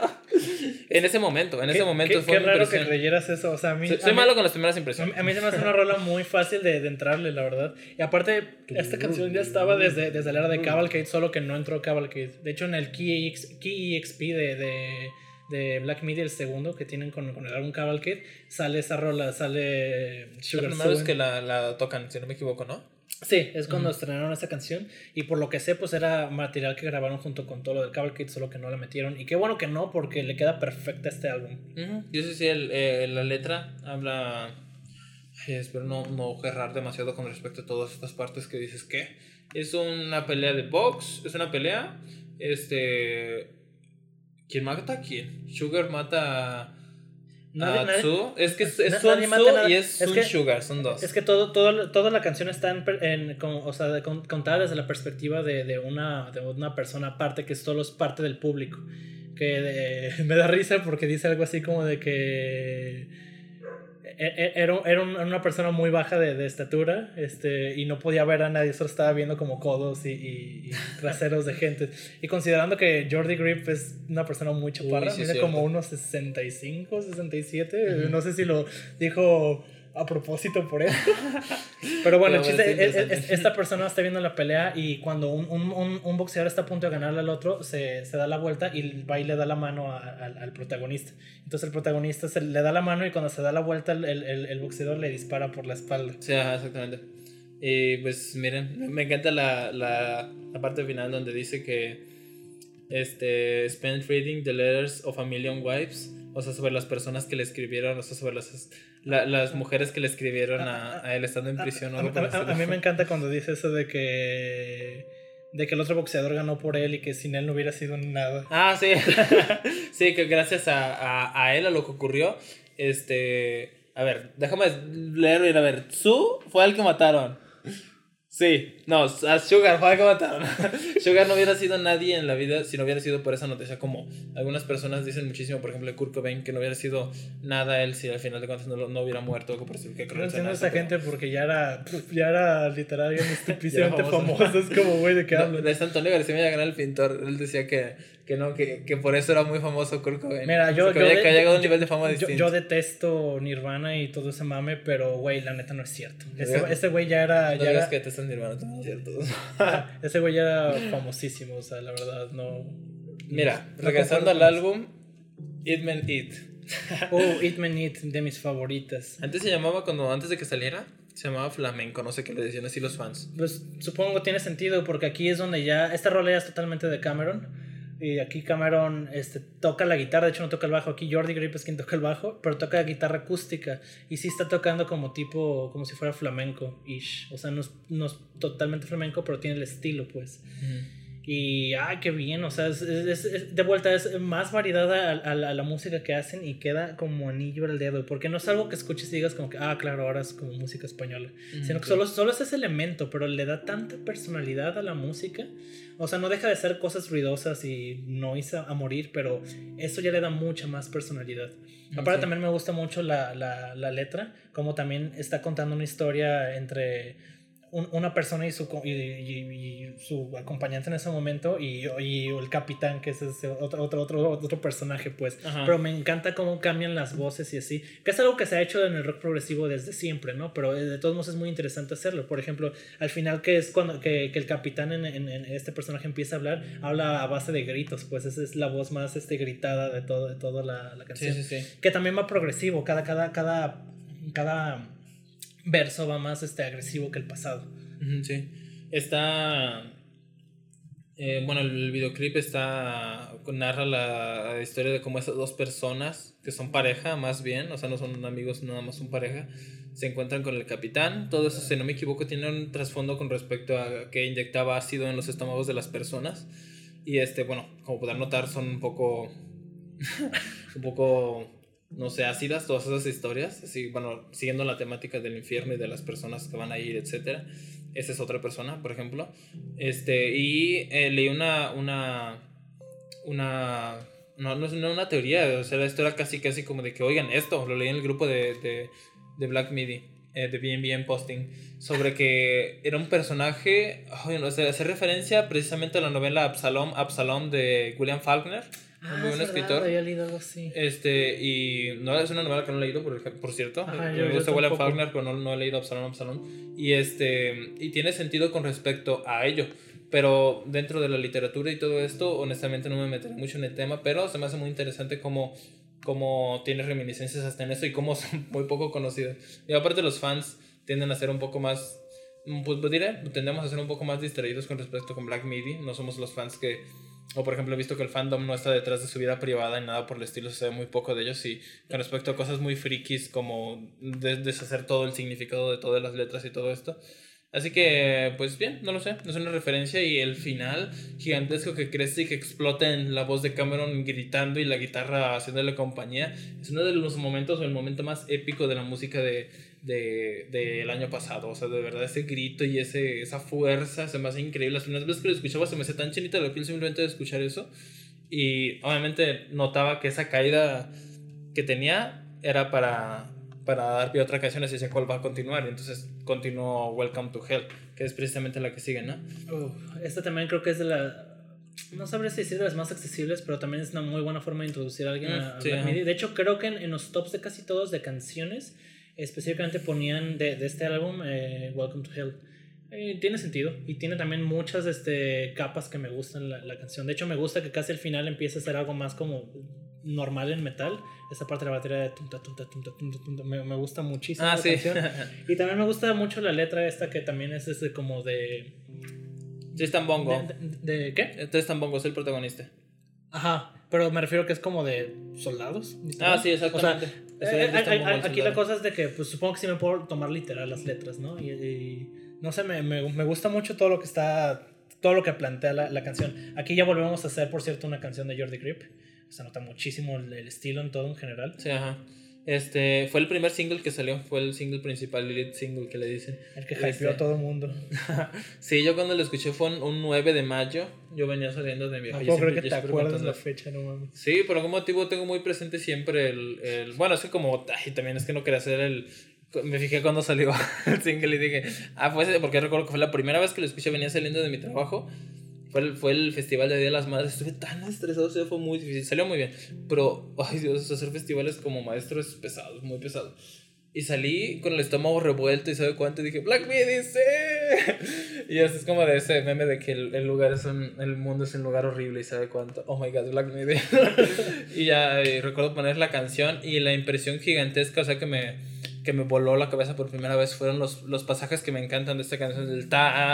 En ese momento, en ese momento qué, fue qué raro impresión. Que creyeras eso, o sea, a mí... Soy, soy a malo mí, con las primeras impresiones. A mí se me hace una rola muy fácil de, de entrarle, la verdad. Y aparte, esta canción ya estaba desde, desde la era de Cavalcade, solo que no entró Cavalcade. De hecho, en el Key, Key E X P de, de, de Black Media, el segundo que tienen con, con el álbum Cavalcade, sale esa rola, sale Sugar Sue. La primera vez que la, la tocan, si no me equivoco, ¿no? Sí, es cuando uh-huh. estrenaron esa canción. Y por lo que sé, pues era material que grabaron junto con todo lo del Cavalcade, solo que no la metieron. Y qué bueno que no, porque le queda perfecta este álbum. Uh-huh. Yo sé si el, eh, la letra habla... Ay, espero no, no errar demasiado con respecto a todas estas partes que dices que es una pelea de box, es una pelea. Este... ¿Quién mata a quién? Sugar mata a... Nadie, nadie, Sue. Es que es, es Sun Sue y es Sun Sugar, son dos. Es que todo, todo, toda la canción está en, en, con, o sea, con, contada desde la perspectiva de, de, una, de una persona aparte que solo es parte del público. Que de, me da risa porque dice algo así como de que era, era una persona muy baja de, de estatura, este, y no podía ver a nadie, solo estaba viendo como codos y, y, y traseros de gente. Y considerando que Jordi Grip es una persona muy chaparra, sí, mide como unos sesenta y cinco, sesenta y siete, uh-huh. No sé si lo dijo a propósito por eso. Pero bueno, Pero el chiste es, es, es, esta persona está viendo la pelea y cuando un, un, un boxeador está a punto de ganarle al otro, se, se da la vuelta y va y le da la mano a, a, al protagonista. Entonces el protagonista se le da la mano y cuando se da la vuelta el, el, el boxeador le dispara por la espalda. Sí, exactamente. Y pues miren, me encanta la, la, la parte final donde dice que este, spent reading the letters of a million wives. O sea, sobre las personas que le escribieron, o sea, sobre las, la, las mujeres que le escribieron a, a él estando en prisión. A, a, a, a mí me encanta cuando dice eso de que de que el otro boxeador ganó por él y que sin él no hubiera sido nada. Ah, sí. Sí, que gracias a, a, a él, a lo que ocurrió, este... A ver, déjame leer, a ver. Sue fue el que mataron. Sí, no, a Sugar fue el que mataron. Sugar no hubiera sido nadie en la vida si no hubiera sido por esa noticia. Como algunas personas dicen muchísimo, por ejemplo, de Kurt Cobain, que no hubiera sido nada él si al final de cuentas no, no hubiera muerto. O por eso que no entiendo a esa pero... gente porque ya era, ya era literal bien estúpidamente famoso. famoso. Es como, güey, ¿de qué hablas? No, es Antonio García Villagrán, el pintor. Él decía que, que no, que, que por eso era muy famoso Kurt Cobain. Mira, yo, o sea, que yo, había, de, que había llegado a un yo, nivel de fama yo, distinto. Yo detesto Nirvana y todo ese mame, pero, güey, la neta no es cierto. Ese, ese güey ya era... No ya digas era... que te estás Nirvana, no es cierto. Ese güey ya era famosísimo, o sea, la verdad, no... Mira, No regresando al concuerdo álbum, Eat Man Eat. Oh, Eat Man Eat, de mis favoritas. Antes se llamaba, cuando antes de que saliera, se llamaba flamenco, no sé qué le decían así los fans. Pues supongo tiene sentido porque aquí es donde ya, esta rola ya es totalmente de Cameron. Y aquí Cameron este, toca la guitarra, de hecho no toca el bajo. Aquí Jordi Grip es quien toca el bajo, pero toca guitarra acústica. Y sí está tocando como tipo, como si fuera flamenco-ish. O sea, no es, no es totalmente flamenco, pero tiene el estilo, pues. Mm. Y, ay, qué bien, o sea, es, es, es- de vuelta es más variedad a, a la, a la música que hacen y queda como anillo al dedo, porque no es algo que escuches y digas como que, ah, claro, ahora es como música española, Mm, sino que sí. solo, solo es ese elemento, pero le da tanta personalidad a la música, o sea, no deja de ser cosas ruidosas y noise a, a morir, pero eso ya le da mucha más personalidad. Aparte Sí. también me gusta mucho la, la, la letra, como también está contando una historia entre un- una persona y su, co- y, y- y su acompañante en ese momento y, y el capitán, que es ese otro, otro, otro, otro personaje, pues. Ajá. Pero me encanta cómo cambian las voces y así, que es algo que se ha hecho en el rock progresivo desde siempre, ¿no? Pero eh, de todos modos es muy interesante hacerlo. Por ejemplo, al final, que es cuando que, que el capitán en, en- en este personaje empieza a hablar, habla a base de gritos, pues esa es la voz más este, gritada de, todo, de toda la, la Sí, canción. sí, sí. Que también va progresivo, cada, cada, cada, cada verso va más este, agresivo que el pasado. Ujú, sí. Está. Eh, bueno, el videoclip está. Narra la historia de cómo esas dos personas, que son pareja más bien, o sea, no son amigos, nada más son pareja, se encuentran con el capitán. Todo eso, si no me equivoco, tiene un trasfondo con respecto a que inyectaba ácido en los estómagos de las personas. Y este, bueno, como podrán notar, son un poco. un poco. No sé, ácidas todas esas historias. Así, bueno, siguiendo la temática del infierno y de las personas que van a ir, etcétera. Esa es otra persona, por ejemplo. Este, y eh, leí una. Una. Una. No, no es no una teoría, o sea, esto era casi casi como de que, oigan, esto, lo leí en el grupo de, de, de Black Midi, eh, de B N B N Posting, sobre que era un personaje, ay, no sé, hace referencia precisamente a la novela Absalom, Absalom de William Faulkner, un muy buen es verdad, escritor. había leído algo así. Este, y no es una novela que no he leído, por, ej- por cierto. Ajá, Me yo- yo gusta William tampoco. Faulkner, pero no, no he leído Absalom, Absalom. Y, este, y tiene sentido con respecto a ello. Pero dentro de la literatura y todo esto, honestamente no me meteré mucho en el tema, pero se me hace muy interesante cómo, cómo tiene reminiscencias hasta en eso y cómo son muy poco conocidas. Y aparte los fans tienden a ser un poco más, pues, pues diré, tendemos a ser un poco más distraídos con respecto con Black Midi. No somos los fans que, o por ejemplo he visto que el fandom no está detrás de su vida privada y nada por el estilo, se sabe muy poco de ellos. Y con respecto a cosas muy frikis como de- deshacer todo el significado de todas las letras y todo esto. Así que, pues bien, no lo sé, es una referencia. Y el final gigantesco que crece y que explota en la voz de Cameron gritando y la guitarra haciéndole compañía, es uno de los momentos o el momento más épico de la música de, de, del año pasado. O sea, de verdad, ese grito y ese, esa fuerza se me hace increíble. Las primeras veces que lo escuchaba se me hacía tan chinita la piel simplemente de escuchar eso. Y obviamente notaba que esa caída que tenía era para, para dar pie a otra canción, así decía cuál va a continuar. Y entonces continuó Welcome to Hell, que es precisamente la que sigue, ¿no? Uf, esta también creo que es de la. No sabría si decir de las más accesibles, pero también es una muy buena forma de introducir a alguien Mm, a, a sí, Black ajá. Midi. De hecho, creo que en, en los tops de casi todos de canciones, específicamente ponían de, de este álbum eh, Welcome to Hell. Eh, tiene sentido y tiene también muchas este, capas que me gustan la, la canción. De hecho, me gusta que casi al final empiece a ser algo más como normal en metal. Esa parte de la batería de tunta, tunta, tunta, tunta, tunta, me, me gusta muchísimo Ah, la sí. canción. Y también me gusta mucho la letra esta que también es este como de... Tristan Bongo. ¿De, de, de qué? Eh, Tristan Bongo es el protagonista. Ajá, pero me refiero que es como de soldados. Ah, sí, O sea, exactamente. Es eh, el Tristan eh, Bongo, el aquí la soldado. cosa es de que, pues supongo que sí me puedo tomar literal las letras, ¿no? Y, y no sé, me, me, me gusta mucho todo lo que está, todo lo que plantea la, la canción. Aquí ya volvemos a hacer, por cierto, una canción de Jordi Grip. Se nota muchísimo el, el estilo en todo en general. Sí, ajá. Este, fue el primer single que salió, fue el single principal, el lead single que le dicen. El que Este, hypeó a todo el mundo. Sí, yo cuando lo escuché fue un, un nueve de mayo. Yo venía saliendo de mi No viaje. puedo yo creer siempre- que yo te siempre acuerdas contando- la fecha, no mames. Sí, por algún motivo tengo muy presente siempre el... el bueno, es que como... Ay, también es que no quería hacer el... Me fijé cuando salió el single y dije... Ah, fue ese, porque recuerdo que fue la primera vez que lo escuché, venía saliendo de mi trabajo. Fue el, fue el festival de Día de las Madres. Estuve tan estresado, o sea, fue muy difícil. Salió muy bien. Pero, ay Dios, hacer festivales como maestro es pesado, es muy pesado. Y salí con el estómago revuelto y sabe cuánto. Y dije, Black Midi, sí. Y eso es como de ese meme de que el, el lugar es un, el mundo es un lugar horrible y sabe cuánto. Oh my god, Black Midi. Y ya eh, recuerdo poner la canción y la impresión gigantesca, o sea, que me, que me voló la cabeza por primera vez fueron los, los pasajes que me encantan de esta canción del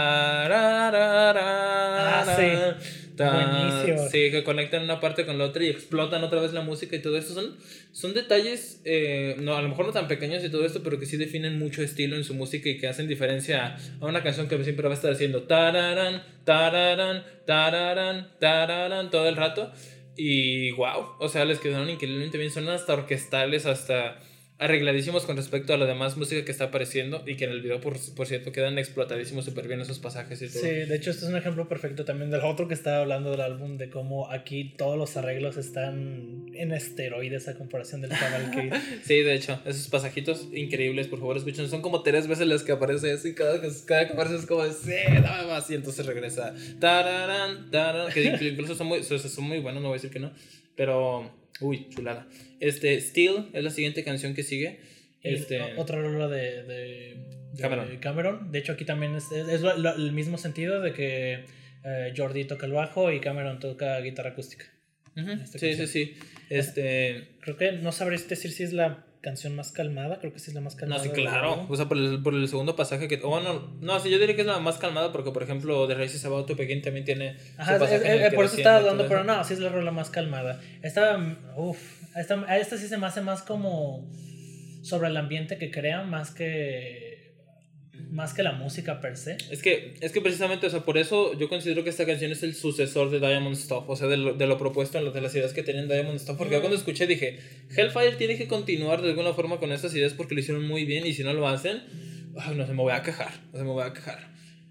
ta-ra-ra-ra-ra. Ah, sí. Ta, buenísimo. Sí, que conectan una parte con la otra y explotan otra vez la música y todo esto. Son, son detalles, eh, no, a lo mejor no tan pequeños y todo esto, pero que sí definen mucho estilo en su música y que hacen diferencia a una canción que siempre va a estar haciendo tararán, tararán, tararán, tararán todo el rato. Y wow, o sea, les quedaron increíblemente bien. Son hasta orquestales, hasta arregladísimos con respecto a la demás música que está apareciendo y que en el video, por, por cierto, quedan explotadísimos súper bien esos pasajes y todo. Sí, de hecho este es un ejemplo perfecto también del otro que estaba hablando del álbum, de cómo aquí todos los arreglos están en esteroides a comparación del Cavalcade. Sí, de hecho, esos pasajitos increíbles, por favor escuchen, son como tres veces las que aparece eso y cada, cada que aparece es como de, sí, dame más, y entonces regresa tararán, tararán, que incluso son muy, son muy buenos, no voy a decir que no, pero... Uy, chulada. Este, Still es la siguiente canción que sigue. Este... Otra rola de, de, de Cameron. Cameron. De hecho, aquí también es, es, es lo, lo, el mismo sentido de que eh, Jordi toca el bajo y Cameron toca guitarra acústica. Uh-huh. Sí, canción. sí, sí. Este... Creo que no sabré decir si es la canción más calmada. Creo que sí es la más calmada. No, sí, claro. O sea, por el, por el segundo pasaje que... O bueno, no, sí, yo diría que es la más calmada porque, por ejemplo, The Race is About to Begin también tiene... Ajá, es, es, por eso estaba dudando, pero no, sí es la rola más calmada. Esta, uff, esta, esta sí se me hace más como sobre el ambiente que crea, más que... Más que la música per se. Es que, es que precisamente, o sea, por eso yo considero que esta canción es el sucesor de Diamond Stuff. O sea, de lo, de lo propuesto en lo, de las ideas que tenían Diamond Stuff. Porque mm. cuando escuché dije, Hellfire tiene que continuar de alguna forma con estas ideas porque lo hicieron muy bien. Y si no lo hacen, ay, no se me voy a quejar. No se me voy a quejar.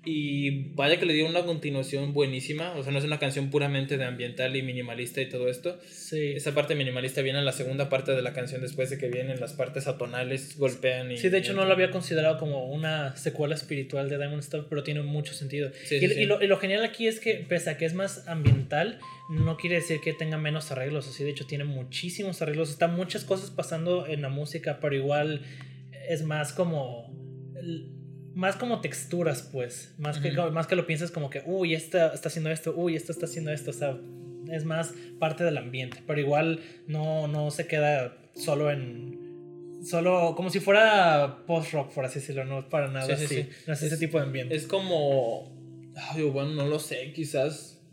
Y vaya que le dio una continuación buenísima. O sea, no es una canción puramente de ambiental y minimalista y todo esto. Sí. Esa parte minimalista viene en la segunda parte de la canción, después de que vienen las partes atonales, golpean y... Sí, de hecho no lo había considerado como una secuela espiritual de Diamond Stuff, pero tiene mucho sentido. Sí, y, sí, y, sí. Lo, y lo genial aquí es que, pese a que es más ambiental, no quiere decir que tenga menos arreglos. Así, de hecho tiene muchísimos arreglos. Están muchas cosas pasando en la música, pero igual es más como... Más como texturas, pues. Más, uh-huh. que, más que lo piensas como que, uy, esta está haciendo esto, uy, esta está haciendo esto. O sea, es más parte del ambiente. Pero igual no, no se queda solo en... Solo como si fuera post-rock, por así decirlo. No es para nada sí, sí, así. Sí. No es, es ese tipo de ambiente. Es como... Ay, bueno, no lo sé, quizás...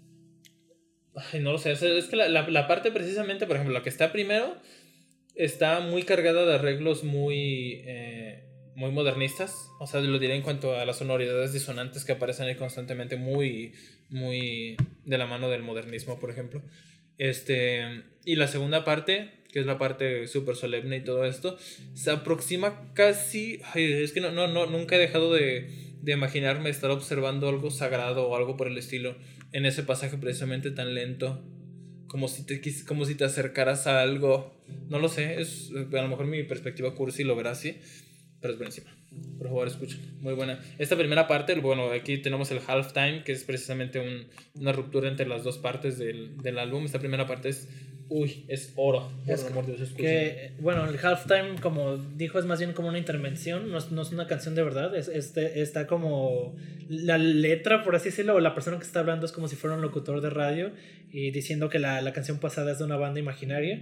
Ay, no lo sé. Es que la, la, la parte precisamente, por ejemplo, la que está primero, está muy cargada de arreglos muy... Eh, muy modernistas, o sea, lo diré en cuanto a las sonoridades disonantes que aparecen ahí constantemente, muy, muy de la mano del modernismo, por ejemplo. Este, y la segunda parte, que es la parte súper solemne y todo esto, se aproxima casi, ay, es que no, no, no, nunca he dejado de, de imaginarme estar observando algo sagrado o algo por el estilo en ese pasaje precisamente tan lento, como si te, como si te acercaras a algo, no lo sé, es, a lo mejor mi perspectiva cursi lo verá así, pero es buenísima. Por favor, escuchen. Muy buena. Esta primera parte, bueno, aquí tenemos el halftime, que es precisamente un, una ruptura entre las dos partes del, del álbum. Esta primera parte es, uy, es oro. Por es amor de Dios, que, bueno, el halftime, como dijo, es más bien como una intervención, no es, no es una canción de verdad. Es, este, está como la letra, por así decirlo, o la persona que está hablando es como si fuera un locutor de radio y diciendo que la, la canción pasada es de una banda imaginaria.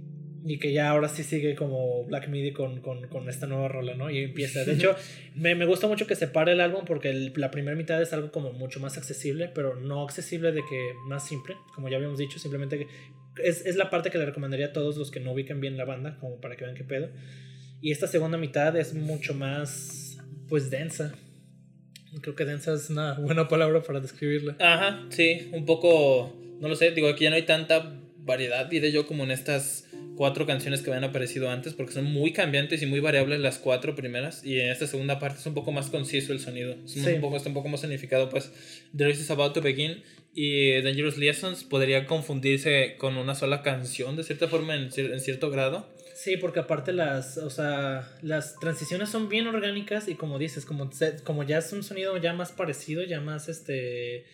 Y que ya ahora sí sigue como Black Midi con, con, con esta nueva rola, ¿no? Y empieza. De hecho, me, me gusta mucho que separe el álbum porque el, la primera mitad es algo como mucho más accesible, pero no accesible de que más simple, como ya habíamos dicho, simplemente que es, es la parte que le recomendaría a todos los que no ubican bien la banda, como para que vean qué pedo. Y esta segunda mitad es mucho más, pues, densa. Creo que densa es una buena palabra para describirla. Ajá, sí, un poco, no lo sé, digo, aquí ya no hay tanta variedad, diré yo, como en estas cuatro canciones que habían aparecido antes, porque son muy cambiantes y muy variables las cuatro primeras, y en esta segunda parte es un poco más conciso el sonido, es sí. un poco, está un poco más significado, pues The Race is About to Begin y Dangerous Liaisons podría confundirse con una sola canción de cierta forma en, en cierto grado. Sí, porque aparte las, o sea, las transiciones son bien orgánicas y como dices, como, como ya es un sonido ya más parecido, ya más este...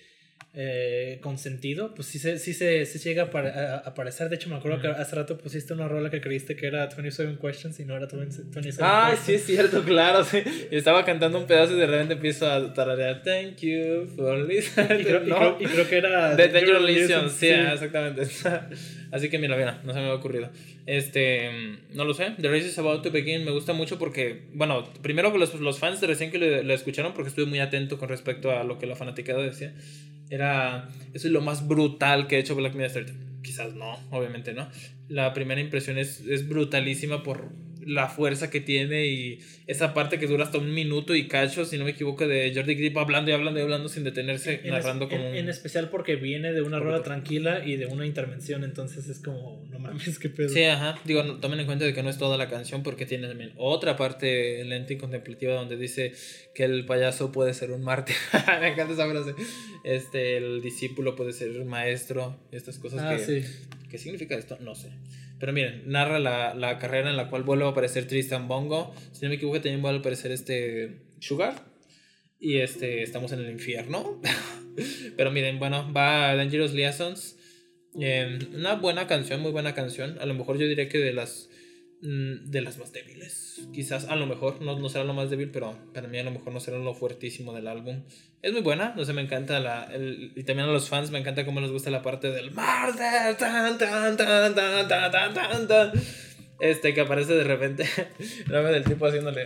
eh, con sentido, pues sí se, sí se, sí se llega a, par- a, a aparecer. De hecho, me acuerdo uh-huh. que hace rato pusiste una rola que creíste que era veintisiete Questions y no era veintisiete Ah, Questions. sí, es cierto, claro. Sí. Estaba cantando un pedazo y de repente empiezo a tararear Thank you for listening. Y creo, no. y creo, y creo que era The Dangerous Liaison, sí, sí. Exactamente. Así que mira, mira, no se me había ocurrido. Este, no lo sé. The Race is About to Begin me gusta mucho porque, bueno, primero los, los fans de recién que lo, lo escucharon, porque estuve muy atento con respecto a lo que la fanaticada decía. Era, eso es lo más brutal que ha hecho Black Mesa. Quizás no, obviamente no. La primera impresión es, es brutalísima por la fuerza que tiene y esa parte que dura hasta un minuto y cacho, si no me equivoco, de Jordi Grip hablando y hablando y hablando sin detenerse, en narrando es, como en, un... en especial porque viene de una rola tranquila y de una intervención, entonces es como, no mames, qué pedo. Sí, ajá, digo, no, tomen en cuenta de que no es toda la canción porque tiene también otra parte lenta y contemplativa donde dice que el payaso puede ser un mártir. Me encanta esa frase. Este, el discípulo puede ser un maestro, estas cosas ah, que... Sí. ¿Qué significa esto? No sé. Pero miren, narra la, la carrera en la cual vuelve a aparecer Tristan Bongo. Si no me equivoco, también vuelve a aparecer este Sugar. Y este, estamos en el infierno. Pero miren, bueno, va Dangerous Liaisons. Eh, una buena canción, muy buena canción. A lo mejor yo diría que de las de las más débiles. Quizás, a lo mejor, no, no será lo más débil, pero para mí a lo mejor no será lo fuertísimo del álbum. Es muy buena, no sé, me encanta la... El, y también a los fans me encanta cómo les gusta la parte del murder, tan, tan, tan, tan, tan, tan, tan, tan. Este, que aparece de repente el nombre del tipo haciéndole.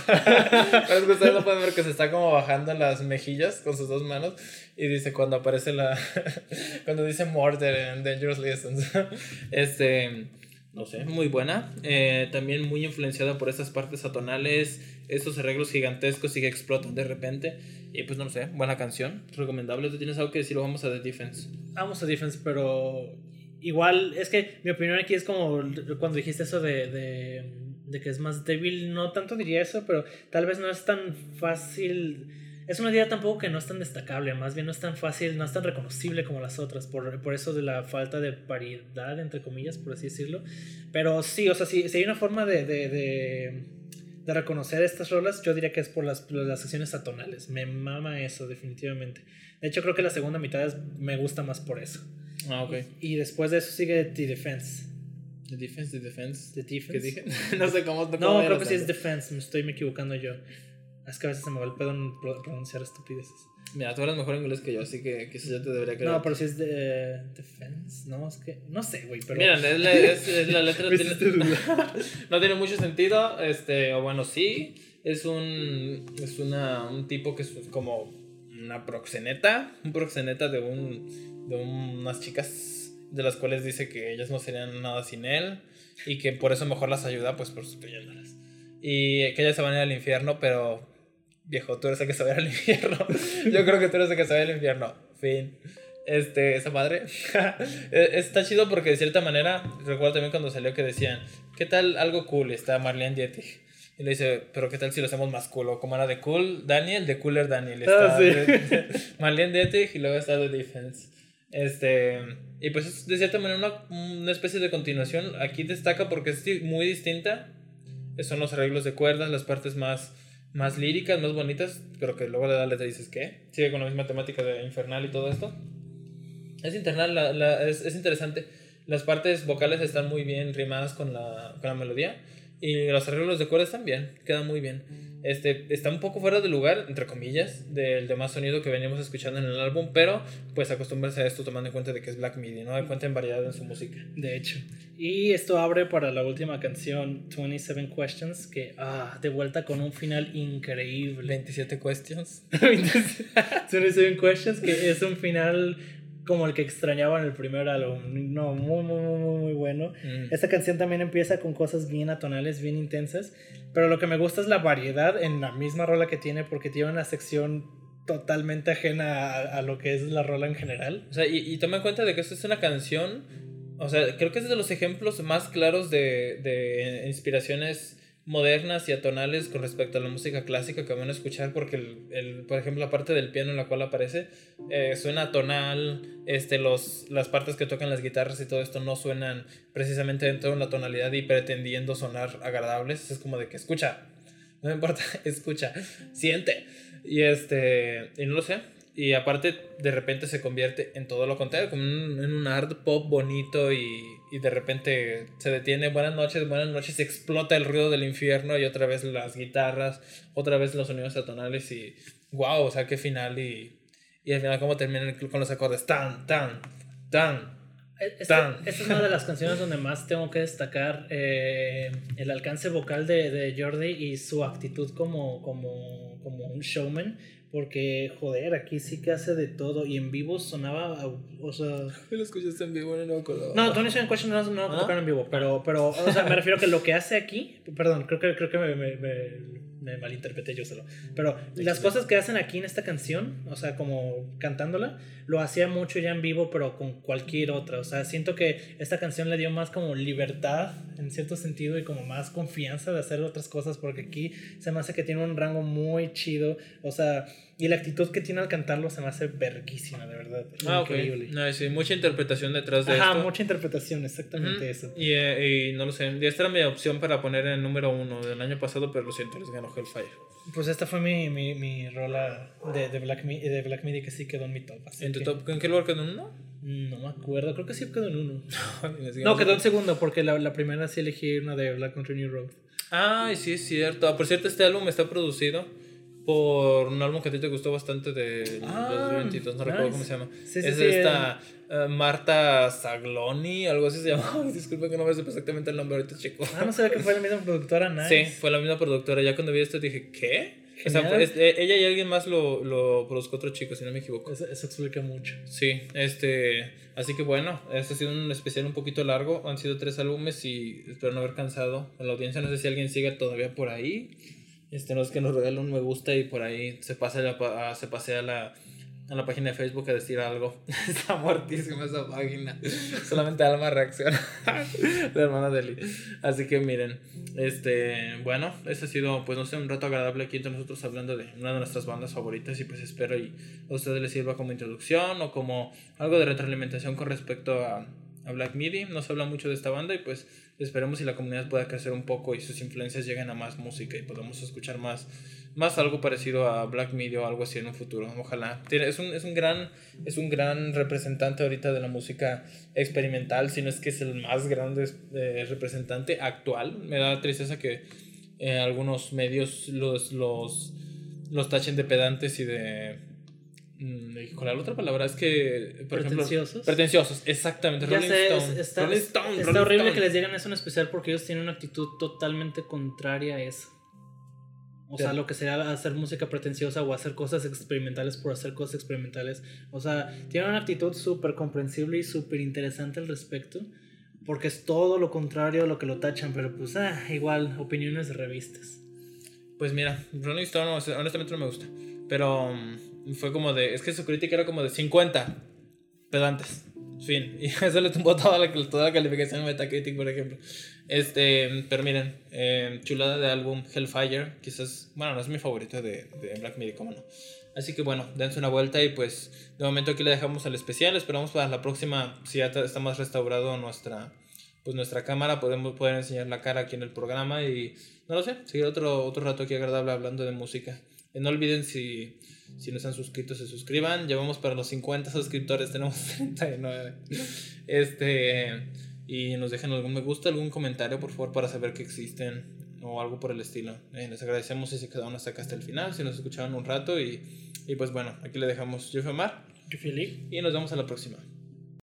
Pero es que ustedes no pueden ver que se está como bajando las mejillas con sus dos manos. Y dice cuando aparece la... cuando dice murder en Dangerous Liaisons. Este... No sé, muy buena. Eh, también muy influenciada por esas partes atonales, esos arreglos gigantescos y que explotan de repente. Y pues no lo sé, buena canción, recomendable. ¿Tú tienes algo que decir o vamos a The Defense? Vamos a Defense, pero igual, es que mi opinión aquí es como cuando dijiste eso de, de, de que es más débil. No tanto diría eso, pero tal vez no es tan fácil. Es una idea tampoco que no es tan destacable, más bien no es tan fácil, no es tan reconocible como las otras, por, por eso de la falta de variedad, entre comillas, por así decirlo. Pero sí, o sea, si, si hay una forma de, de, de, de reconocer estas rolas, yo diría que es por las, por las secciones atonales. Me mama eso, definitivamente. De hecho, creo que la segunda mitad es, me gusta más por eso. Ah, ok. Y, y después de eso sigue The Defense. The Defense, The Defense. The Defense. ¿Qué dije? No sé cómo. No, cómo creo que sí es Defense, me estoy me equivocando yo. Es que a veces se me va el pedo en pronunciar estupideces. Mira, tú hablas mejor inglés que yo, así que quizás yo te debería creer. No, pero si es de Defense, no, es que no sé, güey, pero... Mira, es la, es, es la letra... tiene, no tiene mucho sentido, este, o bueno, sí, es un, es una, un tipo que es como una proxeneta, un proxeneta de, un, de unas chicas de las cuales dice que ellas no serían nada sin él y que por eso mejor las ayuda, pues prostituyéndolas. Y que ellas se van a ir al infierno, pero... Viejo, tú eres el que se va al infierno. Yo creo que tú eres el que se va al infierno. Fin. Este, esa madre. Está chido porque de cierta manera, recuerdo también cuando salió que decían, ¿qué tal algo cool? Y está Marlene Dietrich. Y le dice, pero ¿qué tal si lo hacemos más cool? O como era de cool Daniel, de cooler Daniel. Está ah, sí. de, de, Marlene Dietrich y luego está The Defense. Este, y pues es de cierta manera una, una especie de continuación. Aquí destaca porque es muy distinta. Son los arreglos de cuerdas, las partes más... más líricas, más bonitas, pero que luego le da letra y dices, ¿qué? Sigue con la misma temática de infernal y todo esto. Es internal, la, la, es, es interesante. Las partes vocales están muy bien rimadas con la, con la melodía y los arreglos de cuerdas también, quedan muy bien. Este, está un poco fuera de lugar, entre comillas, del demás sonido que veníamos escuchando en el álbum, pero pues acostúmbrense a esto tomando en cuenta de que es Black Midi, ¿no? Cuenta en variedad en su música. De hecho. Y esto abre para la última canción, veintisiete Questions, que, ah, de vuelta con un final increíble. veintisiete Questions. veintisiete Questions, que es un final como el que extrañaba en el primer álbum. No, muy, muy, muy, muy bueno. Mm. Esta canción también empieza con cosas bien atonales, bien intensas, pero lo que me gusta es la variedad en la misma rola que tiene, porque tiene una sección totalmente ajena a, a lo que es la rola en general. O sea, y, y toma en cuenta de que esto es una canción, o sea, creo que es de los ejemplos más claros de, de inspiraciones modernas y atonales con respecto a la música clásica que van a escuchar, porque el, el, por ejemplo la parte del piano en la cual aparece eh, suena atonal, este, los, las partes que tocan las guitarras y todo esto no suenan precisamente dentro de una tonalidad y pretendiendo sonar agradables. Es como de que escucha, no me importa, escucha, siente. Y este, y no lo sé, Y aparte, de repente se convierte en todo lo contrario, como un, en un art pop bonito y, y de repente se detiene, buenas noches, buenas noches, explota el ruido del infierno y otra vez las guitarras, otra vez los sonidos atonales y wow, o sea, qué final y, y al final cómo terminan con los acordes, tan, tan, tan. Esta, esta es una de las canciones donde más tengo que destacar eh, el alcance vocal de, de Jordi y su actitud como, como, como un showman. Porque, joder, aquí sí que hace de todo. Y en vivo sonaba, o sea... ¿Lo escuchaste en vivo? No me acuerdo. No, Tony Seven Question no, no ¿Ah? tocaron en vivo. Pero, pero, o sea, me refiero a que lo que hace aquí... Perdón, creo que, creo que me, me, me, me malinterpreté yo solo. Pero las cosas que hacen aquí en esta canción, o sea, como cantándola, lo hacía mucho ya en vivo, pero con cualquier otra. O sea, siento que esta canción le dio más como libertad, en cierto sentido, y como más confianza de hacer otras cosas. Porque aquí se me hace que tiene un rango muy chido. O sea... Y la actitud que tiene al cantarlo se me hace verguísima, de verdad. Ah, increíble. Okay. No, sí, mucha interpretación detrás de Ajá, esto. Ajá, mucha interpretación, exactamente uh-huh. eso. Y, eh, y no lo sé, esta era mi opción para poner en número uno del año pasado, pero lo siento, les ganó Hellfire. Pues esta fue mi, mi, mi rola de, de, Black Midi, de Black Midi que sí quedó en mi top. ¿En tu que... top? ¿En qué lugar quedó en uno? No me acuerdo, creo que sí quedó en uno. No, quedó en segundo, porque la, la primera sí elegí una de Black Country New Road. Ah, sí, es cierto. Ah, por cierto, este álbum está producido por un álbum que a ti te gustó bastante de ah, los veintidós, no nice. recuerdo cómo se llama. Sí, sí, es sí, esta uh, Marta Zagloni, algo así se llama. Disculpa que no me sé exactamente el nombre, ahorita chico. Ah, no sabía que fue la misma productora, nice. Sí, fue la misma productora. Ya cuando vi esto dije, ¿qué? Genial. O sea, fue, es, ella y alguien más lo, lo produjo otro chico, si no me equivoco. Eso, eso explica mucho. Sí, este... Así que bueno, este ha sido un especial un poquito largo. Han sido tres álbumes y espero no haber cansado a la audiencia. No sé si alguien sigue todavía por ahí. Este, no es que nos regale un me gusta y por ahí se pasa la, a, se pasea a la, a la página de Facebook a decir algo. Está muertísima esa página. Solamente Alma reacciona. La hermana de Eli. Así que miren, este, bueno, este ha sido, pues no sé, un rato agradable aquí entre nosotros hablando de una de nuestras bandas favoritas y pues espero y a ustedes les sirva como introducción o como algo de retroalimentación con respecto a, a Black Midi. No se habla mucho de esta banda y pues esperemos si la comunidad pueda crecer un poco y sus influencias lleguen a más música y podamos escuchar más, más algo parecido a Black Midi o algo así en un futuro. Ojalá. Tiene, es, un, es, un gran, es un gran representante ahorita de la música experimental, si no es que es el más grande eh, representante actual. Me da tristeza que eh, algunos medios los, los, los tachen de pedantes y de... con la otra palabra es que por pretenciosos ejemplo, pretenciosos, exactamente. Ya Rolling sé, Stone, está, Rolling Stone, está Rolling horrible Stone. que les lleguen a eso en especial porque ellos tienen una actitud totalmente contraria a eso. O sea, lo que sería hacer música pretenciosa o hacer cosas experimentales por hacer cosas experimentales. O sea, tienen una actitud súper comprensible y súper interesante al respecto. Porque es todo lo contrario a lo que lo tachan. Pero pues, ah, igual, opiniones de revistas. Pues mira, Rolling Stone honestamente no me gusta. Pero um, fue como de... Es que su crítica era como de cincuenta pedantes. Fin. Y eso le tumbó toda la, toda la calificación de Metacritic, por ejemplo. Este, pero miren, eh, chulada de álbum Hellfire. Quizás, bueno, no es mi favorito de, de Black Midi, cómo no. Así que bueno, dense una vuelta y pues de momento aquí le dejamos al especial. Esperamos para la próxima, si ya está más restaurado nuestra, pues nuestra cámara, podemos poder enseñar la cara aquí en el programa y no lo sé, seguir otro, otro rato aquí agradable hablando de música. Y no olviden si, si no están suscritos, se suscriban. Llevamos para los cincuenta suscriptores, tenemos treinta y nueve. Este, y nos dejen algún me gusta, algún comentario, por favor, para saber que existen o algo por el estilo. Eh, les agradecemos si se quedaron hasta acá hasta el final, si nos escucharon un rato. Y, y pues bueno, aquí le dejamos. Yo fui Omar. Yo fui Lee. Y nos vemos a la próxima.